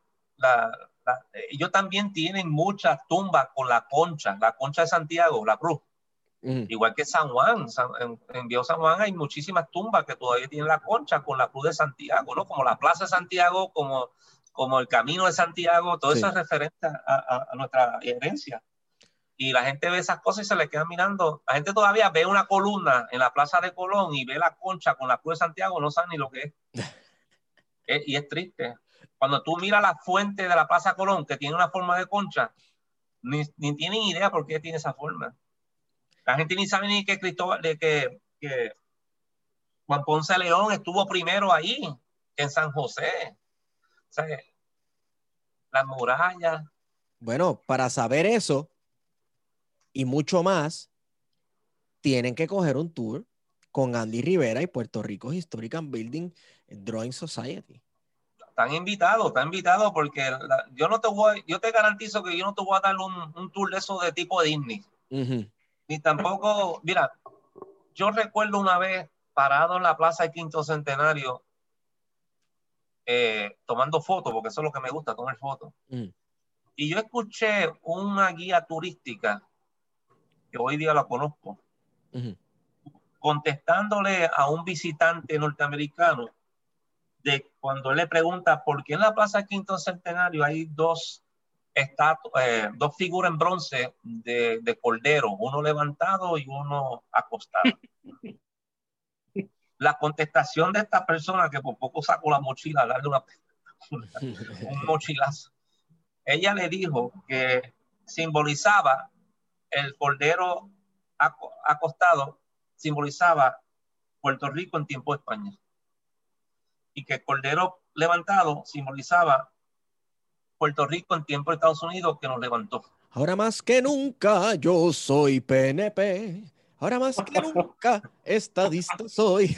ellos también tienen muchas tumbas con la concha de Santiago, la cruz. Igual que San Juan, en Viejo San Juan hay muchísimas tumbas que todavía tienen la concha con la cruz de Santiago, ¿no? Como la Plaza de Santiago, como el Camino de Santiago, todo eso es referente a nuestra herencia. Y la gente ve esas cosas y se le queda mirando. La gente todavía ve una columna en la Plaza de Colón y ve la concha con la cruz de Santiago, no sabe ni lo que es. Y es triste. Cuando tú miras la fuente de la Plaza Colón, que tiene una forma de concha, ni tienen idea por qué tiene esa forma. La gente ni sabe ni que que Juan Ponce de León estuvo primero ahí, en San José. O sea, las murallas. Bueno, para saber eso, y mucho más, tienen que coger un tour con Andy Rivera y Puerto Rico Historic and Building Drawing Society. Están invitados porque yo te garantizo que yo no te voy a dar un tour de eso de tipo Disney. Ni tampoco, mira, yo recuerdo una vez parado en la Plaza del Quinto Centenario tomando fotos, porque eso es lo que me gusta, tomar fotos. Y yo escuché una guía turística, que hoy día la conozco, contestándole a un visitante norteamericano de cuando él le pregunta por qué en la Plaza del Quinto Centenario hay dos figuras en bronce de cordero, uno levantado y uno acostado. La contestación de esta persona, que por poco sacó la mochila a darle un mochilazo, ella le dijo que simbolizaba el cordero acostado, simbolizaba Puerto Rico en tiempo de España, y que el cordero levantado simbolizaba Puerto Rico en tiempo de Estados Unidos, que nos levantó. Ahora más que nunca yo soy PNP. Ahora más que nunca estadista soy.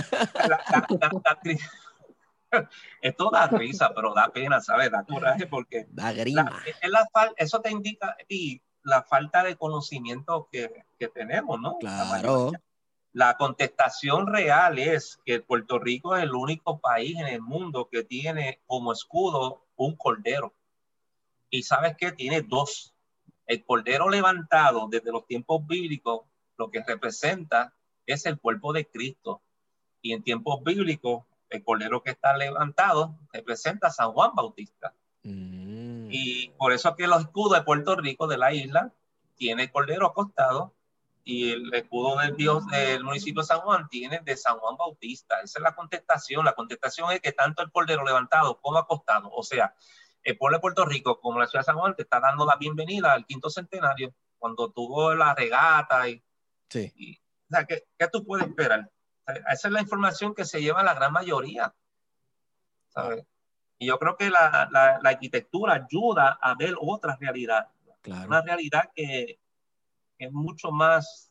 Esto da risa, pero da pena, ¿sabes? Da coraje porque da grima. Eso te indica a ti la falta de conocimiento que tenemos, ¿no? Claro. La contestación real es que Puerto Rico es el único país en el mundo que tiene como escudo un cordero. Y ¿sabes qué? Tiene dos. El cordero levantado desde los tiempos bíblicos, lo que representa es el cuerpo de Cristo. Y en tiempos bíblicos, el cordero que está levantado representa a San Juan Bautista. Y por eso es que los escudos de Puerto Rico, de la isla, tiene el cordero acostado, y el escudo del municipio de San Juan tiene de San Juan Bautista. Esa es la contestación. La contestación es que tanto el cordero levantado como acostado, o sea, el pueblo de Puerto Rico como la ciudad de San Juan te está dando la bienvenida al quinto centenario cuando tuvo la regata. Sí. O sea, ¿qué tú puedes esperar? O sea, esa es la información que se lleva la gran mayoría, ¿sabes? Y yo creo que la arquitectura ayuda a ver otra realidad. Claro. Una realidad que es mucho más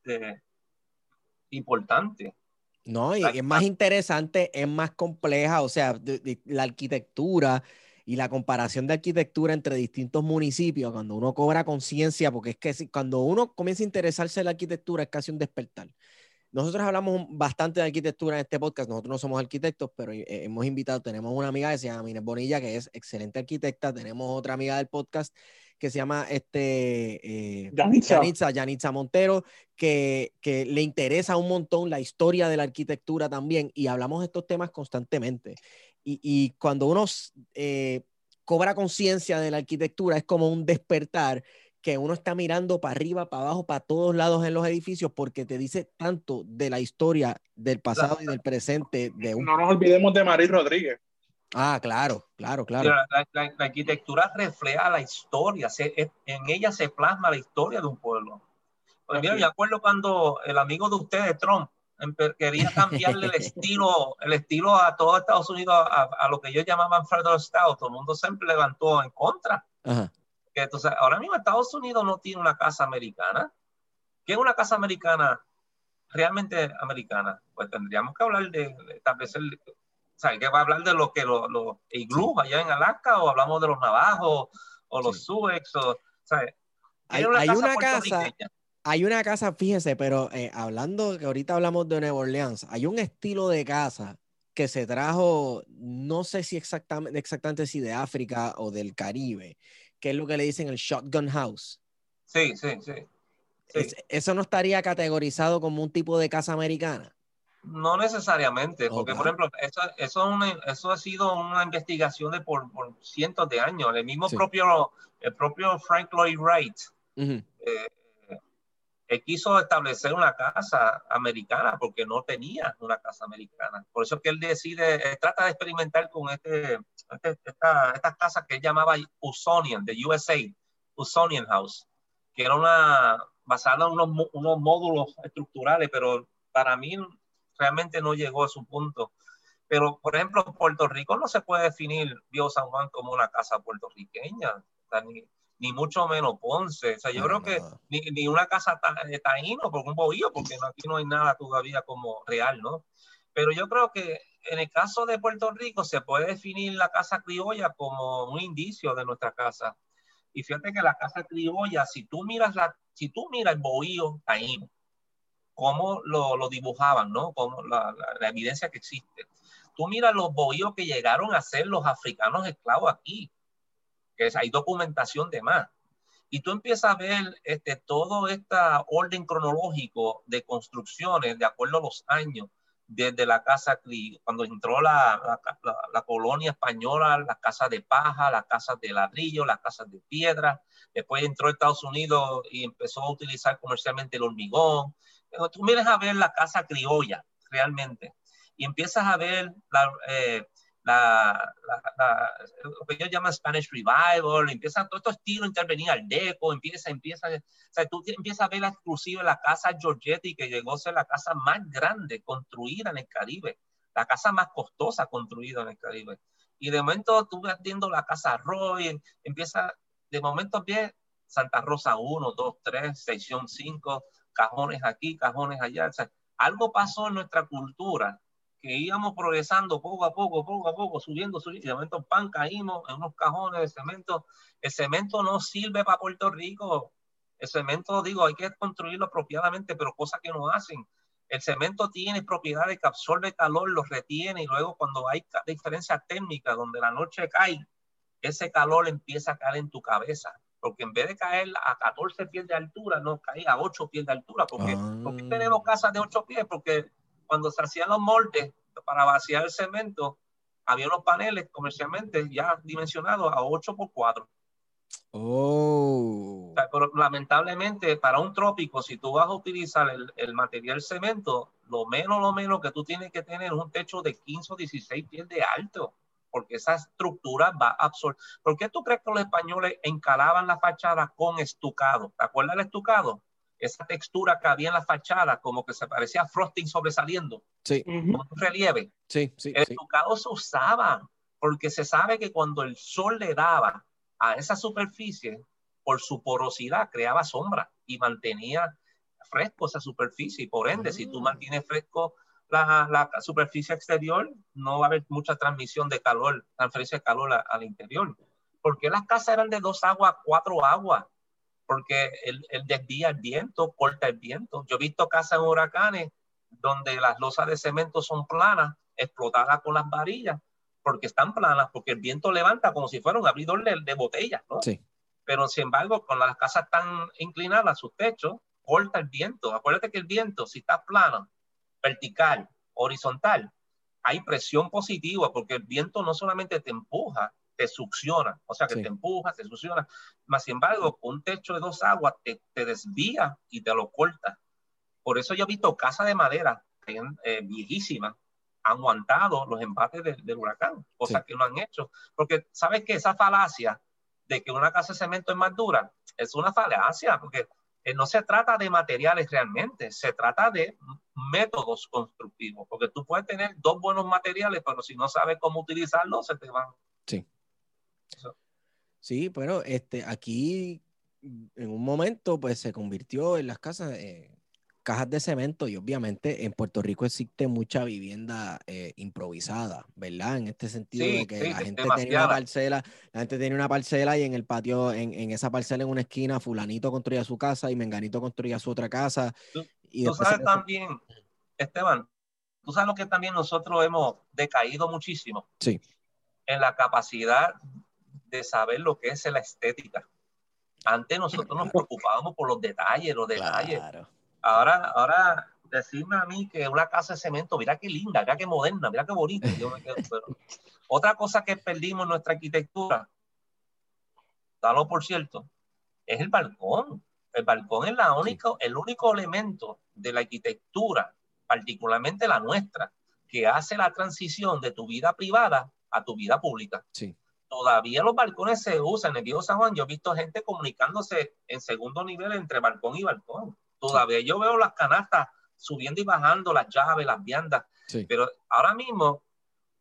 importante. No, y es más interesante, es más compleja, o sea, la arquitectura y la comparación de arquitectura entre distintos municipios, cuando uno cobra conciencia, porque es que cuando uno comienza a interesarse en la arquitectura es casi un despertar. Nosotros hablamos bastante de arquitectura en este podcast, nosotros no somos arquitectos, pero hemos invitado, tenemos una amiga que se llama Inés Bonilla, que es excelente arquitecta, tenemos otra amiga del podcast que se llama Yanitza Montero, que le interesa un montón la historia de la arquitectura también, y hablamos de estos temas constantemente. Y cuando uno cobra conciencia de la arquitectura, es como un despertar, que uno está mirando para arriba, para abajo, para todos lados en los edificios, porque te dice tanto de la historia del pasado y del presente. No nos olvidemos de Marí Rodríguez. Ah, claro. La arquitectura refleja la historia, en ella se plasma la historia de un pueblo. Pues mira, yo acuerdo cuando el amigo de ustedes, Trump, quería cambiarle el estilo a todo Estados Unidos, a lo que ellos llamaban Federal Style. Todo el mundo siempre levantó en contra. Ajá. Que, entonces, ahora mismo Estados Unidos no tiene una casa americana. ¿Qué es una casa americana realmente americana? Pues tendríamos que hablar de establecer, ¿sabes? ¿Qué va a hablar de los iglús allá en Alaska, o hablamos de los navajos o los Suex? ¿Sabes? Hay una casa, fíjese, pero hablando, que ahorita hablamos de Nueva Orleans, hay un estilo de casa que se trajo, no sé si exactamente si de África o del Caribe, que es lo que le dicen el shotgun house. Sí. ¿Eso no estaría categorizado como un tipo de casa americana? No necesariamente, porque por ejemplo, eso ha sido una investigación por cientos de años. El propio Frank Lloyd Wright él quiso establecer una casa americana porque no tenía una casa americana. Por eso es que él trata de experimentar con estas casas que él llamaba Usonian, de USA, Usonian House, que era basada en unos módulos estructurales, pero para mí realmente no llegó a su punto. Pero, por ejemplo, Puerto Rico no se puede definir Viejo San Juan como una casa puertorriqueña. ni mucho menos Ponce. O sea, yo creo que ni una casa taíno, porque un bohío, porque aquí no hay nada todavía como real, ¿no? Pero yo creo que en el caso de Puerto Rico se puede definir la casa criolla como un indicio de nuestra casa. Y fíjate que la casa criolla, si tú miras el bohío taíno, cómo lo dibujaban, ¿no? Como la evidencia que existe. Tú miras los bohíos que llegaron a ser los africanos esclavos aquí, que hay documentación de más. Y tú empiezas a ver todo este orden cronológico de construcciones de acuerdo a los años, desde la casa, cuando entró la colonia española, las casas de paja, las casas de ladrillo, las casas de piedra. Después entró Estados Unidos y empezó a utilizar comercialmente el hormigón. Pero tú vienes a ver la casa criolla realmente y empiezas a ver lo que ellos llaman Spanish Revival, empieza todo este estilo intervenir al deco, empieza, o sea, tú empiezas a ver inclusive la casa Giorgetti, que llegó a ser la casa más grande construida en el Caribe, la casa más costosa construida en el Caribe. Y de momento tú vas viendo la casa Roy, empieza, de momento bien Santa Rosa 1, 2, 3, sección 5, cajones aquí, cajones allá. O sea, algo pasó en nuestra cultura que íbamos progresando poco a poco, subiendo, y de momento pan, caímos en unos cajones de cemento. El cemento no sirve para Puerto Rico. El cemento, digo, hay que construirlo apropiadamente, pero cosas que no hacen. El cemento tiene propiedades que absorbe calor, lo retiene, y luego cuando hay diferencias térmicas, donde la noche cae, ese calor empieza a caer en tu cabeza. Porque en vez de caer a 14 pies de altura, no, cae a 8 pies de altura. Porque tenemos casas de 8 pies, porque cuando se hacían los moldes para vaciar el cemento, había unos paneles comercialmente ya dimensionados a 8x4. Oh. O sea, pero lamentablemente para un trópico, si tú vas a utilizar el material cemento, lo menos que tú tienes que tener es un techo de 15 o 16 pies de alto, porque esa estructura va a absorber. ¿Por qué tú crees que los españoles encalaban la fachada con estucado? ¿Te acuerdas del estucado? Esa textura que había en la fachada, como que se parecía frosting sobresaliendo. Sí. Como un relieve. Sí. El estucado se usaba porque se sabe que cuando el sol le daba a esa superficie, por su porosidad, creaba sombra y mantenía fresco esa superficie. Y por ende, si tú mantienes fresco la superficie exterior, no va a haber mucha transmisión de calor, transferencia de calor al interior. ¿Por qué las casas eran de 2 aguas, 4 aguas? Porque él desvía el viento, corta el viento. Yo he visto casas en huracanes donde las losas de cemento son planas, explotadas con las varillas, porque están planas, porque el viento levanta como si fuera un abridor de botellas, ¿no? Sí. Pero sin embargo, con las casas tan inclinadas, sus techos, corta el viento. Acuérdate que el viento, si está plano, vertical, horizontal, hay presión positiva, porque el viento no solamente te empuja, te succiona, o sea que te empuja, te succiona. Más sin embargo, un techo de 2 aguas te desvía y te lo corta. Por eso yo he visto casas de madera viejísimas, han aguantado los embates del huracán, cosas que no han hecho. Porque, ¿sabes qué? Esa falacia de que una casa de cemento es más dura, es una falacia, porque no se trata de materiales realmente, se trata de métodos constructivos, porque tú puedes tener 2 buenos materiales, pero si no sabes cómo utilizarlos, se te van. Sí. Sí, pero aquí en un momento pues se convirtió en las casas cajas de cemento, y obviamente en Puerto Rico existe mucha vivienda improvisada, ¿verdad? En este sentido de que la gente tenía una parcela y en el patio, en esa parcela en una esquina, fulanito construía su casa y menganito construía su otra casa. Tú sabes también, Esteban, tú sabes lo que también nosotros hemos decaído muchísimo. Sí. En la capacidad de saber lo que es la estética. Antes nosotros nos preocupábamos por los detalles. Claro. Ahora decirme a mí que una casa de cemento, mira qué linda, mira qué moderna, mira qué bonita. Yo me quedo, pero otra cosa que perdimos en nuestra arquitectura, dalo por cierto, es el balcón. El balcón es el único elemento de la arquitectura, particularmente la nuestra, que hace la transición de tu vida privada a tu vida pública. Sí. Todavía los balcones se usan. En el viejo San Juan yo he visto gente comunicándose en segundo nivel entre balcón y balcón. Todavía yo veo las canastas subiendo y bajando, las llaves, las viandas. Sí. Pero ahora mismo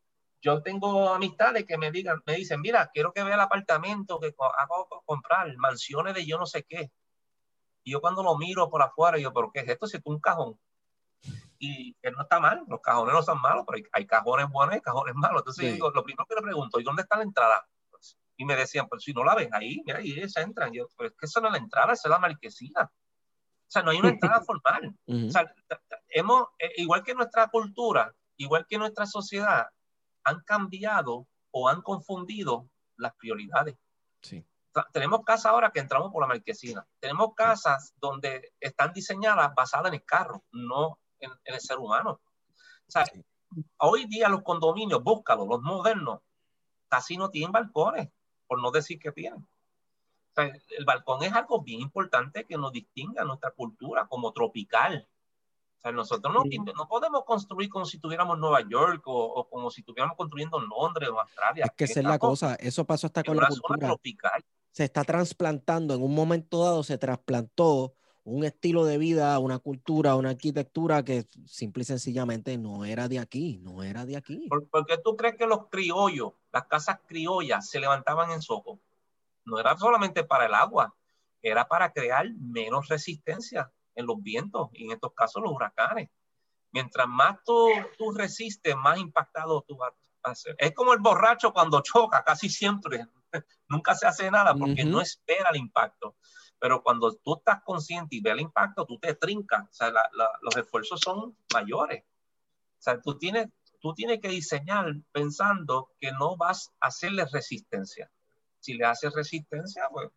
yo tengo amistades que me dicen, mira, quiero que vea el apartamento que hago comprar, mansiones de yo no sé qué. Y yo cuando lo miro por afuera, yo, ¿pero qué es esto? Si es un cajón. Y que no está mal, los cajones no son malos, pero hay cajones buenos y cajones malos. Entonces yo digo, lo primero que le pregunto, ¿y dónde está la entrada? Pues, y me decían, pues si no la ves ahí, mira, y ellos entran. Yo, pero es que esa no es la entrada, esa es la marquesina. O sea, no hay una entrada formal. O sea, igual que nuestra cultura, igual que nuestra sociedad, han cambiado o han confundido las prioridades. Sí. Tenemos casas ahora que entramos por la marquesina. Tenemos casas donde están diseñadas basadas en el carro, no en el ser humano. O sea, hoy día los condominios, búscalo, los modernos, casi no tienen balcones, por no decir que tienen. O sea, el balcón es algo bien importante que nos distingue a nuestra cultura como tropical. O sea, nosotros no podemos construir como si tuviéramos Nueva York o como si estuviéramos construyendo en Londres o Australia. Es que esa es la cosa, eso pasó hasta con la cultura. Tropical. Se está trasplantando, en un momento dado se trasplantó un estilo de vida, una cultura, una arquitectura que simple y sencillamente no era de aquí, no era de aquí. ¿Por qué tú crees que los criollos, las casas criollas se levantaban en Soco? No era solamente para el agua, era para crear menos resistencia en los vientos y en estos casos los huracanes. Mientras más tú resistes, más impactado tú vas a ser. Es como el borracho cuando choca, casi siempre, nunca se hace nada porque no espera el impacto. Pero cuando tú estás consciente y ves el impacto, tú te trincas. O sea, los esfuerzos son mayores. O sea, tú tienes que diseñar pensando que no vas a hacerle resistencia. Si le haces resistencia, pues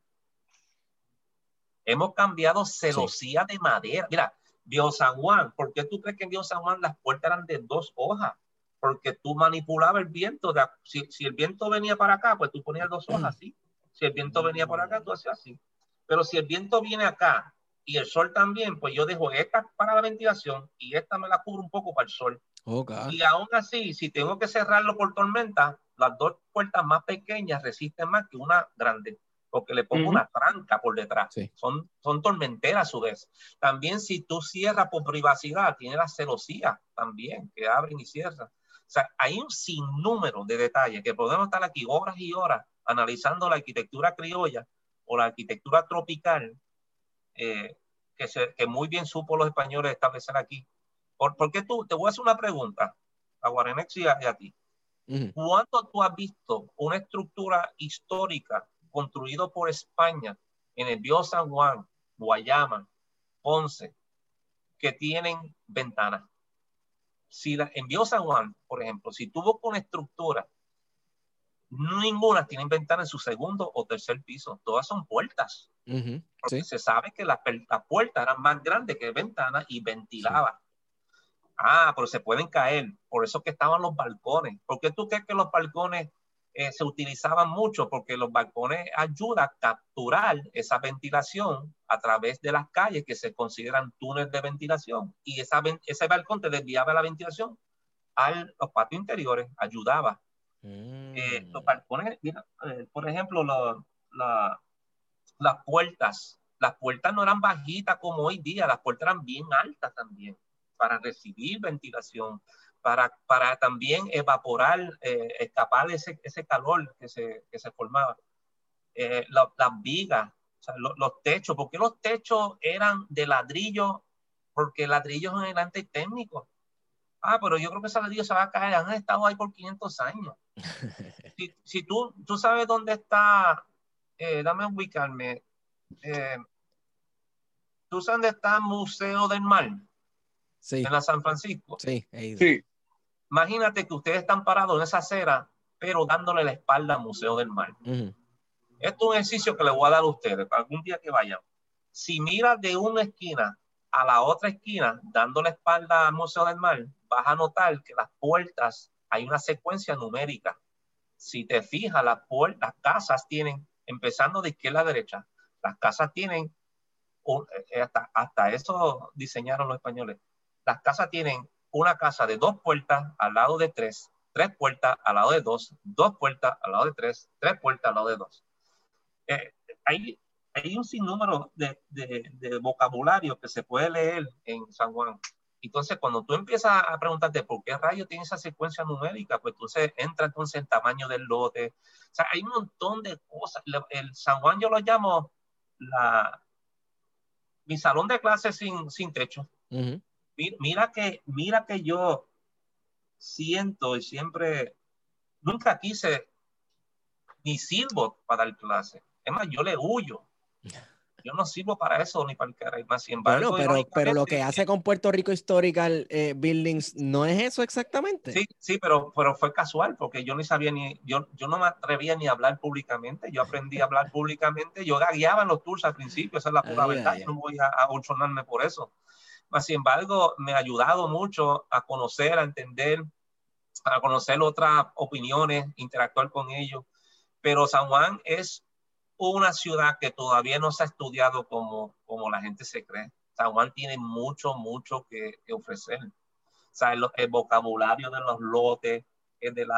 hemos cambiado celosía de madera. Mira, Viejo San Juan, ¿por qué tú crees que en Viejo San Juan las puertas eran de 2 hojas? Porque tú manipulabas el viento. Si el viento venía para acá, pues tú ponías 2 hojas así. Si el viento venía por acá, tú hacías así. Pero si el viento viene acá y el sol también, pues yo dejo esta para la ventilación y esta me la cubro un poco para el sol. Okay. Y aún así, si tengo que cerrarlo por tormenta, las 2 puertas más pequeñas resisten más que una grande, porque le pongo una tranca por detrás. Sí. Son tormenteras a su vez. También si tú cierras por privacidad, tiene la celosía también, que abren y cierran. O sea, hay un sinnúmero de detalles que podemos estar aquí horas y horas analizando la arquitectura criolla o la arquitectura tropical que muy bien supo los españoles establecer aquí. Porque te voy a hacer una pregunta a Guarenex y a ti. ¿Cuándo tú has visto una estructura histórica construida por España en el Viejo San Juan, Guayama, Ponce, que tienen ventanas? Si en Viejo San Juan, por ejemplo, si tú buscas una estructura, ninguna tiene ventana en su segundo o tercer piso, todas son puertas. Porque se sabe que las puertas eran más grandes que ventanas y ventilaban. Pero se pueden caer. Por eso que estaban los balcones. ¿Por qué tú crees que los balcones se utilizaban mucho? Porque los balcones ayudan a capturar esa ventilación a través de las calles que se consideran túneles de ventilación. Y ese balcón te desviaba la ventilación a los patios interiores, ayudaba. Los balcones, mira, por ejemplo, las puertas no eran bajitas como hoy día, las puertas eran bien altas también, para recibir ventilación, para también evaporar, escapar ese calor que se formaba. Las vigas, o sea, los techos, ¿por qué los techos eran de ladrillo? Porque ladrillos son el técnicos. Pero yo creo que ese ladrillo se va a caer, han estado ahí por 500 años. Si tú sabes dónde está, dame ubicarme, ¿tú sabes dónde está el Museo del Mar? Sí. En la San Francisco. Sí. Imagínate que ustedes están parados en esa acera, pero dándole la espalda al Museo del Mar. Esto es un ejercicio que les voy a dar a ustedes para algún día que vayan. Si miras de una esquina a la otra esquina, dando la espalda al Museo del Mar, vas a notar que las puertas, hay una secuencia numérica. Si te fijas, las casas tienen, empezando de izquierda a derecha, las casas tienen, hasta eso diseñaron los españoles, las casas tienen una casa de 2 puertas al lado de 3, 3 puertas al lado de 2, 2 puertas al lado de 3, 3 puertas al lado de 2. Hay un sinnúmero de vocabulario que se puede leer en San Juan. Entonces, cuando tú empiezas a preguntarte por qué rayos tiene esa secuencia numérica, pues entonces entra entonces el tamaño del lote. O sea, hay un montón de cosas. El San Juan yo lo llamo mi salón de clases sin techo. Uh-huh. Mira que yo siento y siempre, nunca quise ni sirvo para dar clases. Es más, yo le huyo. Yo no sirvo para eso ni para el caray más. Sin embargo, bueno, pero lo que hace con Puerto Rico Historical Buildings no es eso exactamente. Sí, pero fue casual porque yo ni sabía yo no me atrevía ni a hablar públicamente. Yo aprendí a hablar públicamente. Yo gagueaba en los tours al principio, esa es la pura verdad. Yo no voy a bochornarme por eso. Mas, sin embargo, me ha ayudado mucho a conocer, a entender, a conocer otras opiniones, interactuar con ellos. Pero San Juan es una ciudad que todavía no se ha estudiado como la gente se cree. San Juan tiene mucho que ofrecer. O sea, el vocabulario de los lotes, el de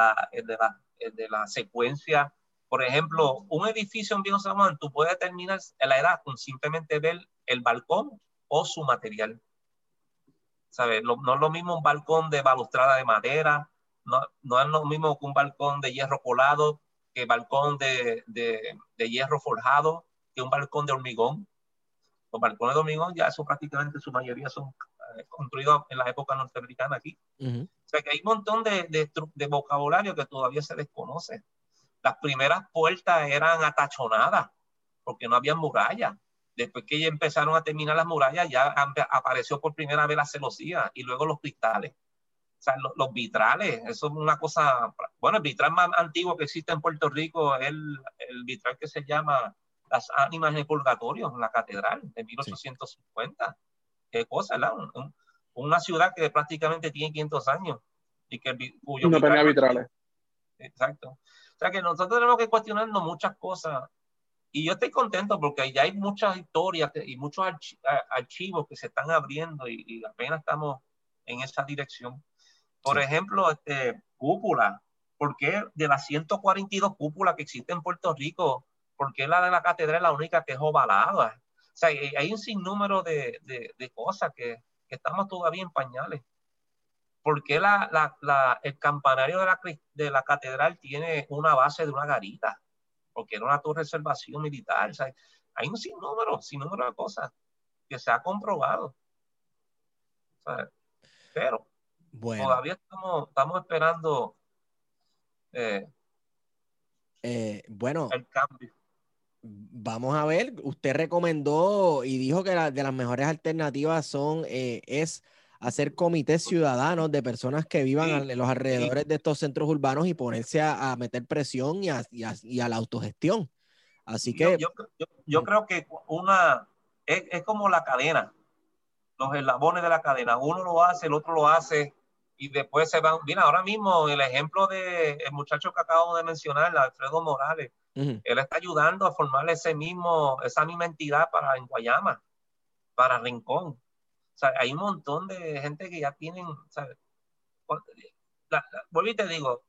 la secuencia. Por ejemplo, un edificio en Viejo San Juan, tú puedes determinar la edad con simplemente ver el balcón o su material. ¿Sabes? No es lo mismo un balcón de balustrada de madera, no es lo mismo que un balcón de hierro colado, que balcón de hierro forjado, que un balcón de hormigón. Los balcones de hormigón ya son prácticamente, su mayoría son construidos en la época norteamericana aquí. Uh-huh. O sea que hay un montón de vocabulario que todavía se desconoce. Las primeras puertas eran atachonadas porque no había murallas. Después que ya empezaron a terminar las murallas, ya apareció por primera vez la celosía y luego los cristales. O sea, los vitrales, eso es una cosa. Bueno, el vitral más antiguo que existe en Puerto Rico es el vitral que se llama Las Ánimas en el Purgatorio, en la catedral de 1850. Sí. Qué cosa, ¿verdad? Una ciudad que prácticamente tiene 500 años y que cuyo no tenía vitrales. Exacto. O sea que nosotros tenemos que cuestionarnos muchas cosas. Y yo estoy contento porque ya hay muchas historias y muchos archivos que se están abriendo y apenas estamos en esa dirección. Por ejemplo, cúpula. ¿Por qué de las 142 cúpulas que existen en Puerto Rico, por qué la de la catedral es la única que es ovalada? O sea, hay un sinnúmero de cosas que estamos todavía en pañales. ¿Por qué el campanario de la catedral tiene una base de una garita? Porque era una torre de observación militar. O sea, hay un sinnúmero de cosas que se ha comprobado. O sea, pero bueno, todavía estamos esperando bueno, el cambio. Vamos a ver, usted recomendó y dijo que de las mejores alternativas es hacer comités ciudadanos de personas que vivan en los alrededores de estos centros urbanos y ponerse a meter presión y a la autogestión. Así que yo creo que es como la cadena, los eslabones de la cadena. Uno lo hace, el otro lo hace y después se van. Mira, ahora mismo el ejemplo del muchacho que acabo de mencionar, Alfredo Morales, él está ayudando a formar esa misma entidad en Guayama, para Rincón. O sea, hay un montón de gente que ya tienen, ¿sabes? Vuelvo y te digo,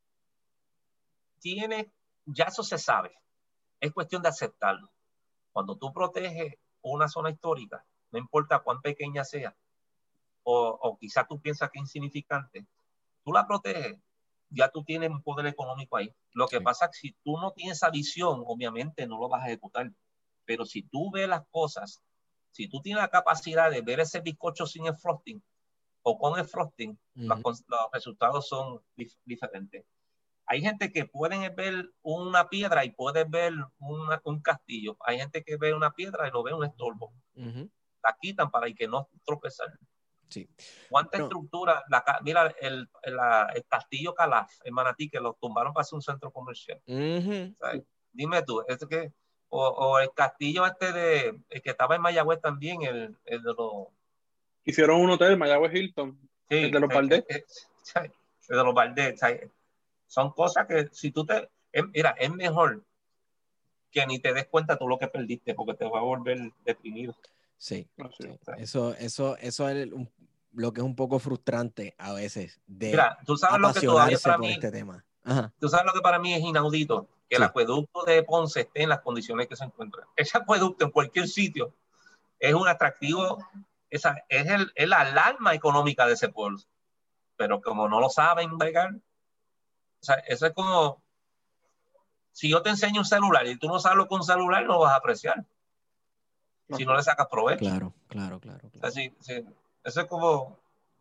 ya eso se sabe. Es cuestión de aceptarlo. Cuando tú proteges una zona histórica, no importa cuán pequeña sea, o quizás tú piensas que es insignificante, tú la proteges, ya tú tienes un poder económico ahí. Lo que pasa es que si tú no tienes esa visión, obviamente no lo vas a ejecutar. Pero si tú ves las cosas, si tú tienes la capacidad de ver ese bizcocho sin el frosting o con el frosting, los resultados son diferentes. Hay gente que puede ver una piedra y puede ver un castillo. Hay gente que ve una piedra y lo ve un estorbo. La quitan para que no tropezar. Sí. ¿Cuánta estructura? Mira, el castillo Calaf en Manatí, que lo tumbaron para hacer un centro comercial. O sea, dime tú, o el castillo el que estaba en Mayagüez también, el de los... Hicieron un hotel, Mayagüez Hilton, sí, el de los Valdés. El de los Valdés. Son cosas que si tú mira, es mejor que ni te des cuenta tú lo que perdiste, porque te va a volver deprimido. Sí. Eso es lo que es un poco frustrante a veces. Mira, tú sabes lo que todavía para mí, este tema. Tú sabes lo que para mí es inaudito, que el acueducto de Ponce esté en las condiciones que se encuentra. Ese acueducto en cualquier sitio es un atractivo esa es la alarma económica de ese pueblo. Pero como no lo saben bregar, o sea, eso es como si yo te enseño un celular y tú no sabes lo que un celular, no lo vas a apreciar. Si no le sacas provecho. Claro. O sea, sí, eso es como,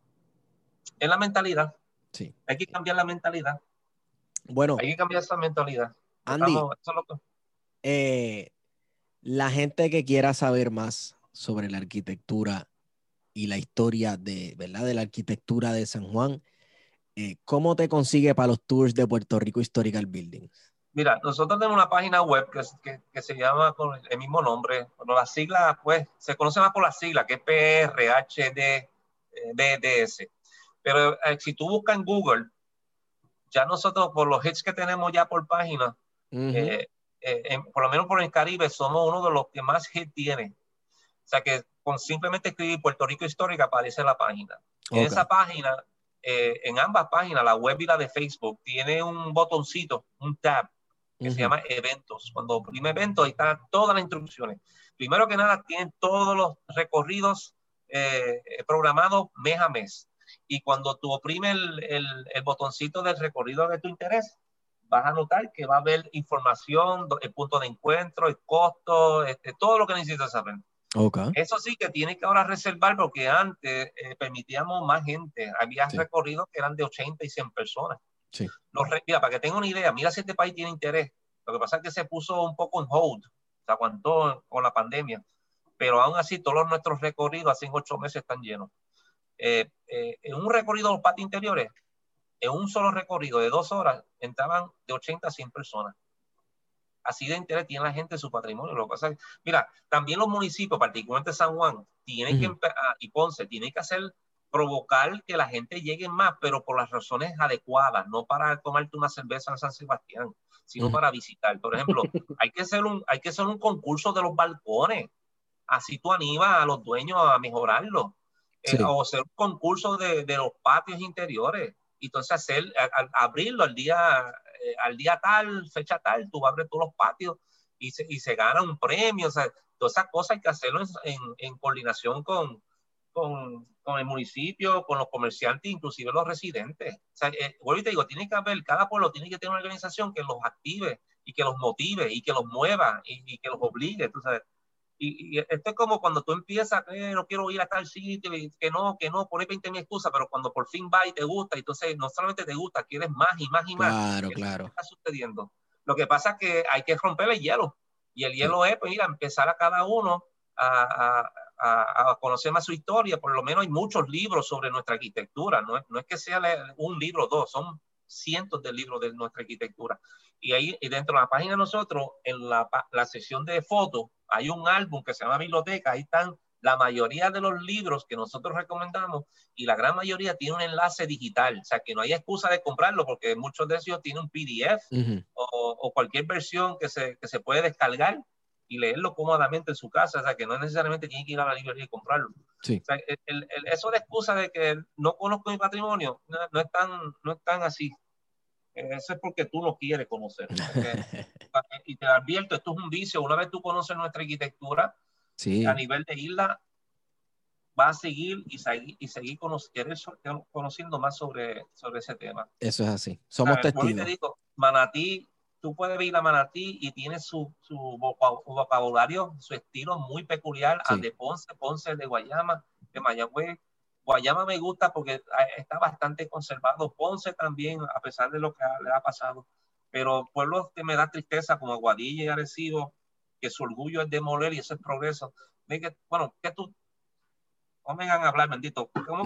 es la mentalidad. Sí. Hay que cambiar la mentalidad. Bueno, Hay que cambiar esa mentalidad. Andy, eso es lo que... la gente que quiera saber más sobre la arquitectura y la historia de, ¿verdad? De la arquitectura de San Juan, ¿cómo te consigue para los tours de Puerto Rico Historical Buildings? Mira, nosotros tenemos una página web que se llama con el mismo nombre. Bueno, las siglas, pues, se conoce más por las siglas, que es PRHD, BDS. Pero si tú buscas en Google, ya nosotros, por los hits que tenemos ya por página, por lo menos por el Caribe, somos uno de los que más hits tiene. O sea que con simplemente escribir Puerto Rico Histórica aparece la página. En esa página, en ambas páginas, la web y la de Facebook, tiene un botoncito, un tab, que se llama eventos. Cuando oprime eventos, ahí están todas las instrucciones. Primero que nada, tienen todos los recorridos programados mes a mes. Y cuando tú oprimes el botoncito del recorrido de tu interés, vas a notar que va a haber información, el punto de encuentro, el costo, todo lo que necesitas saber. Eso sí que tienes que ahora reservar porque antes permitíamos más gente. Había recorridos que eran de 80 y 100 personas. Sí. Mira, para que tengan una idea, mira si este país tiene interés. Lo que pasa es que se puso un poco en hold, se aguantó con la pandemia, pero aún así todos nuestros recorridos hace 8 meses están llenos. En un recorrido de los patios interiores, en un solo recorrido de 2 horas, entraban de 80 a 100 personas. Así de interés tiene la gente en su patrimonio. Lo que pasa es, mira, también los municipios, particularmente San Juan, tienen que y Ponce, tienen que provocar que la gente llegue más, pero por las razones adecuadas, no para tomarte una cerveza en San Sebastián, sino para visitar. Por ejemplo, hay que hacer un concurso de los balcones. Así tú animas a los dueños a mejorarlo. O hacer un concurso de los patios interiores. Y entonces abrirlo al día tal, fecha tal, tú abres todos los patios y se gana un premio. O sea, todas esas cosas hay que hacerlo en coordinación con el municipio, con los comerciantes, inclusive los residentes. O sea, vuelvo y te digo, tiene que haber, cada pueblo tiene que tener una organización que los active y que los motive y que los mueva y que los obligue. Tú sabes. Y esto es como cuando tú empiezas, no quiero ir a tal sitio, y que no, pones 20.000 excusas, pero cuando por fin va y te gusta, entonces no solamente te gusta, quieres más y más y más. Claro. Está sucediendo. Lo que pasa es que hay que romper el hielo. Y el hielo es, pues mira, empezar a cada uno a conocer más su historia. Por lo menos hay muchos libros sobre nuestra arquitectura. No es que sea un libro o dos, son cientos de libros de nuestra arquitectura. Y ahí dentro de la página de nosotros, en la sección de fotos, hay un álbum que se llama Biblioteca. Ahí están la mayoría de los libros que nosotros recomendamos y la gran mayoría tiene un enlace digital. O sea, que no hay excusa de comprarlo porque muchos de ellos tienen un PDF o cualquier versión que se puede descargar y leerlo cómodamente en su casa. O sea, que no necesariamente tiene que ir a la librería y comprarlo. Sí. O sea, eso de excusa de que no conozco mi patrimonio no es tan así. Eso es porque tú lo quieres conocer. Y te advierto, esto es un vicio. Una vez tú conoces nuestra arquitectura, a nivel de isla, vas a seguir conociendo más sobre ese tema. Eso es así. Somos testigos. Te digo, Manatí, tú puedes ir a Manatí y tiene su vocabulario, su estilo muy peculiar al de Ponce, de Guayama, de Mayagüez. Guayama me gusta porque está bastante conservado. Ponce también, a pesar de lo que le ha pasado. Pero pueblos que me da tristeza, como Aguadilla y Arecibo, que su orgullo es demoler y eso es progreso. Bueno, que tú no me vengan a hablar, bendito. ¿Cómo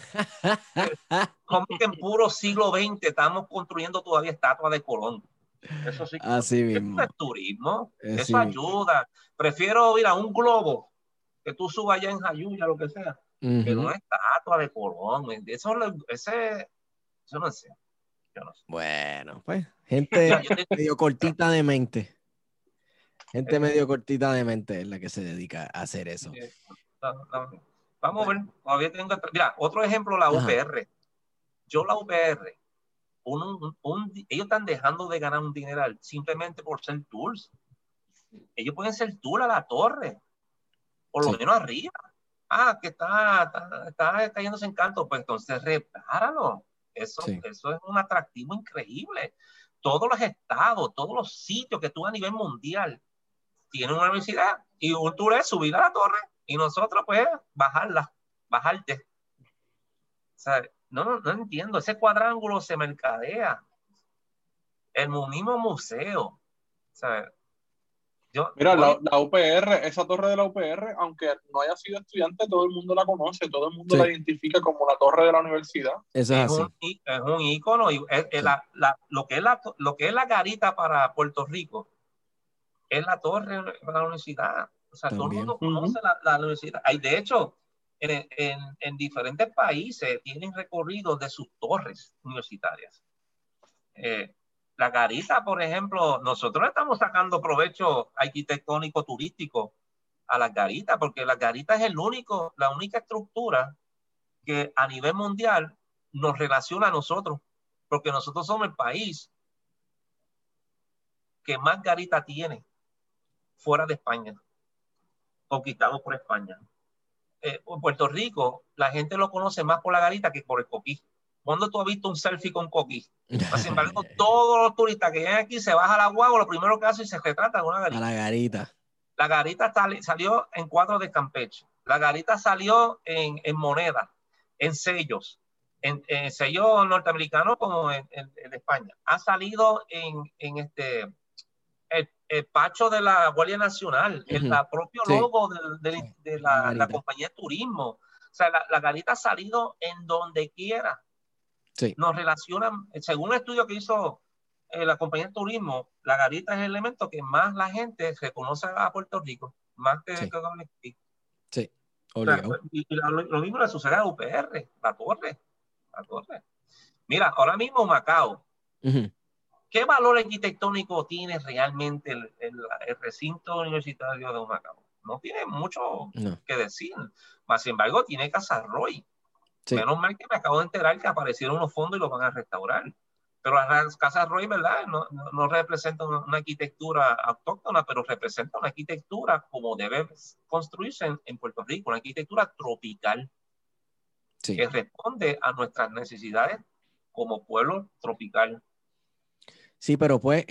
que en puro siglo XX estamos construyendo todavía estatuas de Colón? Eso sí. Así mismo. Eso es turismo. Eso ayuda. Prefiero ir a un globo que tú subas allá en Jayuya, lo que sea. Que no es estatua de Colón. Eso no sé. Yo no sé. Bueno, pues, gente medio cortita de mente. Gente medio cortita de mente es la que se dedica a hacer eso. Vamos a ver. Todavía tengo. Mira, otro ejemplo, la UPR. Yo la UPR, ellos están dejando de ganar un dineral simplemente por ser tours. Ellos pueden ser tours a la torre. Por lo menos arriba. que está cayéndose en canto, pues entonces repáralo. Eso es un atractivo increíble. Todos los estados, todos los sitios que tú a nivel mundial tienen una universidad y tú le subir a la torre y nosotros pues bajarte. O sea, no entiendo. Ese cuadrángulo se mercadea. El mismo museo. O sea, mira, la UPR, esa torre de la UPR, aunque no haya sido estudiante, todo el mundo la conoce, todo el mundo la identifica como la torre de la universidad. Eso es así. Es un ícono. Lo que es la garita para Puerto Rico es la torre de la universidad. O sea, todo el mundo conoce la universidad. Hay, de hecho, en diferentes países tienen recorridos de sus torres universitarias. La garita, por ejemplo, nosotros estamos sacando provecho arquitectónico turístico a las garitas, porque la garita es la única estructura que a nivel mundial nos relaciona a nosotros, porque nosotros somos el país que más garita tiene fuera de España, conquistado por España. Puerto Rico, la gente lo conoce más por la garita que por el coquí. ¿Cuándo tú has visto un selfie con coquí? Sin embargo, todos los turistas que llegan aquí se bajan a la guagua, lo primero que hacen es se retratan con una garita. A la garita. La garita salió en cuadros de Campeche. La garita salió en monedas, en sellos, en sellos norteamericanos como en España. Ha salido en el pacho de la Guardia Nacional, el propio logo de la compañía de turismo. O sea, la garita ha salido en donde quiera. Sí. Nos relacionan, según un estudio que hizo la compañía de turismo, la garita es el elemento que más la gente reconoce a Puerto Rico, más que WSP. Sí, obligado. O sea, y lo mismo le sucede a UPR, la torre. Mira, ahora mismo Macao, ¿qué valor arquitectónico tiene realmente el recinto universitario de Macao? No tiene mucho que decir. Más sin embargo, tiene Casa Roy. Sí. Menos mal que me acabo de enterar que aparecieron unos fondos y los van a restaurar. Pero las Casas Roy, ¿verdad? No representan una arquitectura autóctona, pero representan una arquitectura como debe construirse en Puerto Rico, una arquitectura tropical que responde a nuestras necesidades como pueblo tropical. Sí, pero pues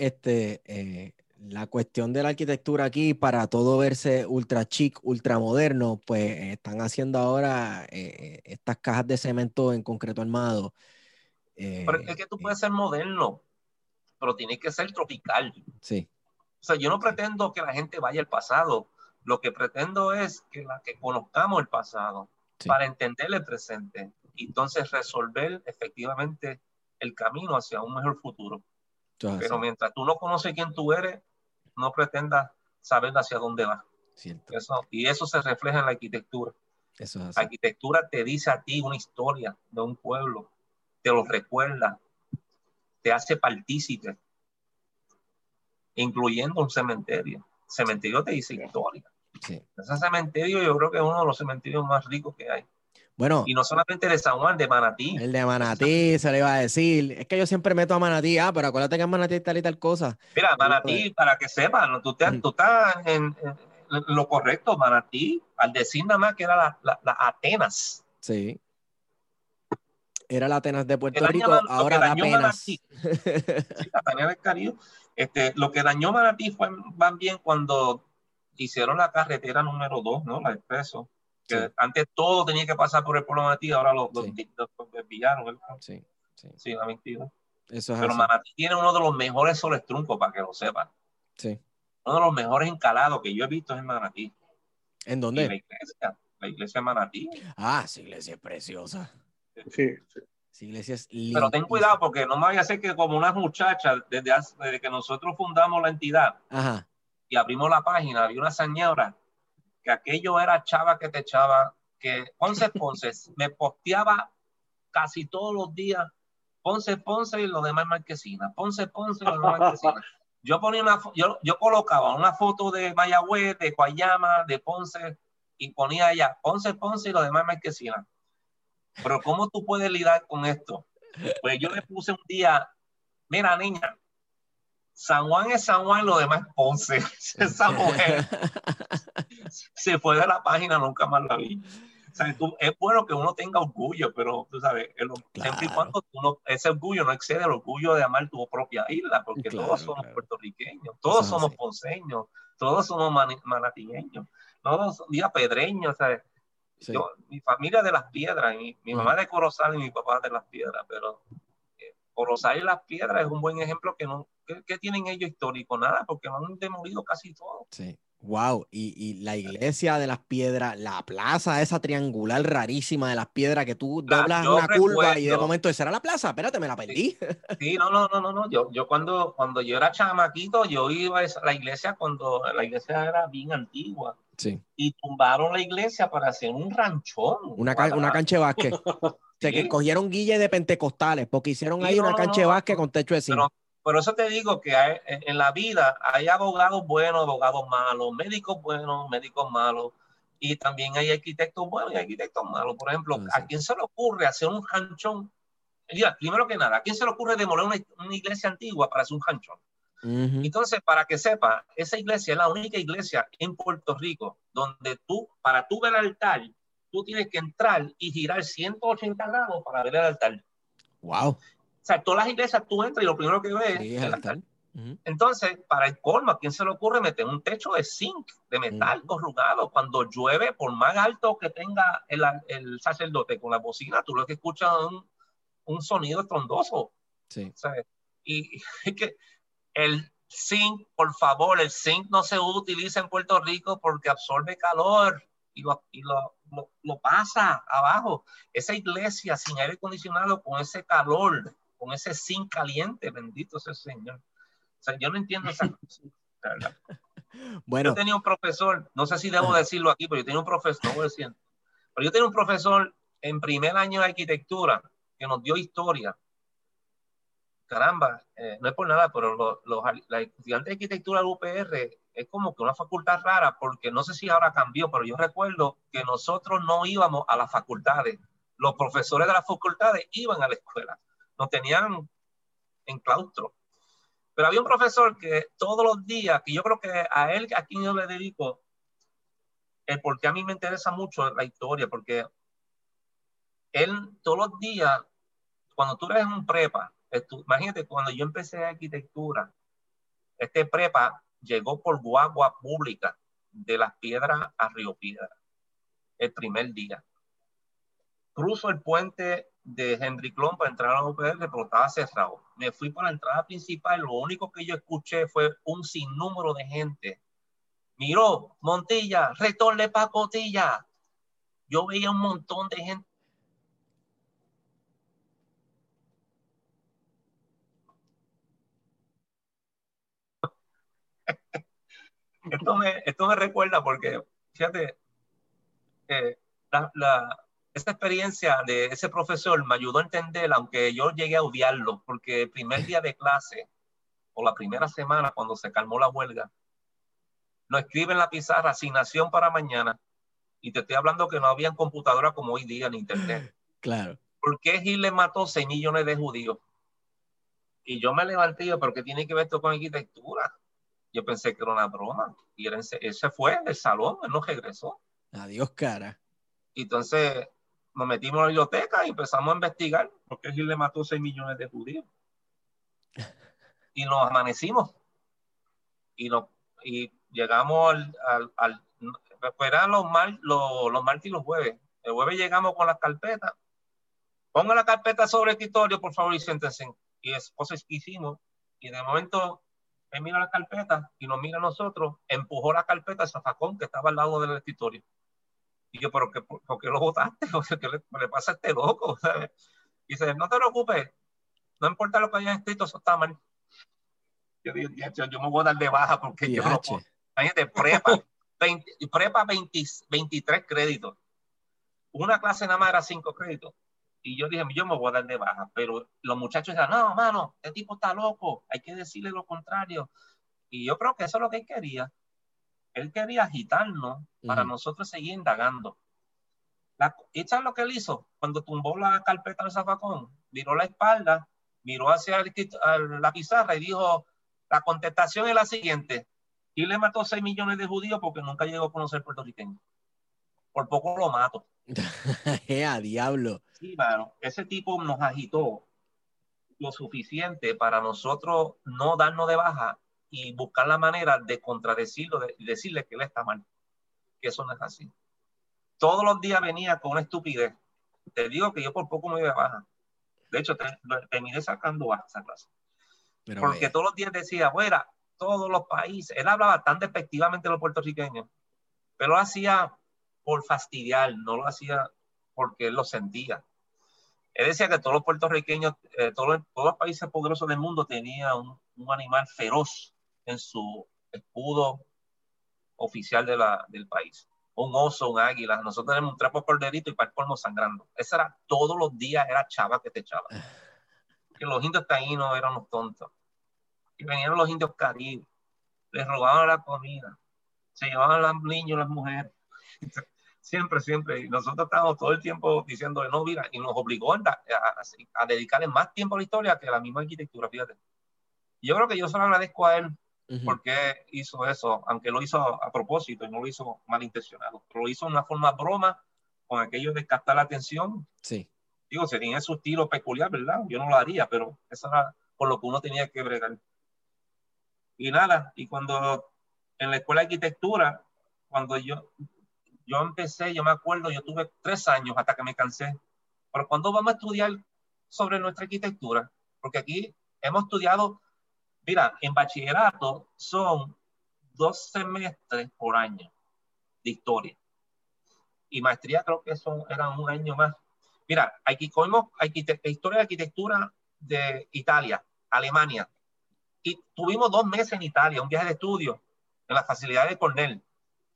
la cuestión de la arquitectura aquí, para todo verse ultra chic, ultra moderno, pues están haciendo ahora estas cajas de cemento en concreto armado. Pero es que tú puedes ser moderno, pero tienes que ser tropical. Sí. O sea, yo no pretendo que la gente vaya al pasado. Lo que pretendo es que conozcamos el pasado para entender el presente y entonces resolver efectivamente el camino hacia un mejor futuro. Pero mientras tú no conoces quién tú eres, no pretendas saber hacia dónde vas. Y eso se refleja en la arquitectura. Eso es así. La arquitectura te dice a ti una historia de un pueblo, te lo recuerda, te hace partícipe, incluyendo un cementerio. El cementerio te dice historia. Sí. Ese cementerio yo creo que es uno de los cementerios más ricos que hay. Bueno, y no solamente de San Juan, de Manatí. El de Manatí, se le iba a decir. Es que yo siempre meto a Manatí, pero acuérdate que en Manatí tal y tal cosa. Mira, Manatí, para que sepan, tú estás en lo correcto. Manatí, al decir nada más que era la Atenas. Sí. Era la Atenas de Puerto Rico, ahora da penas. Sí, la Atenas del Caribe. Lo que dañó Manatí fue más bien cuando hicieron la carretera número 2, ¿no? La expreso. Que antes todo tenía que pasar por el pueblo de Manatí, ahora lo desviaron. Sí, la mentira. Eso es Pero así. Manatí tiene uno de los mejores soles truncos, para que lo sepan. Sí. Uno de los mejores encalados que yo he visto es en Manatí. ¿En dónde? Y la iglesia de Manatí. Ah, esa iglesia es preciosa. Sí. Esa iglesia es linda. Pero ten cuidado, porque no me vaya a ser que como unas muchachas, desde que nosotros fundamos la entidad y abrimos la página, había una señora que aquello era chava que te echaba, que Ponce me posteaba casi todos los días Ponce y lo demás Marquesina, Ponce y lo demás Marquesina. Yo ponía yo colocaba una foto de Mayagüez, de Guayama, de Ponce y ponía allá Ponce y lo demás Marquesina. Pero ¿cómo tú puedes lidiar con esto? Pues yo le puse un día, mira niña, San Juan es San Juan, lo demás es Ponce. Esa mujer se fue de la página, nunca más la vi. O sea, es bueno que uno tenga orgullo, pero tú sabes, siempre y cuando ese orgullo no excede el orgullo de amar tu propia isla, porque todos somos puertorriqueños, todos somos ponceños, todos somos manatigueños, todos pedreños, ¿sabes? Sí. Mi familia es de Las Piedras, mi mamá es de Corozal y mi papá es de Las Piedras, pero Corozal y Las Piedras es un buen ejemplo que tienen ellos histórico, nada, porque lo han demolido casi todo. Sí. Wow, y la iglesia de Las Piedras, la plaza esa triangular rarísima de Las Piedras, que tú doblas una curva y de momento esa era la plaza, espérate, me la perdí. Sí, no. Yo cuando yo era chamaquito, yo iba a la iglesia cuando la iglesia era bien antigua. Sí. Y tumbaron la iglesia para hacer un ranchón. Una cancha de básquet. O sea, que cogieron guilles de pentecostales, porque hicieron ahí una cancha de básquet con techo de zinc. Por eso te digo que en la vida hay abogados buenos, abogados malos, médicos buenos, médicos malos, y también hay arquitectos buenos y arquitectos malos. Por ejemplo, ¿a quién se le ocurre hacer un ranchón? Mira, primero que nada, ¿a quién se le ocurre demoler una iglesia antigua para hacer un ranchón? Entonces, para que sepa, esa iglesia es la única iglesia en Puerto Rico donde para tú ver el altar, tú tienes que entrar y girar 180 grados para ver el altar. Wow. O sea, todas las iglesias tú entras y lo primero que ves es el altar. Entonces, para el colmo, ¿a quién se le ocurre meter un techo de zinc, de metal corrugado? Cuando llueve, por más alto que tenga el sacerdote con la bocina, tú lo que escuchas es un sonido estrondoso. Sí. O sea, y es que el zinc, por favor, el zinc no se utiliza en Puerto Rico porque absorbe calor y lo pasa abajo. Esa iglesia sin aire acondicionado, con ese calor, con ese zinc caliente, bendito sea el Señor. O sea, yo no entiendo esa cosa, ¿verdad? Bueno. Yo tenía un profesor, no sé si debo decirlo aquí, pero yo tenía un profesor, no voy a decir, pero yo tenía un profesor en primer año de arquitectura que nos dio historia. Caramba, no es por nada, pero los estudiantes de arquitectura del UPR es como que una facultad rara, porque no sé si ahora cambió, pero yo recuerdo que nosotros no íbamos a las facultades. Los profesores de las facultades iban a la escuela, nos tenían en claustro. Pero había un profesor que todos los días, que yo creo que a él, a quien yo le dedico, porque a mí me interesa mucho la historia, porque él todos los días, cuando tú eres un prepa, imagínate, cuando yo empecé arquitectura, este prepa llegó por guagua pública de Las Piedras a Río Piedra, el primer día. Cruzo el puente de Henry Clon para entrar a la UPR, pero estaba cerrado. Me fui por la entrada principal, lo único que yo escuché fue un sinnúmero de gente. Miró, Montilla, retorne pacotilla. Yo veía un montón de gente. Esto me recuerda porque, fíjate, esta experiencia de ese profesor me ayudó a entender, aunque yo llegué a odiarlo, porque el primer día de clase, o la primera semana, cuando se calmó la huelga, nos escribe en la pizarra, asignación para mañana, y te estoy hablando que no había computadora como hoy día en internet. Claro. ¿Por qué Hitler mató 6 millones de judíos? Y yo me levanté, ¿pero qué tiene que ver esto con arquitectura? Yo pensé que era una broma. Y él se fue del salón, él no regresó. Adiós, cara. Y entonces nos metimos en la biblioteca y empezamos a investigar por qué Hitler mató 6 millones de judíos. Y nos amanecimos. Y llegamos eran los martes y los jueves. El jueves llegamos con las carpetas. Pongan la carpeta sobre el escritorio, por favor, y siéntense. Y es cosas que hicimos. Y de momento, él mira la carpeta y nos mira a nosotros, empujó la carpeta al zafacón que estaba al lado del escritorio. Y yo, ¿pero por qué lo botaste? ¿Qué le pasa a este loco? ¿Sabes? Y dice, no te preocupes, no importa lo que hayan escrito, eso está mal. Yo digo, yo me voy a dar de baja porque yo no puedo. Imagínate, prepa 23 créditos. Una clase nada más era 5 créditos. Y yo dije, yo me voy a dar de baja. Pero los muchachos decían, no, mano, este tipo está loco, hay que decirle lo contrario. Y yo creo que eso es lo que él quería. Él quería agitarnos para nosotros seguir indagando. ¿Y sabes lo que él hizo? Cuando tumbó la carpeta del zafacón, miró la espalda, miró hacia la pizarra y dijo, la contestación es la siguiente. Y le mató 6 millones de judíos porque nunca llegó a conocer puertorriqueño. por poco lo mato. ¡A diablo! Sí, mano, ese tipo nos agitó lo suficiente para nosotros no darnos de baja y buscar la manera de contradecirlo y decirle que él está mal, que eso no es así. Todos los días venía con una estupidez. Te digo que yo por poco me iba de baja. De hecho, terminé sacando baja esa clase. Porque todos los días decía, fuera, todos los países. Él hablaba tan despectivamente de los puertorriqueños, pero lo hacía por fastidiar, no lo hacía porque él lo sentía. Él decía que todos los puertorriqueños, todos los países poderosos del mundo tenían un animal feroz en su escudo oficial del país. Un oso, un águila. Nosotros tenemos un trapo corderito y para el colmo sangrando. Eso era todos los días, era chava que te echaba. Que los indios taínos eran unos tontos. Y venían los indios caribes, les robaban la comida, se llevaban a los niños, las mujeres. Siempre, siempre. Y nosotros estábamos todo el tiempo diciendo, no, mira, y nos obligó a dedicarle más tiempo a la historia que a la misma arquitectura, fíjate. Y yo creo que yo se lo agradezco a él porque hizo eso, aunque lo hizo a propósito y no lo hizo malintencionado, pero lo hizo de una forma broma, con aquello de captar la atención. Sí. Digo, sería su estilo peculiar, ¿verdad? Yo no lo haría, pero eso era por lo que uno tenía que bregar. Y nada, y cuando en la escuela de arquitectura, cuando yo empecé, yo me acuerdo, yo tuve 3 años hasta que me cansé. Pero cuando vamos a estudiar sobre nuestra arquitectura, porque aquí hemos estudiado, mira, en bachillerato son 2 semestres por año de historia. Y maestría creo que eran un año más. Mira, aquí cogimos historia de arquitectura de Italia, Alemania. Y tuvimos 2 meses en Italia, un viaje de estudio en las facilidades de Cornell.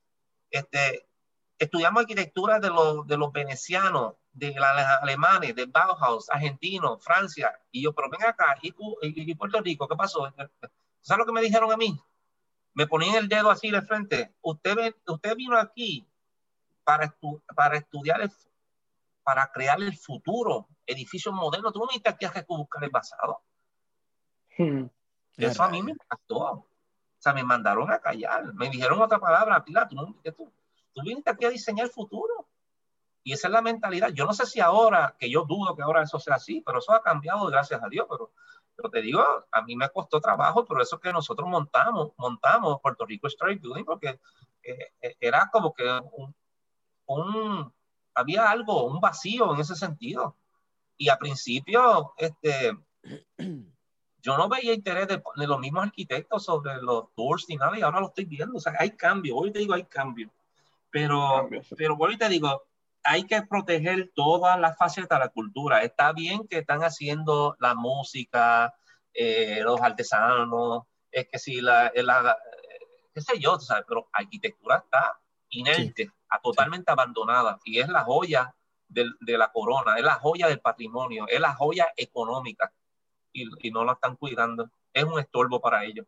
Estudiamos arquitectura de los venecianos, de los alemanes, de Bauhaus, argentinos, Francia. Y yo, pero ven acá, y Puerto Rico, ¿qué pasó? ¿Sabes lo que me dijeron a mí? Me ponían el dedo así de frente. Usted vino aquí para estudiar, para crear el futuro, edificios modernos. Tú no viniste aquí a buscar el pasado. Eso a mí me impactó. O sea, me mandaron a callar. Me dijeron otra palabra, Pilar, tú viniste aquí a diseñar el futuro. Y esa es la mentalidad. Yo no sé si ahora, que yo dudo que ahora eso sea así, pero eso ha cambiado, gracias a Dios. Pero te digo, a mí me costó trabajo, pero eso que nosotros montamos Puerto Rico Street Building, porque era como que había algo, un vacío en ese sentido. Y al principio, yo no veía interés de los mismos arquitectos sobre los tours ni nada, y ahora lo estoy viendo. O sea, hay cambio. Hoy te digo, hay cambio. Pero hoy te digo, hay que proteger todas las facetas de la cultura. Está bien que están haciendo la música, los artesanos, es que si qué sé yo, ¿sabes? Pero arquitectura está inerte, totalmente abandonada, y es la joya de la corona, es la joya del patrimonio, es la joya económica, y no la están cuidando. Es un estorbo para ellos.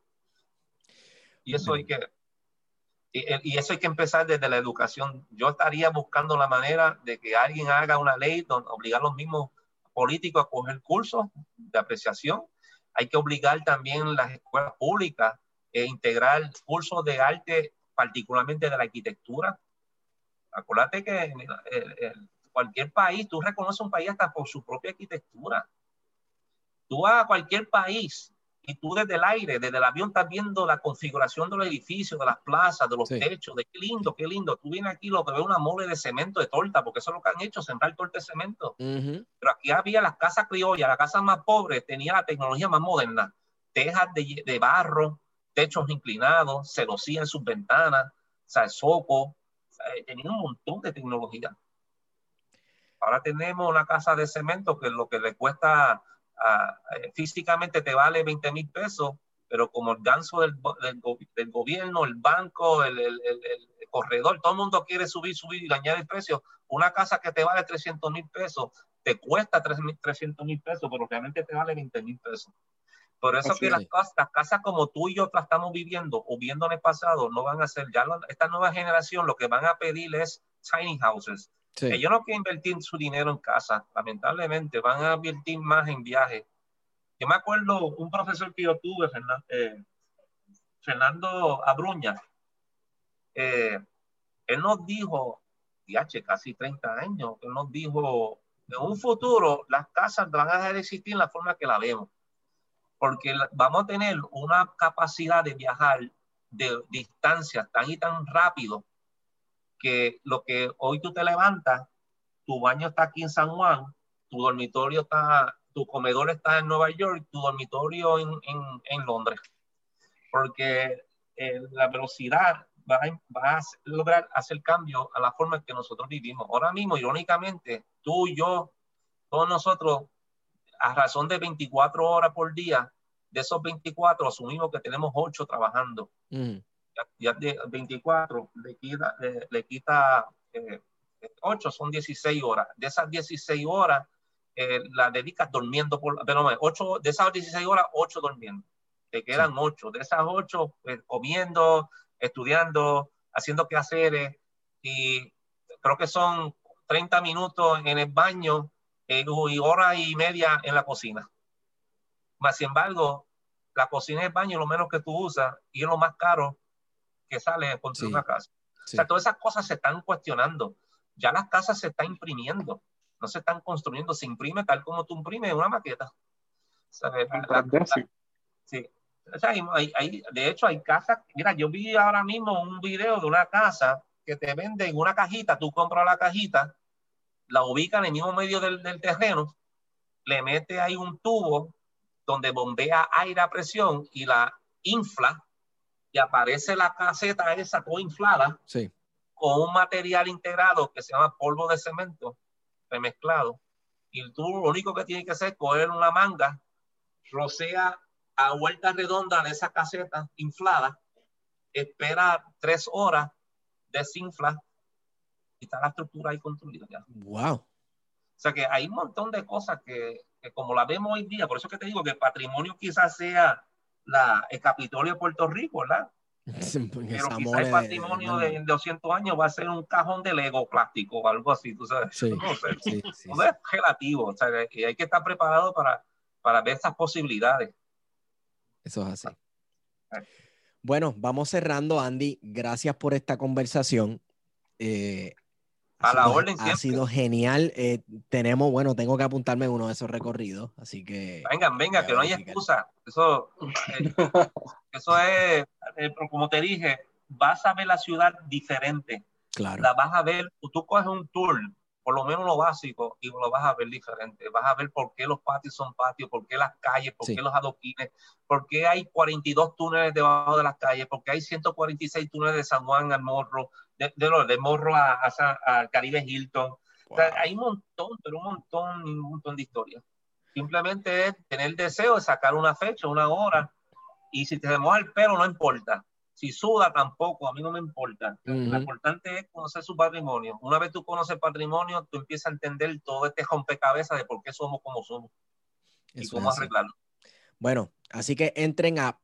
Y eso hay que... Y eso hay que empezar desde la educación. Yo estaría buscando la manera de que alguien haga una ley donde obligar a los mismos políticos a coger cursos de apreciación. Hay que obligar también las escuelas públicas a integrar cursos de arte, particularmente de la arquitectura. Acuérdate que cualquier país, tú reconoces un país hasta por su propia arquitectura. Tú vas a cualquier país y tú desde el aire, desde el avión, estás viendo la configuración de los edificios, de las plazas, de los techos, de qué lindo, qué lindo. Tú vienes aquí, lo que ves una mole de cemento de torta, porque eso es lo que han hecho, sembrar torta de cemento. Pero aquí había las casas criollas, las casas más pobres, tenía la tecnología más moderna. Tejas de barro, techos inclinados, celosía en sus ventanas, zoco, tenía un montón de tecnología. Ahora tenemos una casa de cemento que lo que le cuesta... físicamente te vale 20,000 pesos, pero como el ganso del gobierno, el banco, el corredor, todo el mundo quiere subir y dañar el precio. Una casa que te vale 300,000 pesos, te cuesta 300,000 pesos, pero realmente te vale 20,000 pesos. Por eso que las casas como tú y yo las estamos viviendo o viendo en el pasado no van a ser, ya esta nueva generación lo que van a pedir es tiny houses. Ellos no quieren invertir su dinero en casa, lamentablemente, van a invertir más en viajes. Yo me acuerdo un profesor que yo tuve, Fernando Abruña, él nos dijo casi 30 años, que nos dijo, en un futuro las casas van a dejar de existir en la forma que la vemos, porque vamos a tener una capacidad de viajar de distancias tan y tan rápido que lo que hoy tú te levantas, tu baño está aquí en San Juan, tu dormitorio está, tu comedor está en Nueva York, tu dormitorio en Londres, porque la velocidad va a lograr hacer cambio a la forma en que nosotros vivimos. Ahora mismo, irónicamente, tú y yo, todos nosotros, a razón de 24 horas por día, de esos 24 asumimos que tenemos 8 trabajando. Ya de 24 le quita 8, son 16 horas. De esas 16 horas las dedicas durmiendo, de esas 16 horas, 8 durmiendo. Te quedan 8. De esas 8, comiendo, estudiando, haciendo quehaceres, y creo que son 30 minutos en el baño y hora y media en la cocina. Más sin embargo, la cocina y el baño es lo menos que tú usas y es lo más caro que sale de construir una casa. Sí. O sea, todas esas cosas se están cuestionando. Ya las casas se están imprimiendo, no se están construyendo, se imprime tal como tú imprimes una maqueta. Sí. O sea, de hecho, hay casas. Mira, yo vi ahora mismo un video de una casa que te venden una cajita. Tú compras la cajita, la ubicas en el mismo medio del terreno, le metes ahí un tubo donde bombea aire a presión y la infla, y aparece la caseta esa toda inflada, sí, con un material integrado que se llama polvo de cemento remezclado. Y tú lo único que tienes que hacer es coger una manga, rocea a vuelta redonda de esa caseta inflada, espera 3 horas, desinfla y está la estructura ahí construida ya. Wow. O sea que hay un montón de cosas que como la vemos hoy día, por eso es que te digo que el patrimonio quizás sea el Capitolio de Puerto Rico, ¿verdad? Pero quizás el patrimonio de 200 años va a ser un cajón de Lego plástico o algo así, tú sabes. Sí, no sé. Sí, no es relativo, o sea, que hay que estar preparado para ver esas posibilidades. Eso es así. Bueno, vamos cerrando, Andy. Gracias por esta conversación. A la orden siempre. Ha sido genial. Tengo que apuntarme en uno de esos recorridos, así que... Venga, que no hay excusa. Eso es, como te dije, vas a ver la ciudad diferente. Claro. La vas a ver, tú coges un tour, por lo menos lo básico, y lo vas a ver diferente. Vas a ver por qué los patios son patios, por qué las calles, por qué los adoquines, por qué hay 42 túneles debajo de las calles, por qué hay 146 túneles de San Juan al Morro, de Morro al Caribe Hilton. Wow. O sea, hay un montón de historias. Simplemente es tener el deseo de sacar una fecha, una hora, y si te moja el pelo no importa. Si suda tampoco, a mí no me importa. Lo importante es conocer su patrimonio. Una vez tú conoces el patrimonio, tú empiezas a entender todo este rompecabezas de por qué somos como somos. Eso y cómo arreglarlo. Bueno, así que entren a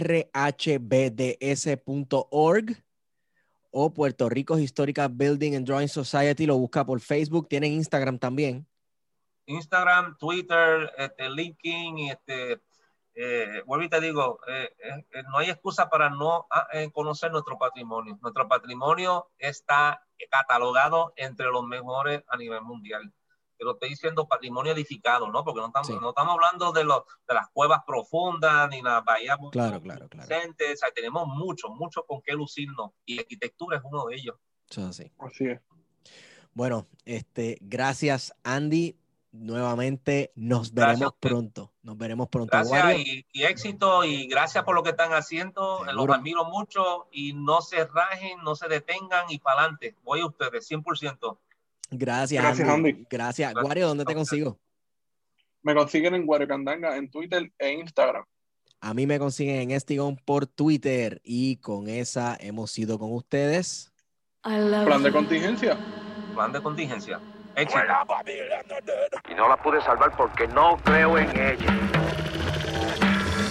prhbds.org o Puerto Rico Historical Building and Drawing Society. Lo busca por Facebook. Tienen Instagram también. Instagram, Twitter, LinkedIn, vuelvo y te digo, no hay excusa para no conocer nuestro patrimonio. Nuestro patrimonio está catalogado entre los mejores a nivel mundial. Te lo estoy diciendo patrimonio edificado, ¿no? Porque no estamos hablando de las cuevas profundas ni las bahías. Claro. O sea, tenemos mucho con qué lucirnos y la arquitectura es uno de ellos. Así es. Bueno, gracias, Andy. Nuevamente nos veremos pronto. Gracias y éxito, y gracias por lo que están haciendo. Seguro. Los admiro mucho y no se rajen, no se detengan y para adelante. Voy a ustedes 100%. Gracias, Andy. Gracias. Wario, ¿dónde te consigo? Me consiguen en Wario Candanga en Twitter e Instagram. A mí me consiguen en Estigón por Twitter, y con esa hemos ido con ustedes. Plan de contingencia. Éxito. Y no la pude salvar porque no creo en ella.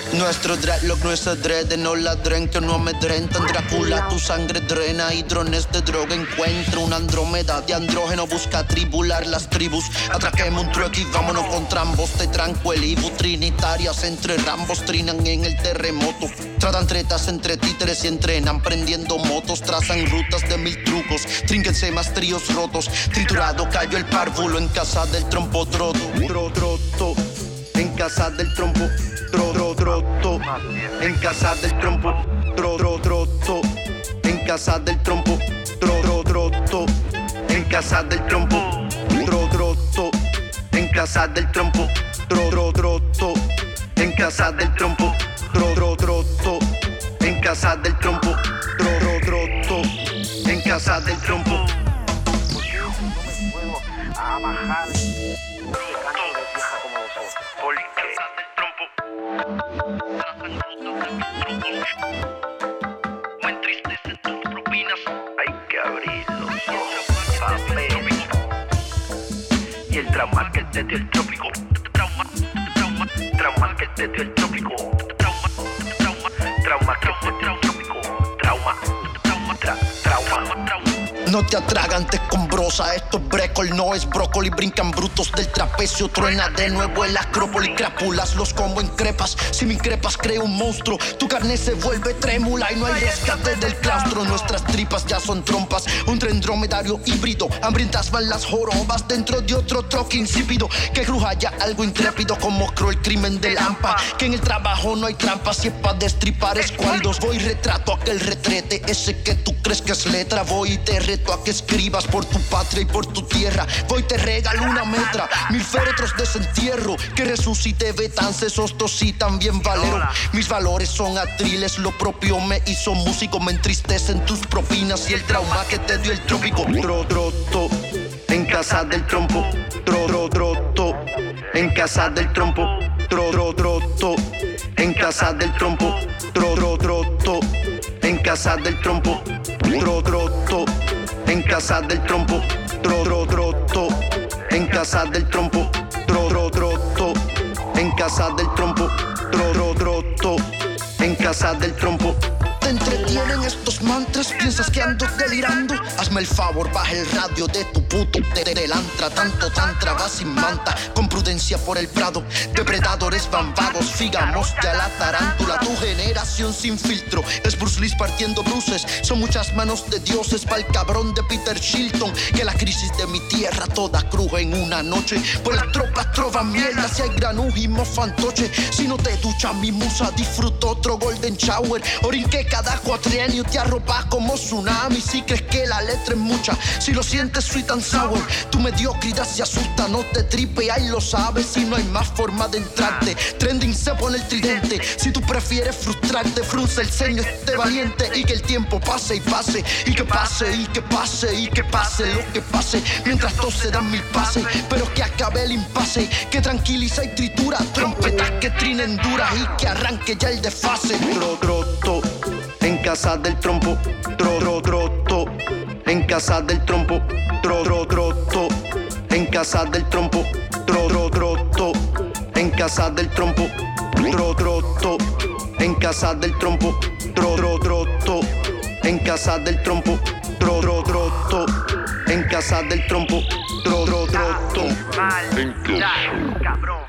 Nuestro dreadlock no es adrede, no ladren que no amedrentan. Drácula, tu sangre drena y drones de droga encuentra. Una Andrómeda de andrógeno busca tribular las tribus. Atraquemos un truck y vámonos con trambos de tranquilibu. Trinitarias entre rambos trinan en el terremoto. Tratan tretas entre títeres y entrenan prendiendo motos. Trazan rutas de 1000 trucos, trínquense más tríos rotos. Triturado cayó el párvulo en casa del trompo troto. Troto, en casa del trompo. Troto, en casa del trompo. Troto, en casa del trompo. Troto, en casa del trompo. Troto, en casa del trompo. Troto, en casa del trompo. Troto, en casa del trompo. Troto, en casa del trompo. A bajar. Me entristecen tus propinas. Hay que abrir los ojos, papel. Y el trauma que te dio el trópico. Trauma que te dio el trópico. Trauma que te dio el trópico. Trauma. No te atragantes con brosa, esto es brécol, no es brócoli. Brincan brutos del trapecio, truena de nuevo el acrópolis. Crápulas los como en crepas, si me increpas creo un monstruo. Tu carne se vuelve trémula y no hay rescate del claustro. Nuestras tripas ya son trompas, un tren dromedario híbrido. Hambrientas van las jorobas dentro de otro troque insípido. Que cruja ya algo intrépido como creo el crimen de Lampa. Que en el trabajo no hay trampas, si es pa' destripar escuálidos. Voy retrato aquel retrete, ese que tú crees que es letra. Voy y te reto a que escribas por tu patria y por tu tierra. Voy te regalo una metra, 1000 féretros de desentierro. Que resucite Betance, Sostos y también Valero. Mis valores son atriles, lo propio me hizo músico. Me entristecen tus propinas y el trauma que te dio el trópico. Troto, en casa del trompo. Troto, en casa del trompo. Troto, en casa del trompo. Troto, en casa del trompo. Troto, en casa del trompo. Troto, en casa del trompo. Troto, en casa del trompo. Troto, en casa del trompo. Te entretienen estos mantras, piensas que ando delirando. Hazme el favor, baja el radio de tu puto telantra. Tanto tantra va sin manta, con prudencia por el prado. Depredadores van vagos, figamos ya la tarántula. Tu generación sin filtro, es Bruce Lee partiendo bruces. Son muchas manos de dioses pa'l cabrón de Peter Shilton. Que la crisis de mi tierra toda cruje en una noche. Pues las tropas trovan mierda, si hay granujimo fantoche. Si no te ducha mi musa, disfruto otro golden shower. Orinque cada cuatrienio te arropas como tsunami. Si crees que la letra es mucha, si lo sientes sweet and sour. Tu mediocridad se asusta, no te tripe, ahí lo sabes. Si no hay más forma de entrarte, trending se pone el tridente. Si tú prefieres frustrarte, frunce el ceño, esté valiente. Y que el tiempo pase y pase, y que pase, y que pase, y que pase lo que pase. Mientras todos se dan 1000 pases, pero que acabe el impasse. Que tranquiliza y tritura, trompetas que trinen duras. Y que arranque ya el desfase. Troto, en casa del trompo. Troto, en casa del trompo. Troto, en casa del trompo. Troto, en casa del trompo. Troto, en casa del trompo. Troto, en casa del trompo. Troto, en casa del trompo. Troto, Mal, cabrón.